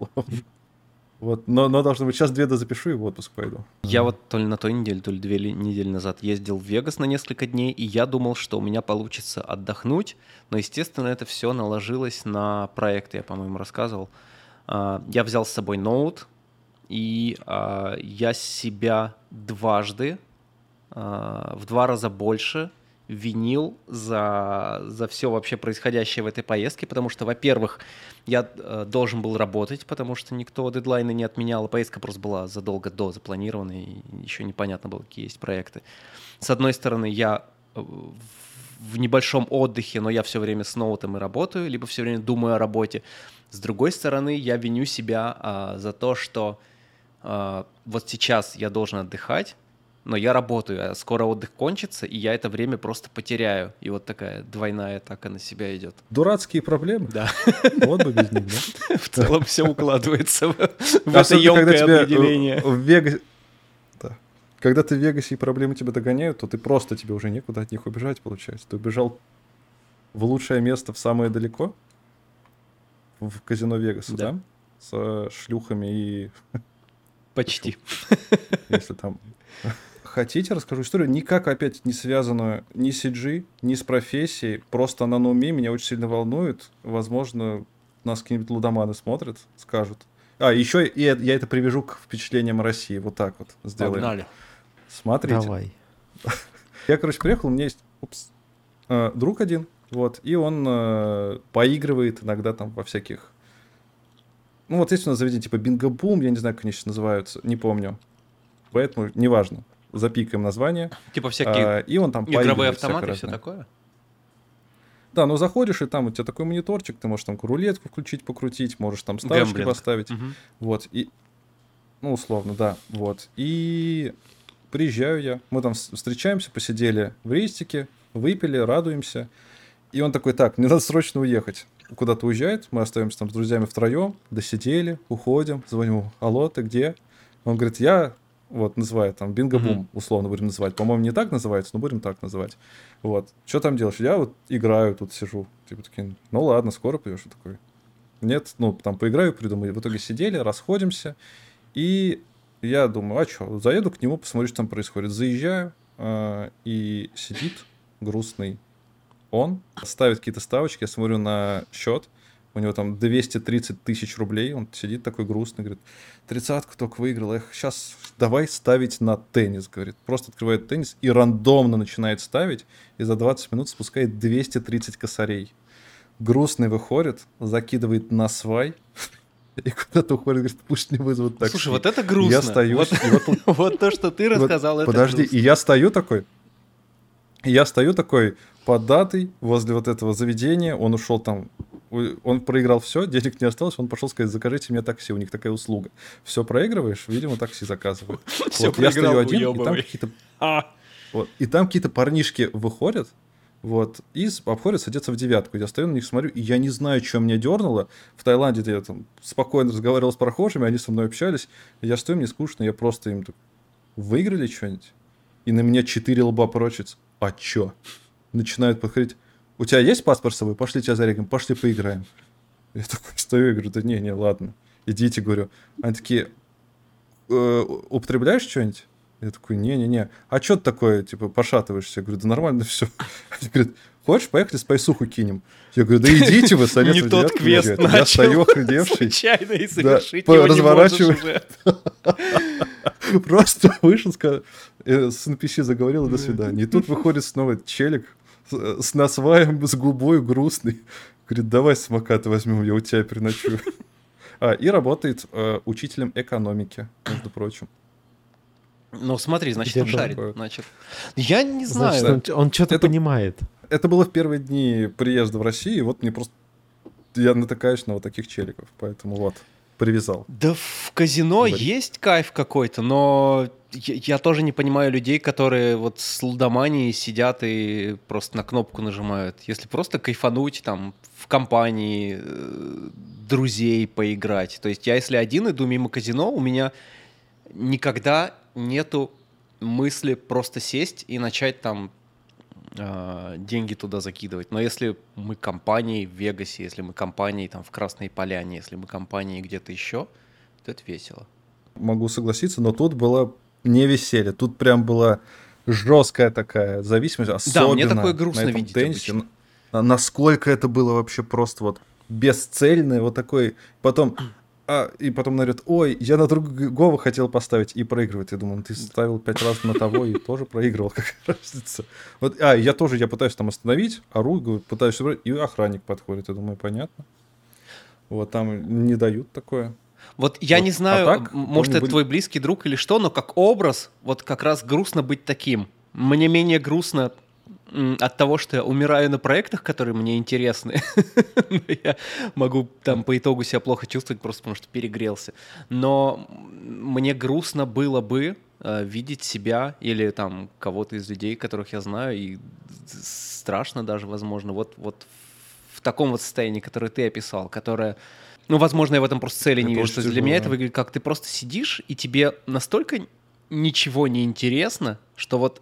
Вот, но должно быть, сейчас 2 дозапишу и в отпуск пойду. Я вот то ли на той неделе, то ли 2 недели назад ездил в Вегас на несколько дней, и я думал, что у меня получится отдохнуть, но, естественно, это все наложилось на проекты, я, по-моему, рассказывал. Я взял с собой ноут, и я себя дважды, в 2 раза больше винил за все вообще происходящее в этой поездке, потому что, во-первых, я должен был работать, потому что никто дедлайны не отменял, а поездка просто была задолго до запланирована, и еще непонятно было, какие есть проекты. С одной стороны, я в небольшом отдыхе, но я все время с ноутом и работаю, либо все время думаю о работе. С другой стороны, я виню себя за то, что вот сейчас я должен отдыхать, но я работаю, а скоро отдых кончится, и я это время просто потеряю. И вот такая двойная атака на себя идет. Дурацкие проблемы? Да. Вот бы без них, да? В целом все укладывается в это емкое определение. Когда ты в Вегасе и проблемы тебя догоняют, то тебе уже некуда от них убежать, получается. Ты убежал в лучшее место, в самое далеко, в казино Вегаса, да? С шлюхами и... Почти. Если там... Хотите, расскажу историю, никак опять не связанную ни с CG, ни с профессией, просто она на уме, меня очень сильно волнует. Возможно, нас какие-нибудь лудоманы смотрят, скажут. Еще я это привяжу к впечатлениям России, вот так вот сделаем. Погнали. Смотрите. Давай. Я, приехал, у меня есть друг один, вот, и он поигрывает иногда там во всяких... Ну, вот есть у нас заведение типа Бинго-бум, я не знаю, как они сейчас называются, не помню. Поэтому неважно. Запикаем название. Типа всякие и он там игровые автоматы и все такое? Да, ну заходишь, и там у тебя такой мониторчик, ты можешь там рулетку включить, покрутить, можешь там ставочки поставить. Вот, и... Ну, условно, да, вот. И приезжаю я, мы там встречаемся, посидели в рейстике, выпили, радуемся. И он такой, так, мне надо срочно уехать. Куда-то уезжает, мы остаемся там с друзьями втроем, досидели, уходим, звоню, алло, ты где? Он говорит, я... Вот, называет там Бинго-бум, условно будем называть. По-моему, не так называется, но будем так называть. Вот. Что там делаешь? Я вот играю, тут сижу. Типа такие, ну ладно, скоро пьешь. Я такой, нет, ну, там поиграю, придумаю. В итоге сидели, расходимся. И я думаю, а что, заеду к нему, посмотрю, что там происходит. Заезжаю, и сидит грустный он, ставит какие-то ставочки, я смотрю на счет, у него там 230 тысяч рублей, он сидит такой грустный, говорит, 30-ку только выиграл, сейчас давай ставить на теннис, говорит. Просто открывает теннис и рандомно начинает ставить, и за 20 минут спускает 230 косарей. Грустный выходит, закидывает на свай, и куда-то уходит, говорит, пусть не вызовут такси. Слушай, вот это грустно. Я стою, вот то, что ты рассказал, это подожди, и я стою такой поддатый возле вот этого заведения, он ушел там, он проиграл все, денег не осталось, он пошел сказать, закажите мне такси, у них такая услуга. Все проигрываешь, видимо, такси заказывают. Вот, я стою один, и там какие-то парнишки выходят, вот, и обходят, садятся в девятку. Я стою на них, смотрю, и я не знаю, что меня дернуло. В Таиланде я там спокойно разговаривал с прохожими, они со мной общались. Я стою, мне скучно, я просто им так, выиграли что-нибудь? И на меня 4 лба прочится. А чё? Начинают подходить. У тебя есть паспорт с собой? Пошли тебя зарегим, пошли поиграем. Я такой стою и говорю, да не, ладно. Идите, говорю. Они такие, употребляешь что-нибудь? Я такой, не. А что ты такое, типа, пошатываешься? Я говорю, да нормально все. Они говорят, хочешь, поехали спайсуху кинем? Я говорю, да идите вы, садятся в девятку. Не тот квест начал. Я стою охреневший. Случайно и совершить его разворачиваю. не можешь уже. Просто вышел, с NPC заговорил, и до свидания. И тут выходит снова челик с насваем, с губой, грустный. Говорит, давай самокаты возьмем, я у тебя переночую. И работает учителем экономики, между прочим. Ну, смотри, значит, он шарит. Значит, я не знаю. Значит, он что-то понимает. Это было в первые дни приезда в Россию, и вот мне просто... Я натыкаюсь на вот таких челиков, поэтому вот, привязал. Да в казино есть кайф какой-то, но я тоже не понимаю людей, которые вот с лудоманией сидят и просто на кнопку нажимают. Если просто кайфануть там в компании друзей поиграть. То есть я если один иду мимо казино, у меня никогда нету мысли просто сесть и начать там деньги туда закидывать. Но если мы компанией в Вегасе, если мы компанией там в Красной Поляне, если мы компанией где-то еще, то это весело. Могу согласиться, но тут было не веселье. Тут прям была жесткая такая зависимость, особенно да, мне такое грустно на этом видеть теннисе. Насколько это было вообще просто вот бесцельное, вот такой... Потом... и потом говорит, ой, я на другого хотел поставить, и проигрывает. Я думаю, ты ставил 5 раз на того и тоже проигрывал, какая разница. Вот, я пытаюсь там остановить, ору, говорю, пытаюсь убрать, и охранник подходит. Я думаю, понятно. Вот там не дают такое. Вот я не знаю, может, это твой близкий друг или что, но как образ, вот как раз грустно быть таким. Мне менее грустно от того, что я умираю на проектах, которые мне интересны. Я могу там по итогу себя плохо чувствовать, просто потому что перегрелся. Но мне грустно было бы видеть себя или там кого-то из людей, которых я знаю, и страшно даже, возможно, вот в таком вот состоянии, которое ты описал, которое... Ну, возможно, я в этом просто цели не вижу. Для меня это выглядит как ты просто сидишь, и тебе настолько ничего не интересно, что вот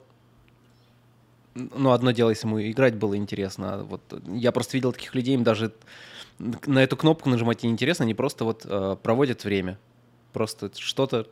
ну, одно дело, если ему играть было интересно. А вот я просто видел таких людей, им даже на эту кнопку нажимать неинтересно, они просто вот проводят время. Просто что-то...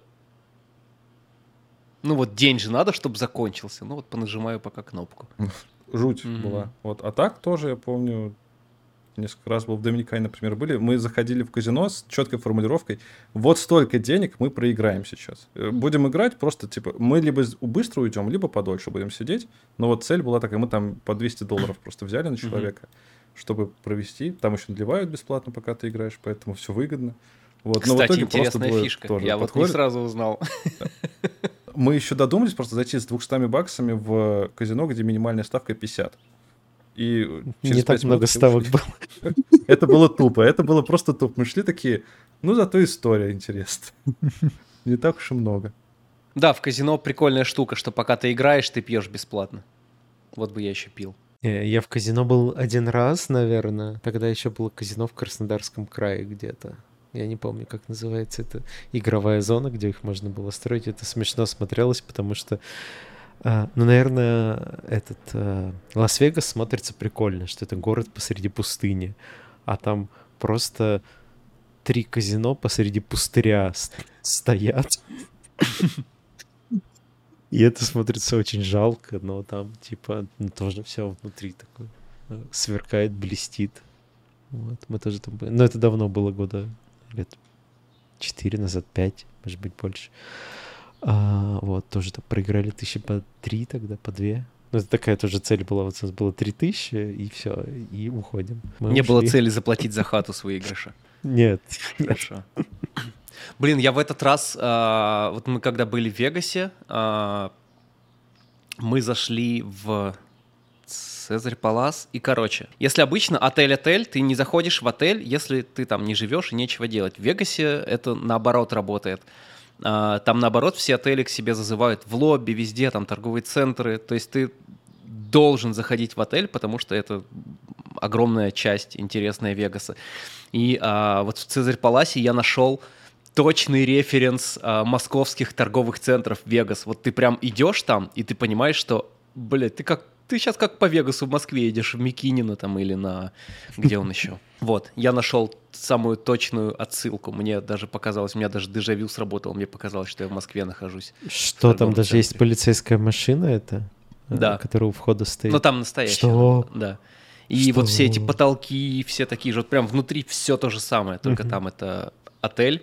Ну вот день же надо, чтобы закончился. Ну вот понажимаю пока кнопку. Жуть была. Вот. А так тоже, я помню, несколько раз был в Доминикане, например, были. Мы заходили в казино с четкой формулировкой. Вот столько денег мы проиграем сейчас. Будем играть просто, типа, мы либо быстро уйдем, либо подольше будем сидеть. Но вот цель была такая, мы там по $200 просто взяли на человека, чтобы провести. Там еще наливают бесплатно, пока ты играешь, поэтому все выгодно. Вот. Кстати, но в итоге интересная фишка. Я вот не сразу узнал. Мы еще додумались просто зайти с $200 в казино, где минимальная ставка 50. И не так много ставок было. Это было тупо, это было просто тупо. Мы шли такие, ну зато история интересная. Не так уж и много. Да, в казино прикольная штука, что пока ты играешь, ты пьешь бесплатно. Вот бы я еще пил. Я в казино был один раз, наверное. Тогда еще было казино в Краснодарском крае где-то. Я не помню, как называется это. Игровая зона, где их можно было строить. Это смешно смотрелось, потому что ну, наверное, Лас-Вегас смотрится прикольно, что это город посреди пустыни, а там просто 3 казино посреди пустыря стоят. И это смотрится очень жалко, но там, типа, тоже все внутри такое сверкает, блестит. Вот, мы тоже там были. Но это давно было, лет 4 назад, 5, может быть, больше. Вот, тоже там проиграли 3 тогда, по 2. Ну, это такая тоже цель была. Вот у нас было 3000, и все, и уходим. Не было цели заплатить за хату с выигрыша. Нет. Хорошо. Блин, я в этот раз, вот мы когда были в Вегасе, мы зашли в Цезарь Палас, и, короче, если обычно отель, ты не заходишь в отель, если ты там не живешь и нечего делать. В Вегасе это наоборот работает. Там, наоборот, все отели к себе зазывают в лобби, везде, там торговые центры. То есть ты должен заходить в отель, потому что это огромная часть интересная Вегаса. И вот в Цезарь Паласе я нашел точный референс московских торговых центров Вегас. Вот ты прям идешь там, и ты понимаешь, что, блядь, ты сейчас как по Вегасу в Москве идешь, в Микинино там или на... Где он еще? Вот, я нашел самую точную отсылку. Мне даже показалось, у меня даже дежавю сработало, мне показалось, что я в Москве нахожусь. Что там, даже есть полицейская машина это? Да. Которая у входа стоит? Ну, там настоящая. Что? Да. И вот все эти потолки, все такие же, вот прям внутри все то же самое, только там это отель.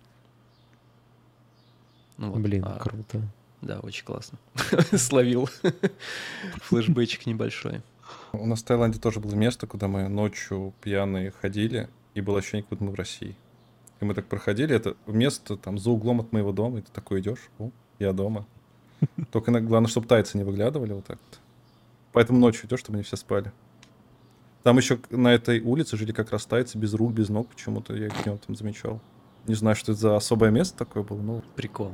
Ну, вот. Блин, круто. Да, очень классно. Словил флешбэчик небольшой. У нас в Таиланде тоже было место, куда мы ночью пьяные ходили, и было ощущение, как будто мы в России. И мы так проходили, это место там за углом от моего дома, и ты такой идешь, я дома. Только главное, чтобы тайцы не выглядывали вот так вот. Поэтому ночью идешь, чтобы они все спали. Там еще на этой улице жили как раз тайцы без рук, без ног, почему-то я их днем там замечал. Не знаю, что это за особое место такое было, но... Прикол.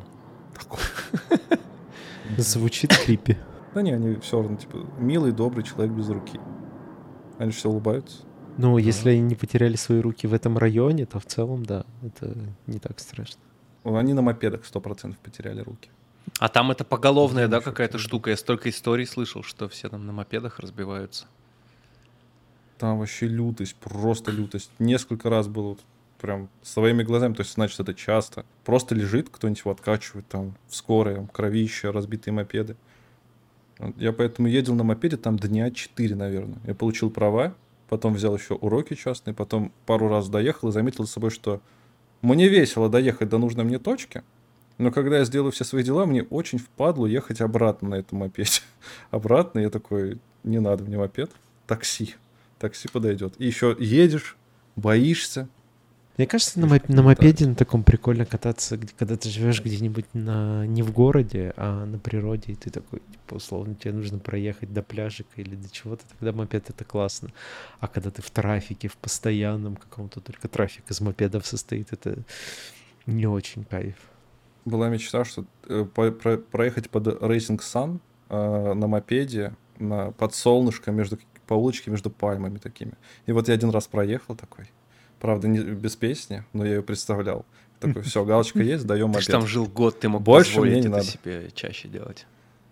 Звучит крипи. Да не, они все равно, типа, милый, добрый человек без руки. Они же все улыбаются. Ну, если они не потеряли свои руки в этом районе, то в целом, да, это не так страшно. Они на мопедах 100% потеряли руки. А там это поголовная, да, какая-то штука? Я столько историй слышал, что все там на мопедах разбиваются. Там вообще лютость, просто лютость. Несколько раз было вот прям своими глазами, то есть, значит, это часто. Просто лежит, кто-нибудь его откачивает, там, в скорой, кровище, разбитые мопеды. Я поэтому ездил на мопеде там дня 4, наверное. Я получил права, потом взял еще уроки частные, потом пару раз доехал и заметил за собой, что мне весело доехать до нужной мне точки, но когда я сделаю все свои дела, мне очень впадло ехать обратно на этом мопеде. Обратно я такой, не надо мне мопед, такси подойдет. И еще едешь, боишься. Мне кажется, на мопеде на таком прикольно кататься, когда ты живешь где-нибудь не в городе, а на природе, и ты такой, типа, условно, тебе нужно проехать до пляжика или до чего-то, тогда мопед — это классно. А когда ты в трафике, в постоянном каком-то, только трафик из мопедов состоит, это не очень кайф. Была мечта, что проехать под Racing Sun на мопеде, под солнышком, по улочке между пальмами такими. И вот я один раз проехал такой. Правда, не без песни, но я ее представлял. Такой, все, галочка есть, даем мопед. Ты же там жил год, ты мог больше позволить мне не это надо. себе чаще делать.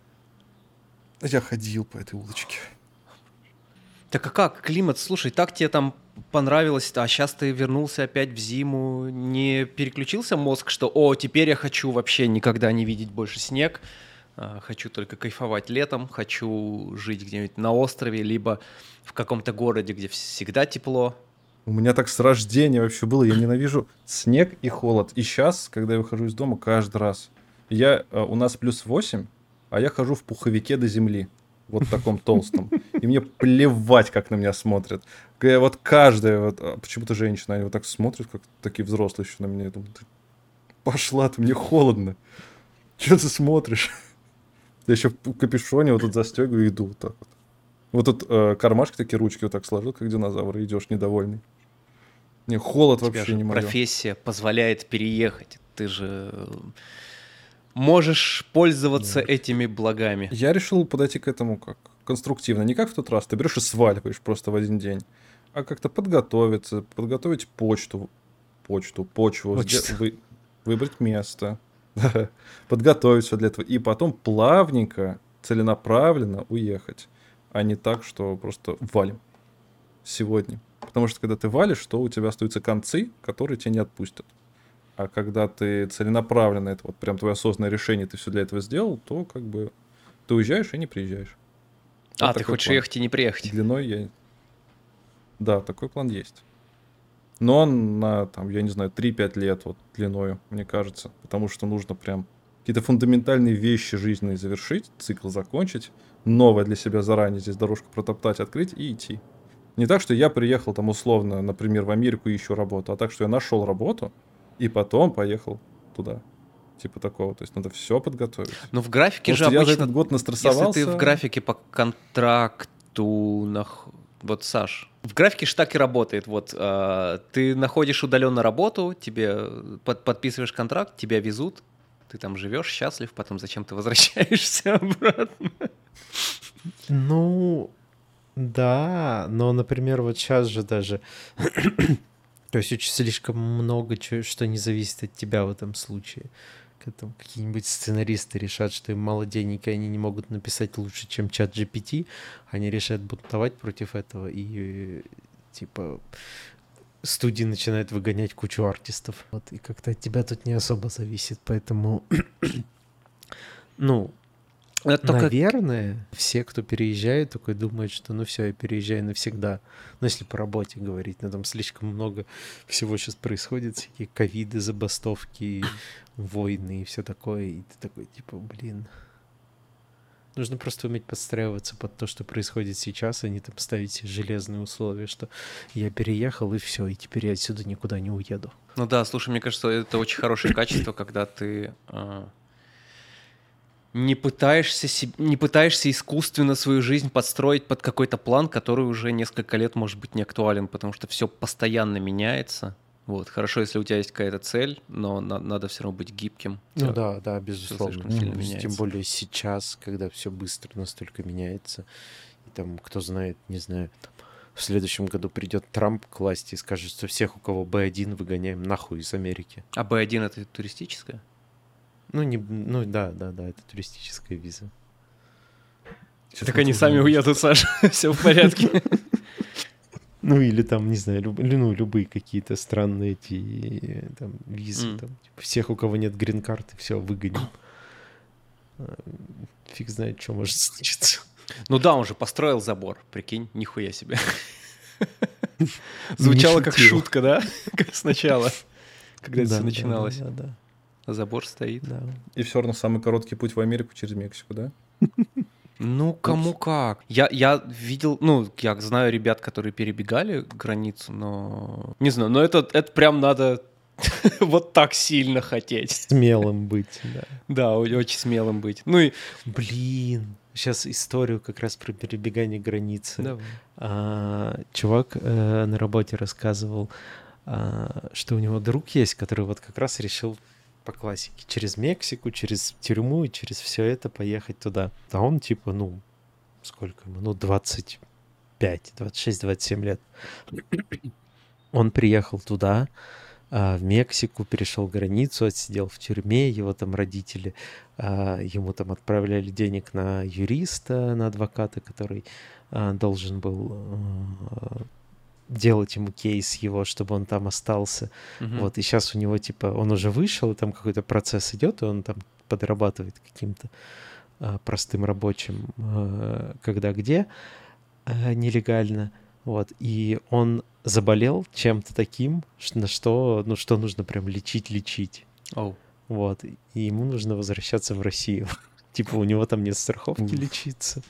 Я ходил по этой улочке. Так а как, климат, слушай, так тебе там понравилось, а сейчас ты вернулся опять в зиму, не переключился мозг, что, теперь я хочу вообще никогда не видеть больше снег, хочу только кайфовать летом, хочу жить где-нибудь на острове, либо в каком-то городе, где всегда тепло. У меня так с рождения вообще было. Я ненавижу снег и холод. И сейчас, когда я выхожу из дома, каждый раз. У нас +8, а я хожу в пуховике до земли. Вот таком толстом. И мне плевать, как на меня смотрят. Вот каждая, почему-то женщина, они вот так смотрят, как такие взрослые еще на меня. Я думаю, пошла ты, мне холодно. Че ты смотришь? Я еще в капюшоне вот тут застегиваю и иду вот так вот. Вот тут кармашки такие, ручки вот так сложил, как динозавр, и идешь недовольный. Не, холод вообще не моё. Профессия позволяет переехать. Ты же можешь пользоваться этими благами. Я решил подойти к этому как конструктивно. Не как в тот раз, ты берешь и сваливаешь просто в один день, а как-то подготовиться, подготовить почву, выбрать место, подготовить все для этого, и потом плавненько, целенаправленно уехать. А не так, что просто валим сегодня. Потому что когда ты валишь, то у тебя остаются концы, которые тебя не отпустят. А когда ты целенаправленно, это вот прям твое осознанное решение, ты все для этого сделал, то как бы ты уезжаешь и не приезжаешь. Вот ты такой хочешь план. ехать и не приехать? Длиной я... Да, такой план есть. Но он на, там, я не знаю, 3-5 лет вот длиною, мне кажется. Потому что нужно прям какие-то фундаментальные вещи жизненные завершить, цикл закончить, новое для себя заранее здесь дорожку протоптать, открыть и идти. Не так, что я приехал там условно, например, в Америку и ищу работу, а так, что я нашел работу и потом поехал туда. Типа такого. То есть надо все подготовить. Ну, в графике Потому же что я за обычно, этот год настрессовался. если ты в графике по контракту... Вот, Саш, в графике же так и работает. Вот ты находишь удаленно работу, тебе подписываешь контракт, тебя везут, ты там живешь счастлив, потом зачем ты возвращаешься обратно? Ну, да, но, например, вот сейчас же даже... То есть очень слишком много чего, что не зависит от тебя в этом случае. Когда какие-нибудь сценаристы решат, что им мало денег, и они не могут написать лучше, чем чат GPT, они решают бунтовать против этого, и типа студии начинают выгонять кучу артистов. Вот, и как-то от тебя тут не особо зависит, поэтому... Ну, наверное, все, кто переезжает, такой думают, что ну все, я переезжаю навсегда. Ну, если по работе говорить, но там слишком много всего сейчас происходит, всякие ковиды, забастовки, войны и все такое. И ты такой, типа, блин. Нужно просто уметь подстраиваться под то, что происходит сейчас, а не там ставить себе железные условия, что я переехал и все, и теперь я отсюда никуда не уеду. Ну да, слушай, мне кажется, это очень хорошее качество, когда ты... Не пытаешься искусственно свою жизнь подстроить под какой-то план, который уже несколько лет может быть не актуален, потому что все постоянно меняется. Вот. Хорошо, если у тебя есть какая-то цель, но надо все равно быть гибким. Ну да, безусловно. Сильно тем более сейчас, когда все быстро настолько меняется. И там, кто знает, не знаю, там, в следующем году придет Трамп к власти и скажет, что всех, у кого B1, выгоняем нахуй из Америки. А B1 это туристическая? Да, это туристическая виза. Так они сами уедут, Саша, все в порядке. Ну, или там, не знаю, любые какие-то странные эти там, визы. Там, типа, всех, у кого нет грин-карты, все, выгоним. Фиг знает, что может случиться. Ну да, он же построил забор, прикинь, нихуя себе. Звучало как шутка, да? Как сначала, когда это все начиналось. Да. Забор стоит. Да. И все равно самый короткий путь в Америку через Мексику, да? Ну, кому как. Я видел, я знаю ребят, которые перебегали границу, но... Не знаю, но это прям надо вот так сильно хотеть. Смелым быть, да. Да, очень смелым быть. Ну и... Блин, сейчас историю как раз про перебегание границы. Давай. Чувак на работе рассказывал, что у него друг есть, который вот как раз решил по классике через Мексику, через тюрьму и через все это поехать туда. А он типа, сколько ему? 25, 26, 27 лет. Он приехал туда, в Мексику, перешел границу, отсидел в тюрьме, его там родители, ему там отправляли денег на юриста, на адвоката, который должен был делать ему кейс его, чтобы он там остался. Вот, и сейчас у него, типа, он уже вышел, и там какой-то процесс идет, и он там подрабатывает каким-то простым рабочим когда где нелегально. Вот, и он заболел чем-то таким, что нужно прям лечить. Вот, и ему нужно возвращаться в Россию. Типа, у него там нет страховки лечиться.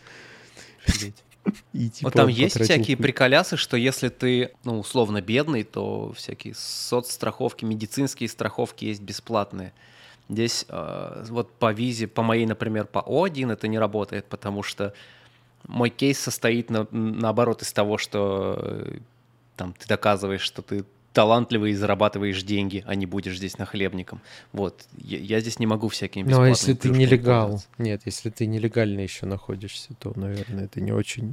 И, типа, вот там есть всякие приколясы, что если ты, условно бедный, то всякие соцстраховки, медицинские страховки есть бесплатные. Здесь вот по визе, по моей, например, по О1 это не работает, потому что мой кейс состоит наоборот из того, что там ты доказываешь, что ты талантливый и зарабатываешь деньги, а не будешь здесь нахлебником. Вот. Я здесь не могу всякими бесплатными. Но если ты нелегал, если ты нелегально еще находишься, то, наверное, это не очень...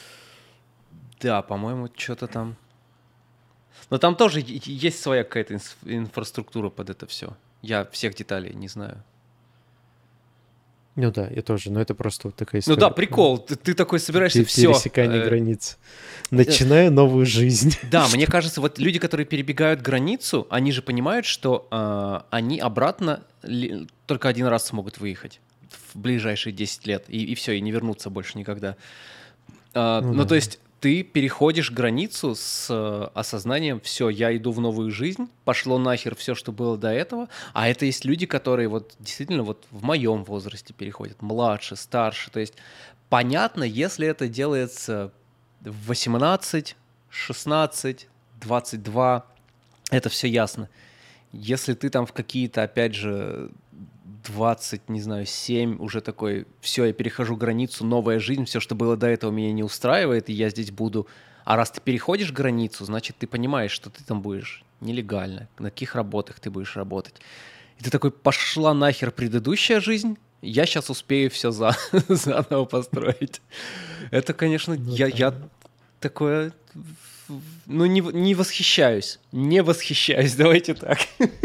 Да, по-моему, что-то там... Но там тоже есть своя какая-то инфраструктура под это все. Я всех деталей не знаю. Ну да, я тоже, но это просто вот такая Ну история. да, прикол, ты такой собираешься, все. Пересекание границ. Начинаю новую жизнь. Да, мне кажется, вот люди, которые перебегают границу, они же понимают, что они обратно только один раз смогут выехать в ближайшие 10 лет, и все, и не вернуться больше никогда. Ну, то есть ты переходишь границу с осознанием, все, я иду в новую жизнь, пошло нахер все, что было до этого, а это есть люди, которые вот действительно вот в моем возрасте переходят, младше, старше, то есть понятно, если это делается в 18, 16, 22, это все ясно. Если ты там в какие-то, опять же, 20, не знаю, 7, уже такой, все, я перехожу границу, новая жизнь, все, что было до этого, меня не устраивает, и я здесь буду. А раз ты переходишь границу, значит, ты понимаешь, что ты там будешь нелегально, на каких работах ты будешь работать. И ты такой, пошла нахер предыдущая жизнь, я сейчас успею все заново построить. Это, конечно, я такое... Ну, не восхищаюсь. Не восхищаюсь, давайте так.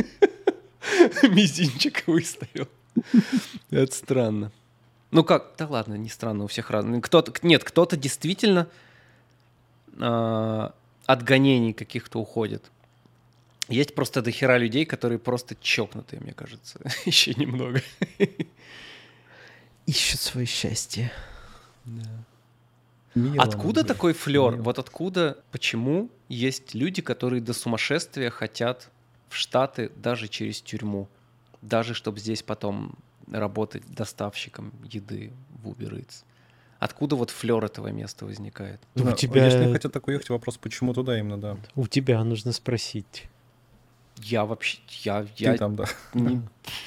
Мизинчик выставил. Это странно. Ну как? Да ладно, не странно, у всех разные. Кто-то действительно от гонений каких-то уходит. Есть просто дохера людей, которые просто чокнутые, мне кажется. Еще немного. Ищут свое счастье. Да. Мило, Откуда такой флер? мило. Вот откуда, почему есть люди, которые до сумасшествия хотят в Штаты даже через тюрьму? Даже чтобы здесь потом работать доставщиком еды в Uber Eats. Откуда вот флер этого места возникает? Да, У тебя... Если они хотят так уехать, вопрос, почему туда именно, да. У тебя нужно спросить. Я вообще... Ты там, да. не-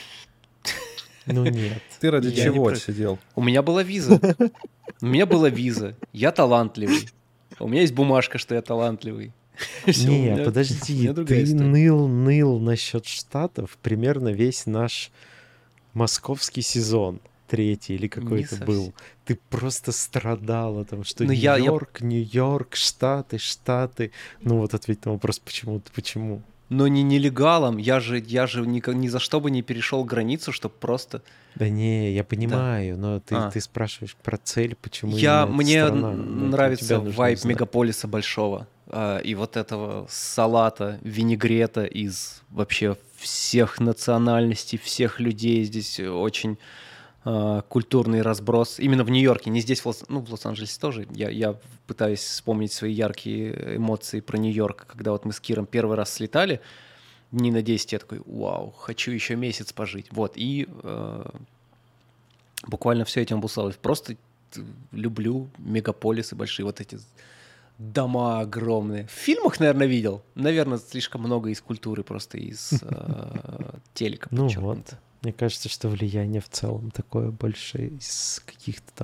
Ну нет. Ты ради Я чего не про- сидел? У меня была виза. У меня была виза. Я талантливый. У меня есть бумажка, что я талантливый. Всё, у Не, меня- у подожди, меня другая ты история. ныл насчет Штатов примерно весь наш московский сезон, третий или какой-то совсем. был. Ты просто страдал о том, что Ну, я- Нью-Йорк, Штаты. Ну вот ответь на вопрос, почему? Но не нелегалом. Я же ни за что бы не перешел границу, чтобы просто... Да не, я понимаю, но ты спрашиваешь про цель, почему именно эта Мне страна. Ну, это нравится тебя нужно вайб узнать. мегаполиса большого. И вот этого салата, винегрета из вообще всех национальностей, всех людей. Здесь очень культурный разброс. Именно в Нью-Йорке, не здесь, в Лос-Анджелесе тоже. Я пытаюсь вспомнить свои яркие эмоции про Нью-Йорк, когда вот мы с Киром первый раз слетали, дней на 10, я такой, вау, хочу еще месяц пожить. Вот, и буквально все этим обуславливаюсь. Просто люблю мегаполисы большие, вот эти дома огромные. В фильмах, наверное, видел. Наверное, слишком много из культуры, просто из телека. Ну подчеркнуто. вот. Мне кажется, что влияние в целом такое больше из каких-то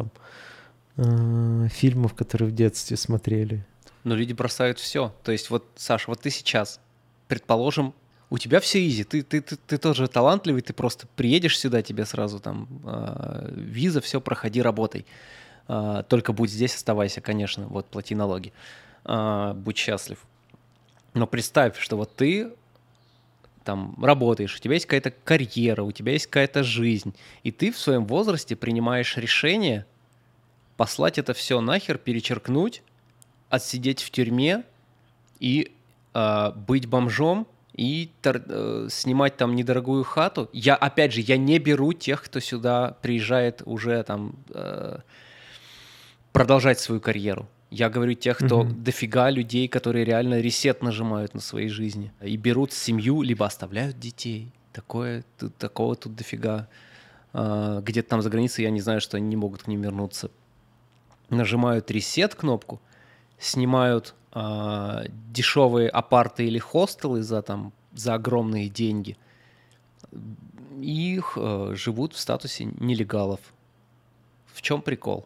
там фильмов, которые в детстве смотрели. Но люди бросают все. То есть вот, Саша, вот ты сейчас, предположим, у тебя все изи, ты тоже талантливый, ты просто приедешь сюда, тебе сразу там виза, все, проходи, работай. Только будь здесь, оставайся, конечно, вот, плати налоги. Будь счастлив. Но представь, что вот ты там работаешь, у тебя есть какая-то карьера, у тебя есть какая-то жизнь, и ты в своем возрасте принимаешь решение послать это все нахер, перечеркнуть, отсидеть в тюрьме и быть бомжом и снимать там недорогую хату. Опять же, я не беру тех, кто сюда приезжает уже там продолжать свою карьеру. Я говорю тех, кто дофига людей, которые реально ресет нажимают на своей жизни и берут семью, либо оставляют детей. Такого тут дофига. Где-то там за границей, я не знаю, что они не могут к ним вернуться. Нажимают ресет кнопку, снимают дешевые апарты или хостелы за огромные деньги и живут в статусе нелегалов. В чем прикол?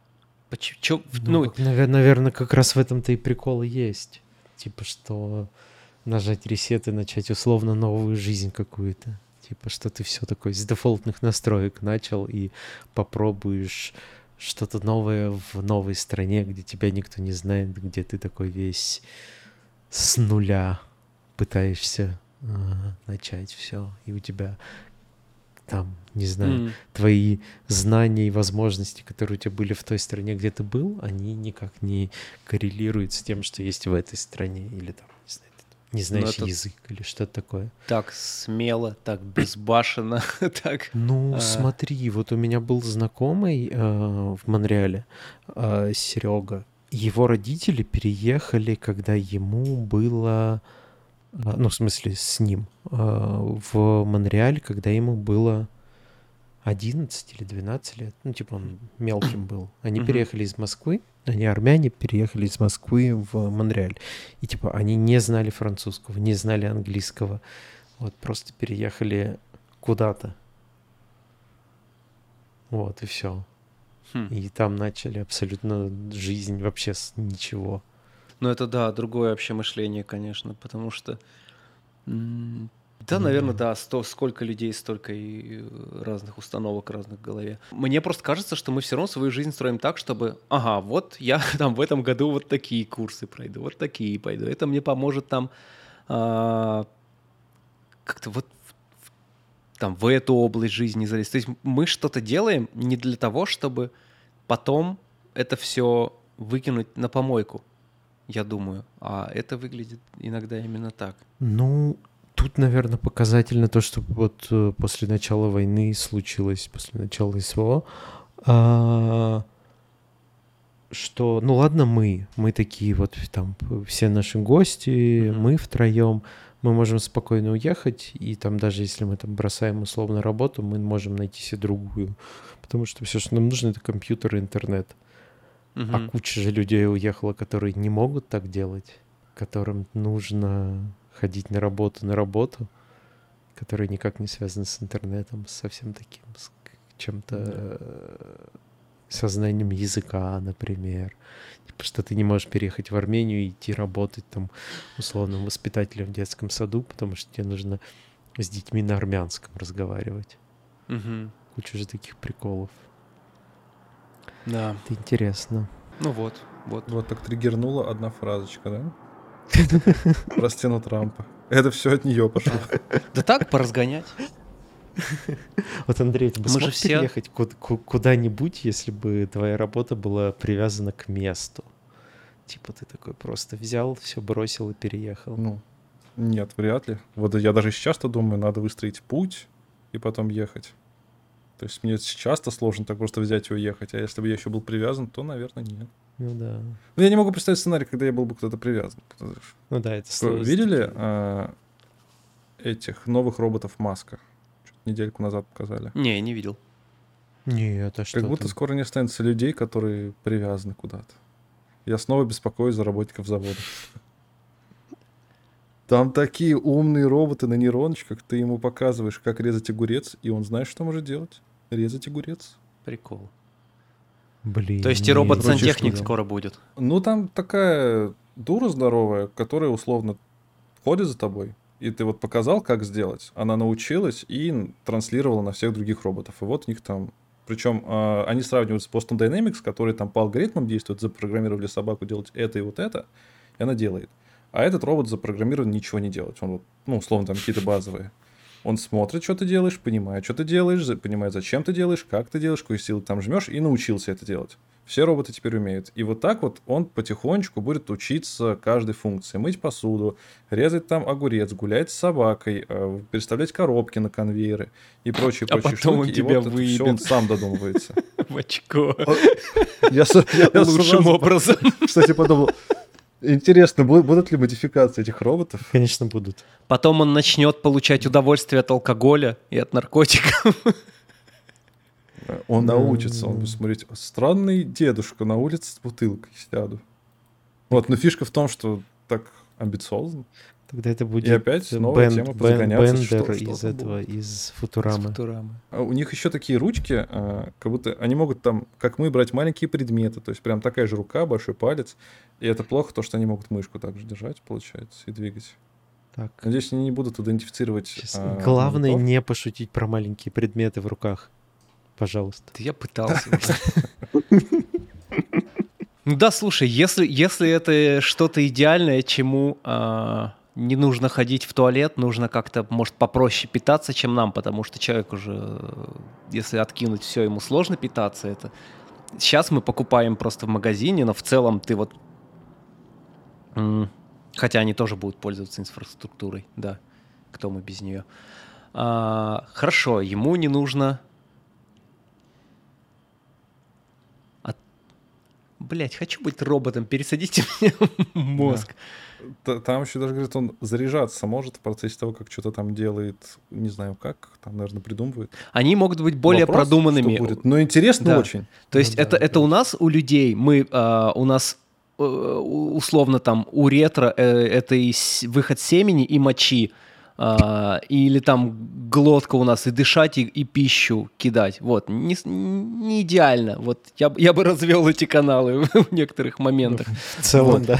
Наверное, как раз в этом-то и прикол и есть. Типа, что нажать ресет и начать условно новую жизнь какую-то. Типа, что ты все такое с дефолтных настроек начал и попробуешь что-то новое в новой стране, где тебя никто не знает, где ты такой весь с нуля пытаешься начать все, и у тебя там, не знаю, твои знания и возможности, которые у тебя были в той стране, где ты был, они никак не коррелируют с тем, что есть в этой стране, или там, не знаю, ты не знаешь язык или что-то такое. Так смело, так безбашенно, так... Ну, смотри, вот у меня был знакомый в Монреале, Серега. Его родители переехали, когда ему было... Ну, в смысле, с ним. В Монреале, когда ему было 11 или 12 лет. Ну, типа он мелким был. Они переехали из Москвы. Они, армяне, переехали из Москвы в Монреаль. И, типа, они не знали французского, не знали английского. Вот, просто переехали куда-то. Вот, и все. И там начали абсолютно жизнь вообще с ничего. Ну, это, да, другое вообще мышление, конечно, потому что... Да, наверное, да, сколько людей, столько и разных установок разных в голове. Мне просто кажется, что мы все равно свою жизнь строим так, чтобы, ага, вот я там в этом году вот такие курсы пройду, вот такие пойду. Это мне поможет там как-то вот там в эту область жизни залезть. То есть мы что-то делаем не для того, чтобы потом это все выкинуть на помойку, я думаю. А это выглядит иногда именно так. Ну, тут, наверное, показательно то, что вот после начала войны случилось, после начала СВО, что, ну ладно, мы такие вот там все наши гости, мы втроем, мы можем спокойно уехать, и там даже если мы там бросаем условно работу, мы можем найти себе другую, потому что все, что нам нужно, это компьютер и интернет. А куча же людей уехала, которые не могут так делать, которым нужно ходить на работу, которые никак не связаны с интернетом, совсем таким, с чем-то, со знанием языка, например. Типа, что ты не можешь переехать в Армению и идти работать там условным воспитателем в детском саду, потому что тебе нужно с детьми на армянском разговаривать. Куча же таких приколов. Да. Это интересно. Ну вот. Вот так триггернула одна фразочка, да? Про стену Трампа. Это все от нее пошло. Да так, поразгонять. Вот, Андрей, ты бы смог переехать куда-нибудь, если бы твоя работа была привязана к месту? Типа ты такой просто взял, все бросил и переехал. Ну, нет, вряд ли. Вот я даже сейчас-то думаю, надо выстроить путь и потом ехать. То есть мне сейчас-то сложно так просто взять и уехать, а если бы я еще был привязан, то, наверное, нет. Ну да. Ну я не могу представить сценарий, когда я был бы кто-то привязан. Ну да, это сложно. Видели этих новых роботов Маска? Недельку назад показали. Не, не видел. Нет, а что как будто там? Скоро не останется людей, которые привязаны куда-то. Я снова беспокоюсь за работников завода. Там такие умные роботы на нейроночках, ты ему показываешь, как резать огурец, и он знает, что может делать. Резать огурец. Прикол. Блин. То есть и робот-сантехник скоро будет? Ну, там такая дура здоровая, которая условно ходит за тобой, и ты вот показал, как сделать. Она научилась и транслировала на всех других роботов. И вот у них там... Причем они сравнивают с Boston Dynamics, который там по алгоритмам действует, запрограммировали собаку делать это и вот это, и она делает. А этот робот запрограммирован ничего не делать. Он вот, ну, условно, там какие-то базовые. Он смотрит, что ты делаешь, понимает, что ты делаешь, понимает, зачем ты делаешь, как ты делаешь, какую силу там жмешь, и научился это делать. Все роботы теперь умеют. И вот так вот он потихонечку будет учиться каждой функции. Мыть посуду, резать там огурец, гулять с собакой, переставлять коробки на конвейеры и прочие штуки. Потом он тебя вот выебет. Все он сам додумывается. В очко. Лучшим образом. Кстати, подумал, интересно, будут ли модификации этих роботов? Конечно, будут. Потом он начнет получать удовольствие от алкоголя и от наркотиков. Он научится, он будет смотреть, странный дедушка на улице с бутылкой сяду. Вот, но фишка в том, что так амбициозно. Тогда это будет И опять новая тема позагоняться. Бендер из Футурамы. А у них еще такие ручки, как будто они могут там, как мы, брать маленькие предметы. То есть прям такая же рука, большой палец. И это плохо, то, что они могут мышку также держать, получается, и двигать. Так. Надеюсь, они не будут идентифицировать... Главное не пошутить про маленькие предметы в руках. Пожалуйста. Я пытался. Ну да, слушай, если это что-то идеальное, чему не нужно ходить в туалет, нужно как-то, может, попроще питаться, чем нам, потому что человек уже, если откинуть все, ему сложно питаться. Это сейчас мы покупаем просто в магазине, но в целом ты вот... Хотя они тоже будут пользоваться инфраструктурой, да. Кто мы без нее? Хорошо, ему не нужно... Блять, хочу быть роботом, пересадите мне мозг. Да. Там еще даже, говорит, он заряжаться может в процессе того, как что-то там делает, не знаю как, там, наверное, придумывает. Они могут быть более Вопрос, продуманными. Что будет. Но интересно да. очень. То есть это у нас, у людей, у нас условно там у ретро это и выход семени и мочи, или там глотка у нас и дышать, и пищу кидать. Вот. Не идеально. Вот я бы развел эти каналы в некоторых моментах. В целом, да.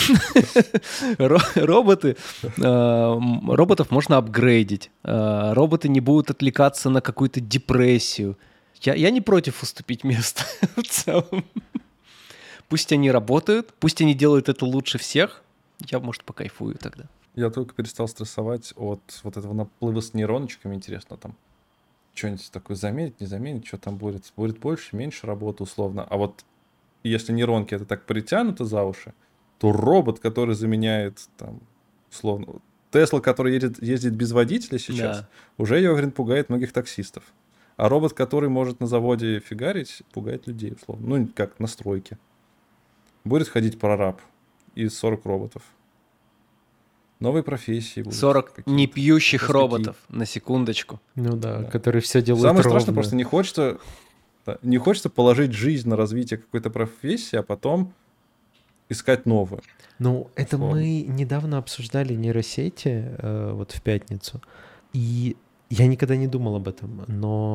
Роботов можно апгрейдить. Роботы не будут отвлекаться на какую-то депрессию. Я не против уступить место в целом. Пусть они работают, пусть они делают это лучше всех. Я, может, покайфую тогда. Я только перестал стрессовать от вот этого наплыва с нейроночками. Интересно, там что-нибудь такое заменить, не заменить, что там будет. Будет больше, меньше работы условно. А вот если нейронки это так притянуты за уши, то робот, который заменяет там условно... Тесла, который ездит без водителя сейчас, да. Уже, я уверен, пугает многих таксистов. А робот, который может на заводе фигарить, пугает людей условно. Ну, как на стройке. Будет ходить прораб из 40 роботов. Новые профессии будут. 40 непьющих роботов, на секундочку. Ну да, которые все делают Самое ровно. страшное, просто не хочется положить жизнь на развитие какой-то профессии, а потом искать новую. Ну, это мы недавно обсуждали нейросети, вот в пятницу, и я никогда не думал об этом,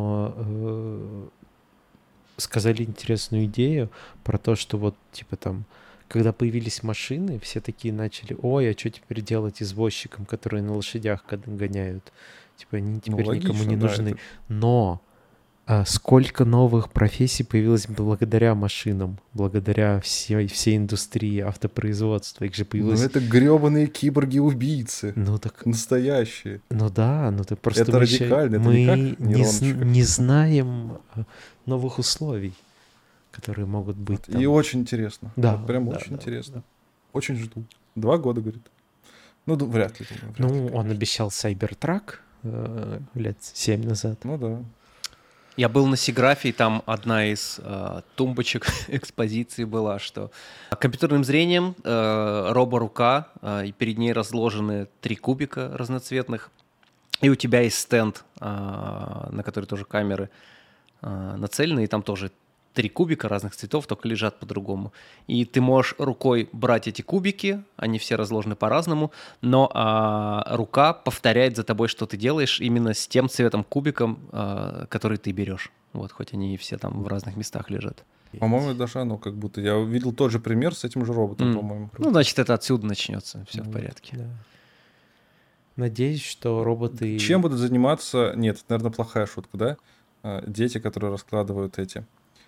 но сказали интересную идею про то, что вот, типа там, когда появились машины, все такие начали, ой, а что теперь делать извозчикам, которые на лошадях гоняют? Типа они теперь никому не нужны. Это... Но сколько новых профессий появилось благодаря машинам, благодаря всей индустрии автопроизводства. Их же появилось... Ну это гребаные киборги-убийцы. Ну так... Настоящие. Ну да, ну ты просто... Это радикально, это мы не знаем новых условий, которые могут быть там. И очень интересно. Да. Вот прям очень интересно. Да. Очень жду. 2 года, говорит. Ну, вряд ли. Он обещал Cybertruck лет 7 назад. Ну да. Я был на Сиграфе, и там одна из тумбочек экспозиции была, что компьютерным зрением роборука, и перед ней разложены 3 кубика разноцветных, и у тебя есть стенд, на который тоже камеры нацелены, и там тоже 3 кубика разных цветов, только лежат по-другому. И ты можешь рукой брать эти кубики, они все разложены по-разному, но рука повторяет за тобой, что ты делаешь, именно с тем цветом кубиком, который ты берешь. Вот, хоть они и все там в разных местах лежат. По-моему, даже оно как будто... Я видел тот же пример с этим же роботом, по-моему. Ну, значит, это отсюда начнется, все в порядке. Да. Надеюсь, что роботы... Чем будут заниматься... Нет, это, наверное, плохая шутка, да? Дети, которые раскладывают эти...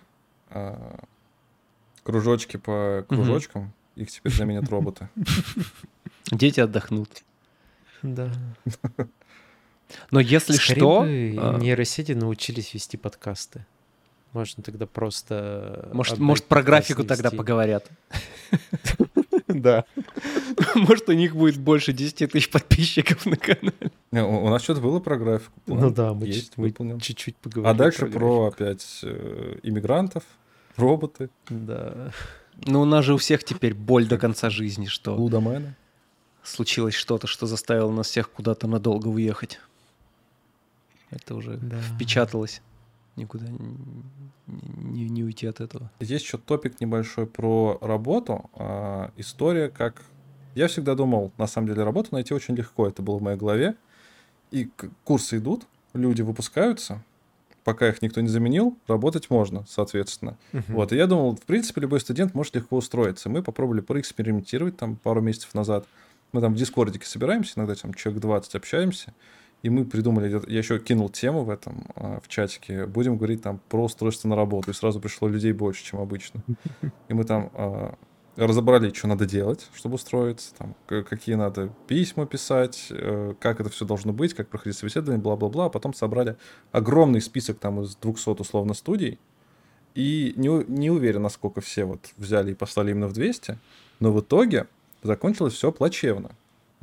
кружочки по кружочкам, их теперь заменят роботы. Дети отдохнут. Да. Но если скорее что... бы нейросети научились вести подкасты. Можно тогда просто... Может про графику тогда поговорят. Да. Может, у них будет больше 10 тысяч подписчиков на канале. У нас что-то было про графику. Ну да, мы чуть-чуть поговорили. А дальше про опять иммигрантов, роботы. Да. Ну, у нас же у всех теперь боль до конца жизни, что Лудомены. Случилось что-то, что заставило нас всех куда-то надолго уехать. Это уже впечаталось. Никуда не уйти от этого. Есть еще топик небольшой про работу. История, как... Я всегда думал, на самом деле, работу найти очень легко. Это было в моей голове. И курсы идут, люди выпускаются. Пока их никто не заменил, работать можно, соответственно. Вот. И я думал, в принципе, любой студент может легко устроиться. Мы попробовали проэкспериментировать там пару месяцев назад. Мы там в Дискордике собираемся, иногда там человек 20 общаемся. И мы придумали, я еще кинул тему в этом, в чатике, будем говорить там про устройство на работу. И сразу пришло людей больше, чем обычно. И мы там разобрали, что надо делать, чтобы устроиться, там, какие надо письма писать, как это все должно быть, как проходить собеседование, бла-бла-бла. А потом собрали огромный список там из 200 условно студий. И не уверен, насколько все вот взяли и послали именно в 200, но в итоге закончилось все плачевно.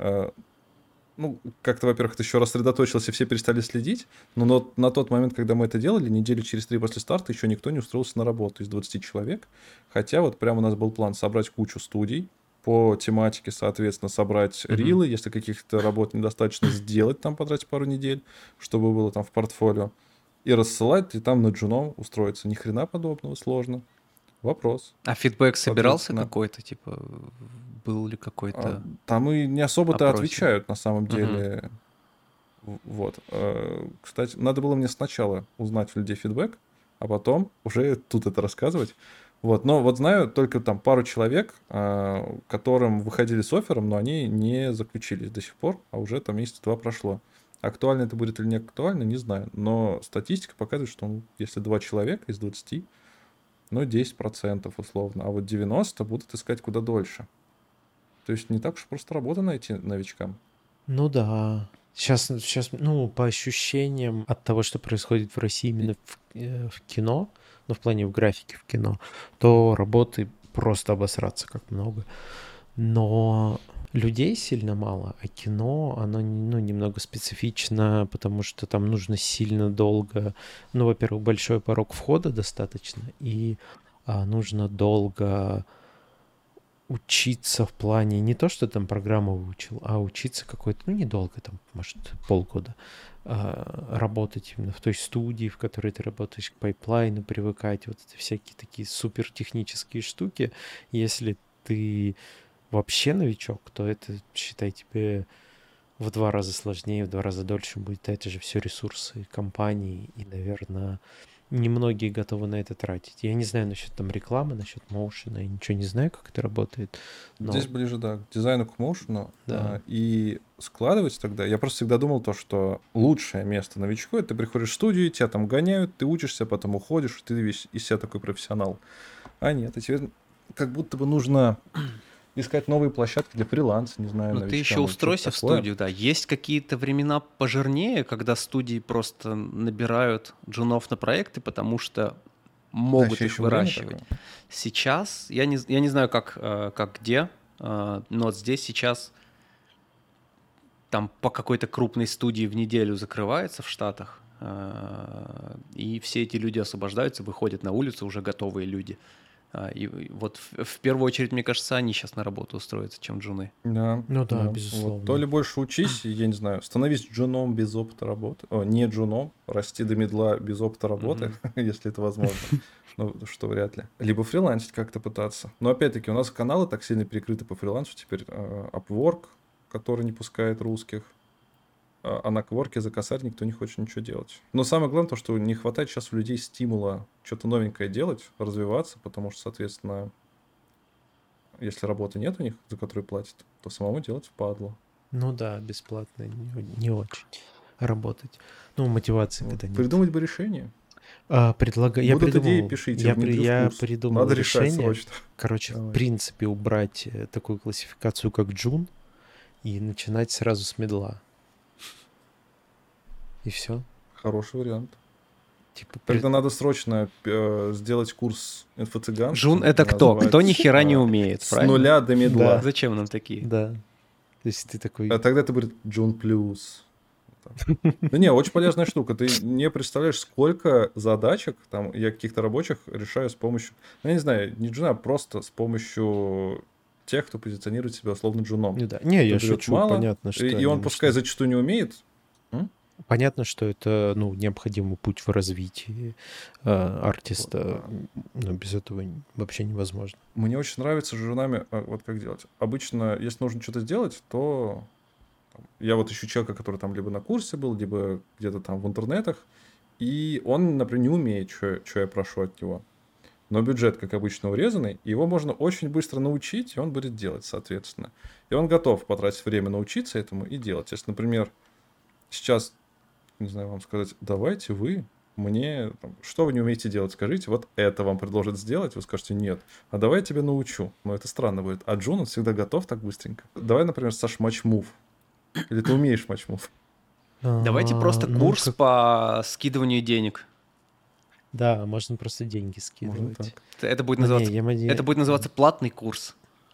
Ну, как-то, во-первых, это еще рассредоточилось, и все перестали следить, но на тот момент, когда мы это делали, недели через 3 после старта, еще никто не устроился на работу из 20 человек, хотя вот прямо у нас был план собрать кучу студий, по тематике, соответственно, собрать рилы, если каких-то работ недостаточно, сделать там, потратить пару недель, чтобы было там в портфолио, и рассылать, и там на джуном устроиться. Ни хрена подобного, сложно. Вопрос. А фидбэк собирался какой-то, типа, был ли какой-то... Там и не особо-то отвечают, на самом деле. Вот. Кстати, надо было мне сначала узнать у людей фидбэк, а потом уже тут это рассказывать. Вот. Но вот знаю только там пару человек, которым выходили с оффером, но они не заключились до сих пор, а уже там месяца 2 прошло. Актуально это будет или не актуально, не знаю. Но статистика показывает, что если 2 человека из 20, ну, 10% условно, а вот 90 будут искать куда дольше. То есть не так уж просто работу найти новичкам. Ну да. Сейчас, ну, по ощущениям от того, что происходит в России именно в кино, ну, в плане в графике в кино, то работы просто обосраться как много. Но людей сильно мало, а кино, оно, ну, немного специфично, потому что там нужно сильно долго... Ну, во-первых, большой порог входа достаточно, и нужно долго учиться в плане не то, что там программу выучил, а учиться какой-то, ну, недолго, там, может, полгода, работать именно в той студии, в которой ты работаешь, к пайплайну привыкать, вот эти всякие такие супертехнические штуки. Если ты вообще новичок, то это, считай, тебе в 2 раза сложнее, в 2 раза дольше будет. Это же все ресурсы компании, и, наверное, немногие готовы на это тратить. Я не знаю насчет там рекламы, насчет моушена, я ничего не знаю, как это работает. Но... Здесь ближе, да, к дизайну, к моушену. Да. И складывать тогда... Я просто всегда думал то, что лучшее место новичку — это ты приходишь в студию, тебя там гоняют, ты учишься, потом уходишь, ты весь из себя такой профессионал. А нет, и тебе как будто бы нужно... искать новые площадки для фриланса, не знаю. Ну, ты еще устройся в студию, да. Есть какие-то времена пожирнее, когда студии просто набирают джунов на проекты, потому что могут их выращивать. Сейчас, я не знаю, как где, но вот здесь сейчас там по какой-то крупной студии в неделю закрывается в Штатах, и все эти люди освобождаются, выходят на улицу уже готовые люди. И вот в первую очередь, мне кажется, они сейчас на работу устроятся, чем джуны. Да, ну да, безусловно. Вот. То ли больше учись, я не знаю, становись джуном без опыта работы. Не джуном, расти до мидла без опыта работы, если это возможно. Ну, что вряд ли. Либо фрилансить как-то пытаться. Но опять-таки у нас каналы так сильно перекрыты по фрилансу. Теперь Upwork, который не пускает русских. А на Кворке за косарь никто не хочет ничего делать. Но самое главное то, что не хватает сейчас у людей стимула что-то новенькое делать, развиваться, потому что, соответственно, если работы нет у них, за которую платят, то самому делать впадло. Ну да, бесплатно не очень работать. Ну, мотивации вот. когда нет. Придумать бы решение. Будут идеи, пишите. Я придумал Надо решение. Срочно. Короче, в принципе, убрать такую классификацию, как джун, и начинать сразу с медла. И все. Хороший вариант. Типа, тогда надо срочно сделать курс инфо-цыган. Джун — это кто? Кто ни хера не умеет, с нуля до медла. Да. Зачем нам такие? Да. То есть ты такой... А тогда это будет Джун плюс. Ну не, очень полезная штука. Ты не представляешь, сколько задачек там я каких-то рабочих решаю с помощью... Ну, я не знаю, не джуна, а просто с помощью тех, кто позиционирует себя условно джуном. Да. Не, я шучу, мало, понятно, что... И он пускай зачастую не умеет. Понятно, что это, ну, необходимый путь в развитии артиста, но без этого вообще невозможно. Мне очень нравится с журнами, вот как делать. Обычно, если нужно что-то сделать, то я вот ищу человека, который там либо на курсе был, либо где-то там в интернетах, и он, например, не умеет, что я прошу от него. Но бюджет, как обычно, урезанный, его можно очень быстро научить, и он будет делать, соответственно. И он готов потратить время научиться этому и делать. Если, например, сейчас... не знаю вам сказать, давайте вы мне, что вы не умеете делать, скажите, вот это вам предложат сделать, вы скажете нет, а давай я тебя научу. Но это странно будет. А Джун, он всегда готов так быстренько. Давай, например, Саш, матчмув. Или ты умеешь матчмув? Давайте просто курс по скидыванию денег. Да, можно просто деньги скидывать. Это будет называться платный курс.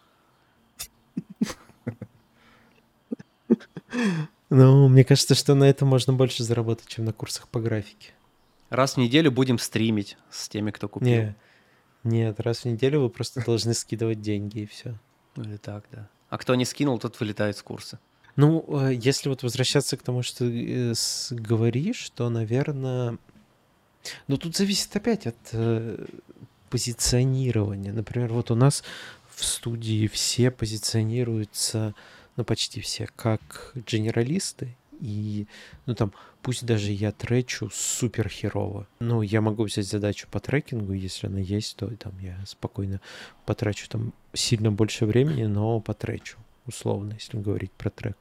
Ну, мне кажется, что на этом можно больше заработать, чем на курсах по графике. Раз в неделю будем стримить с теми, кто купил. Нет, раз в неделю вы просто должны скидывать деньги, и все. Или так, да. А кто не скинул, тот вылетает с курса. Ну, если вот возвращаться к тому, что ты говоришь, то, наверное... Ну, тут зависит опять от позиционирования. Например, вот у нас в студии все позиционируются, ну, почти все, как генералисты. И, ну, там, пусть даже я тречу супер херово. Ну, я могу взять задачу по трекингу, если она есть, то там я спокойно потрачу там сильно больше времени, но потречу, условно, если говорить про трек.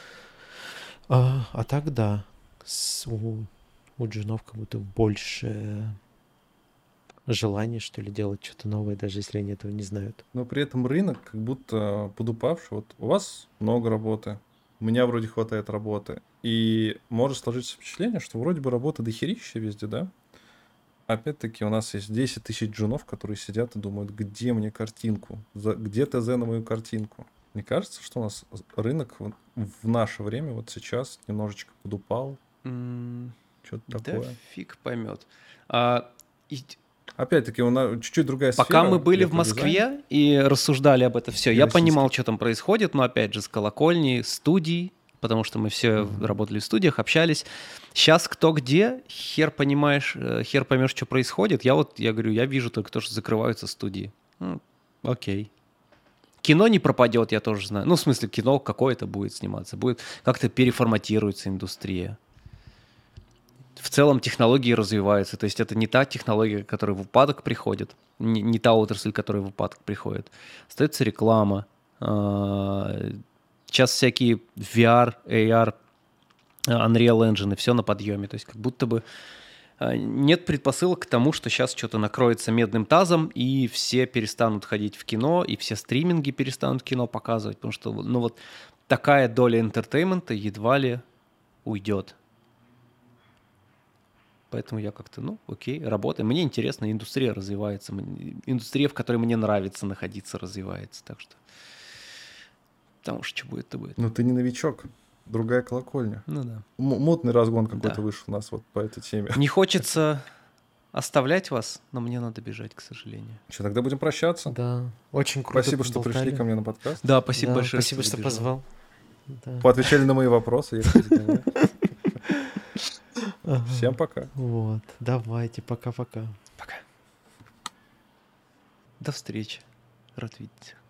А так, да, у джунов как будто больше желание, что ли, делать что-то новое, даже если они этого не знают. Но при этом рынок как будто подупавший. Вот у вас много работы, у меня вроде хватает работы. И может сложиться впечатление, что вроде бы работа дохерища везде, да? Опять-таки у нас есть 10 тысяч джунов, которые сидят и думают, где мне картинку? Где ТЗ на мою картинку? Мне кажется, что у нас рынок в наше время, вот сейчас, немножечко подупал. Что-то такое. Да фиг поймет. Опять-таки, у нас чуть-чуть другая сфера. Пока мы были в Москве и рассуждали об этом все, я понимал, что там происходит, но опять же с колокольни, студий, потому что мы все работали в студиях, общались. Сейчас кто где, хер поймешь, что происходит. Я говорю, я вижу только то, что закрываются студии. Окей. Кино не пропадет, я тоже знаю. Ну, в смысле, кино какое-то будет сниматься. Будет как-то переформатируется индустрия. В целом технологии развиваются. То есть это не та технология, которая в упадок приходит, не та отрасль, которая в упадок приходит. Остается реклама. Сейчас всякие VR, AR, Unreal Engine, все на подъеме. То есть как будто бы нет предпосылок к тому, что сейчас что-то накроется медным тазом, и все перестанут ходить в кино, и все стриминги перестанут кино показывать, потому что ну, вот такая доля интертеймента едва ли уйдет. Поэтому я как-то, окей, работаем. Мне интересно, индустрия развивается. Индустрия, в которой мне нравится находиться, развивается. Так что там уж что будет, то будет. Ну, ты не новичок. Другая колокольня. Ну да. Мутный разгон какой-то вышел у нас вот по этой теме. Не хочется оставлять вас, но мне надо бежать, к сожалению. Что, тогда будем прощаться? Да, очень круто. Спасибо, что пришли ко мне на подкаст. Да, спасибо большое. Спасибо, что позвал. Да. Поотвечали на мои вопросы. Всем пока. Вот, давайте, пока-пока. Пока. До встречи. Рад видеть.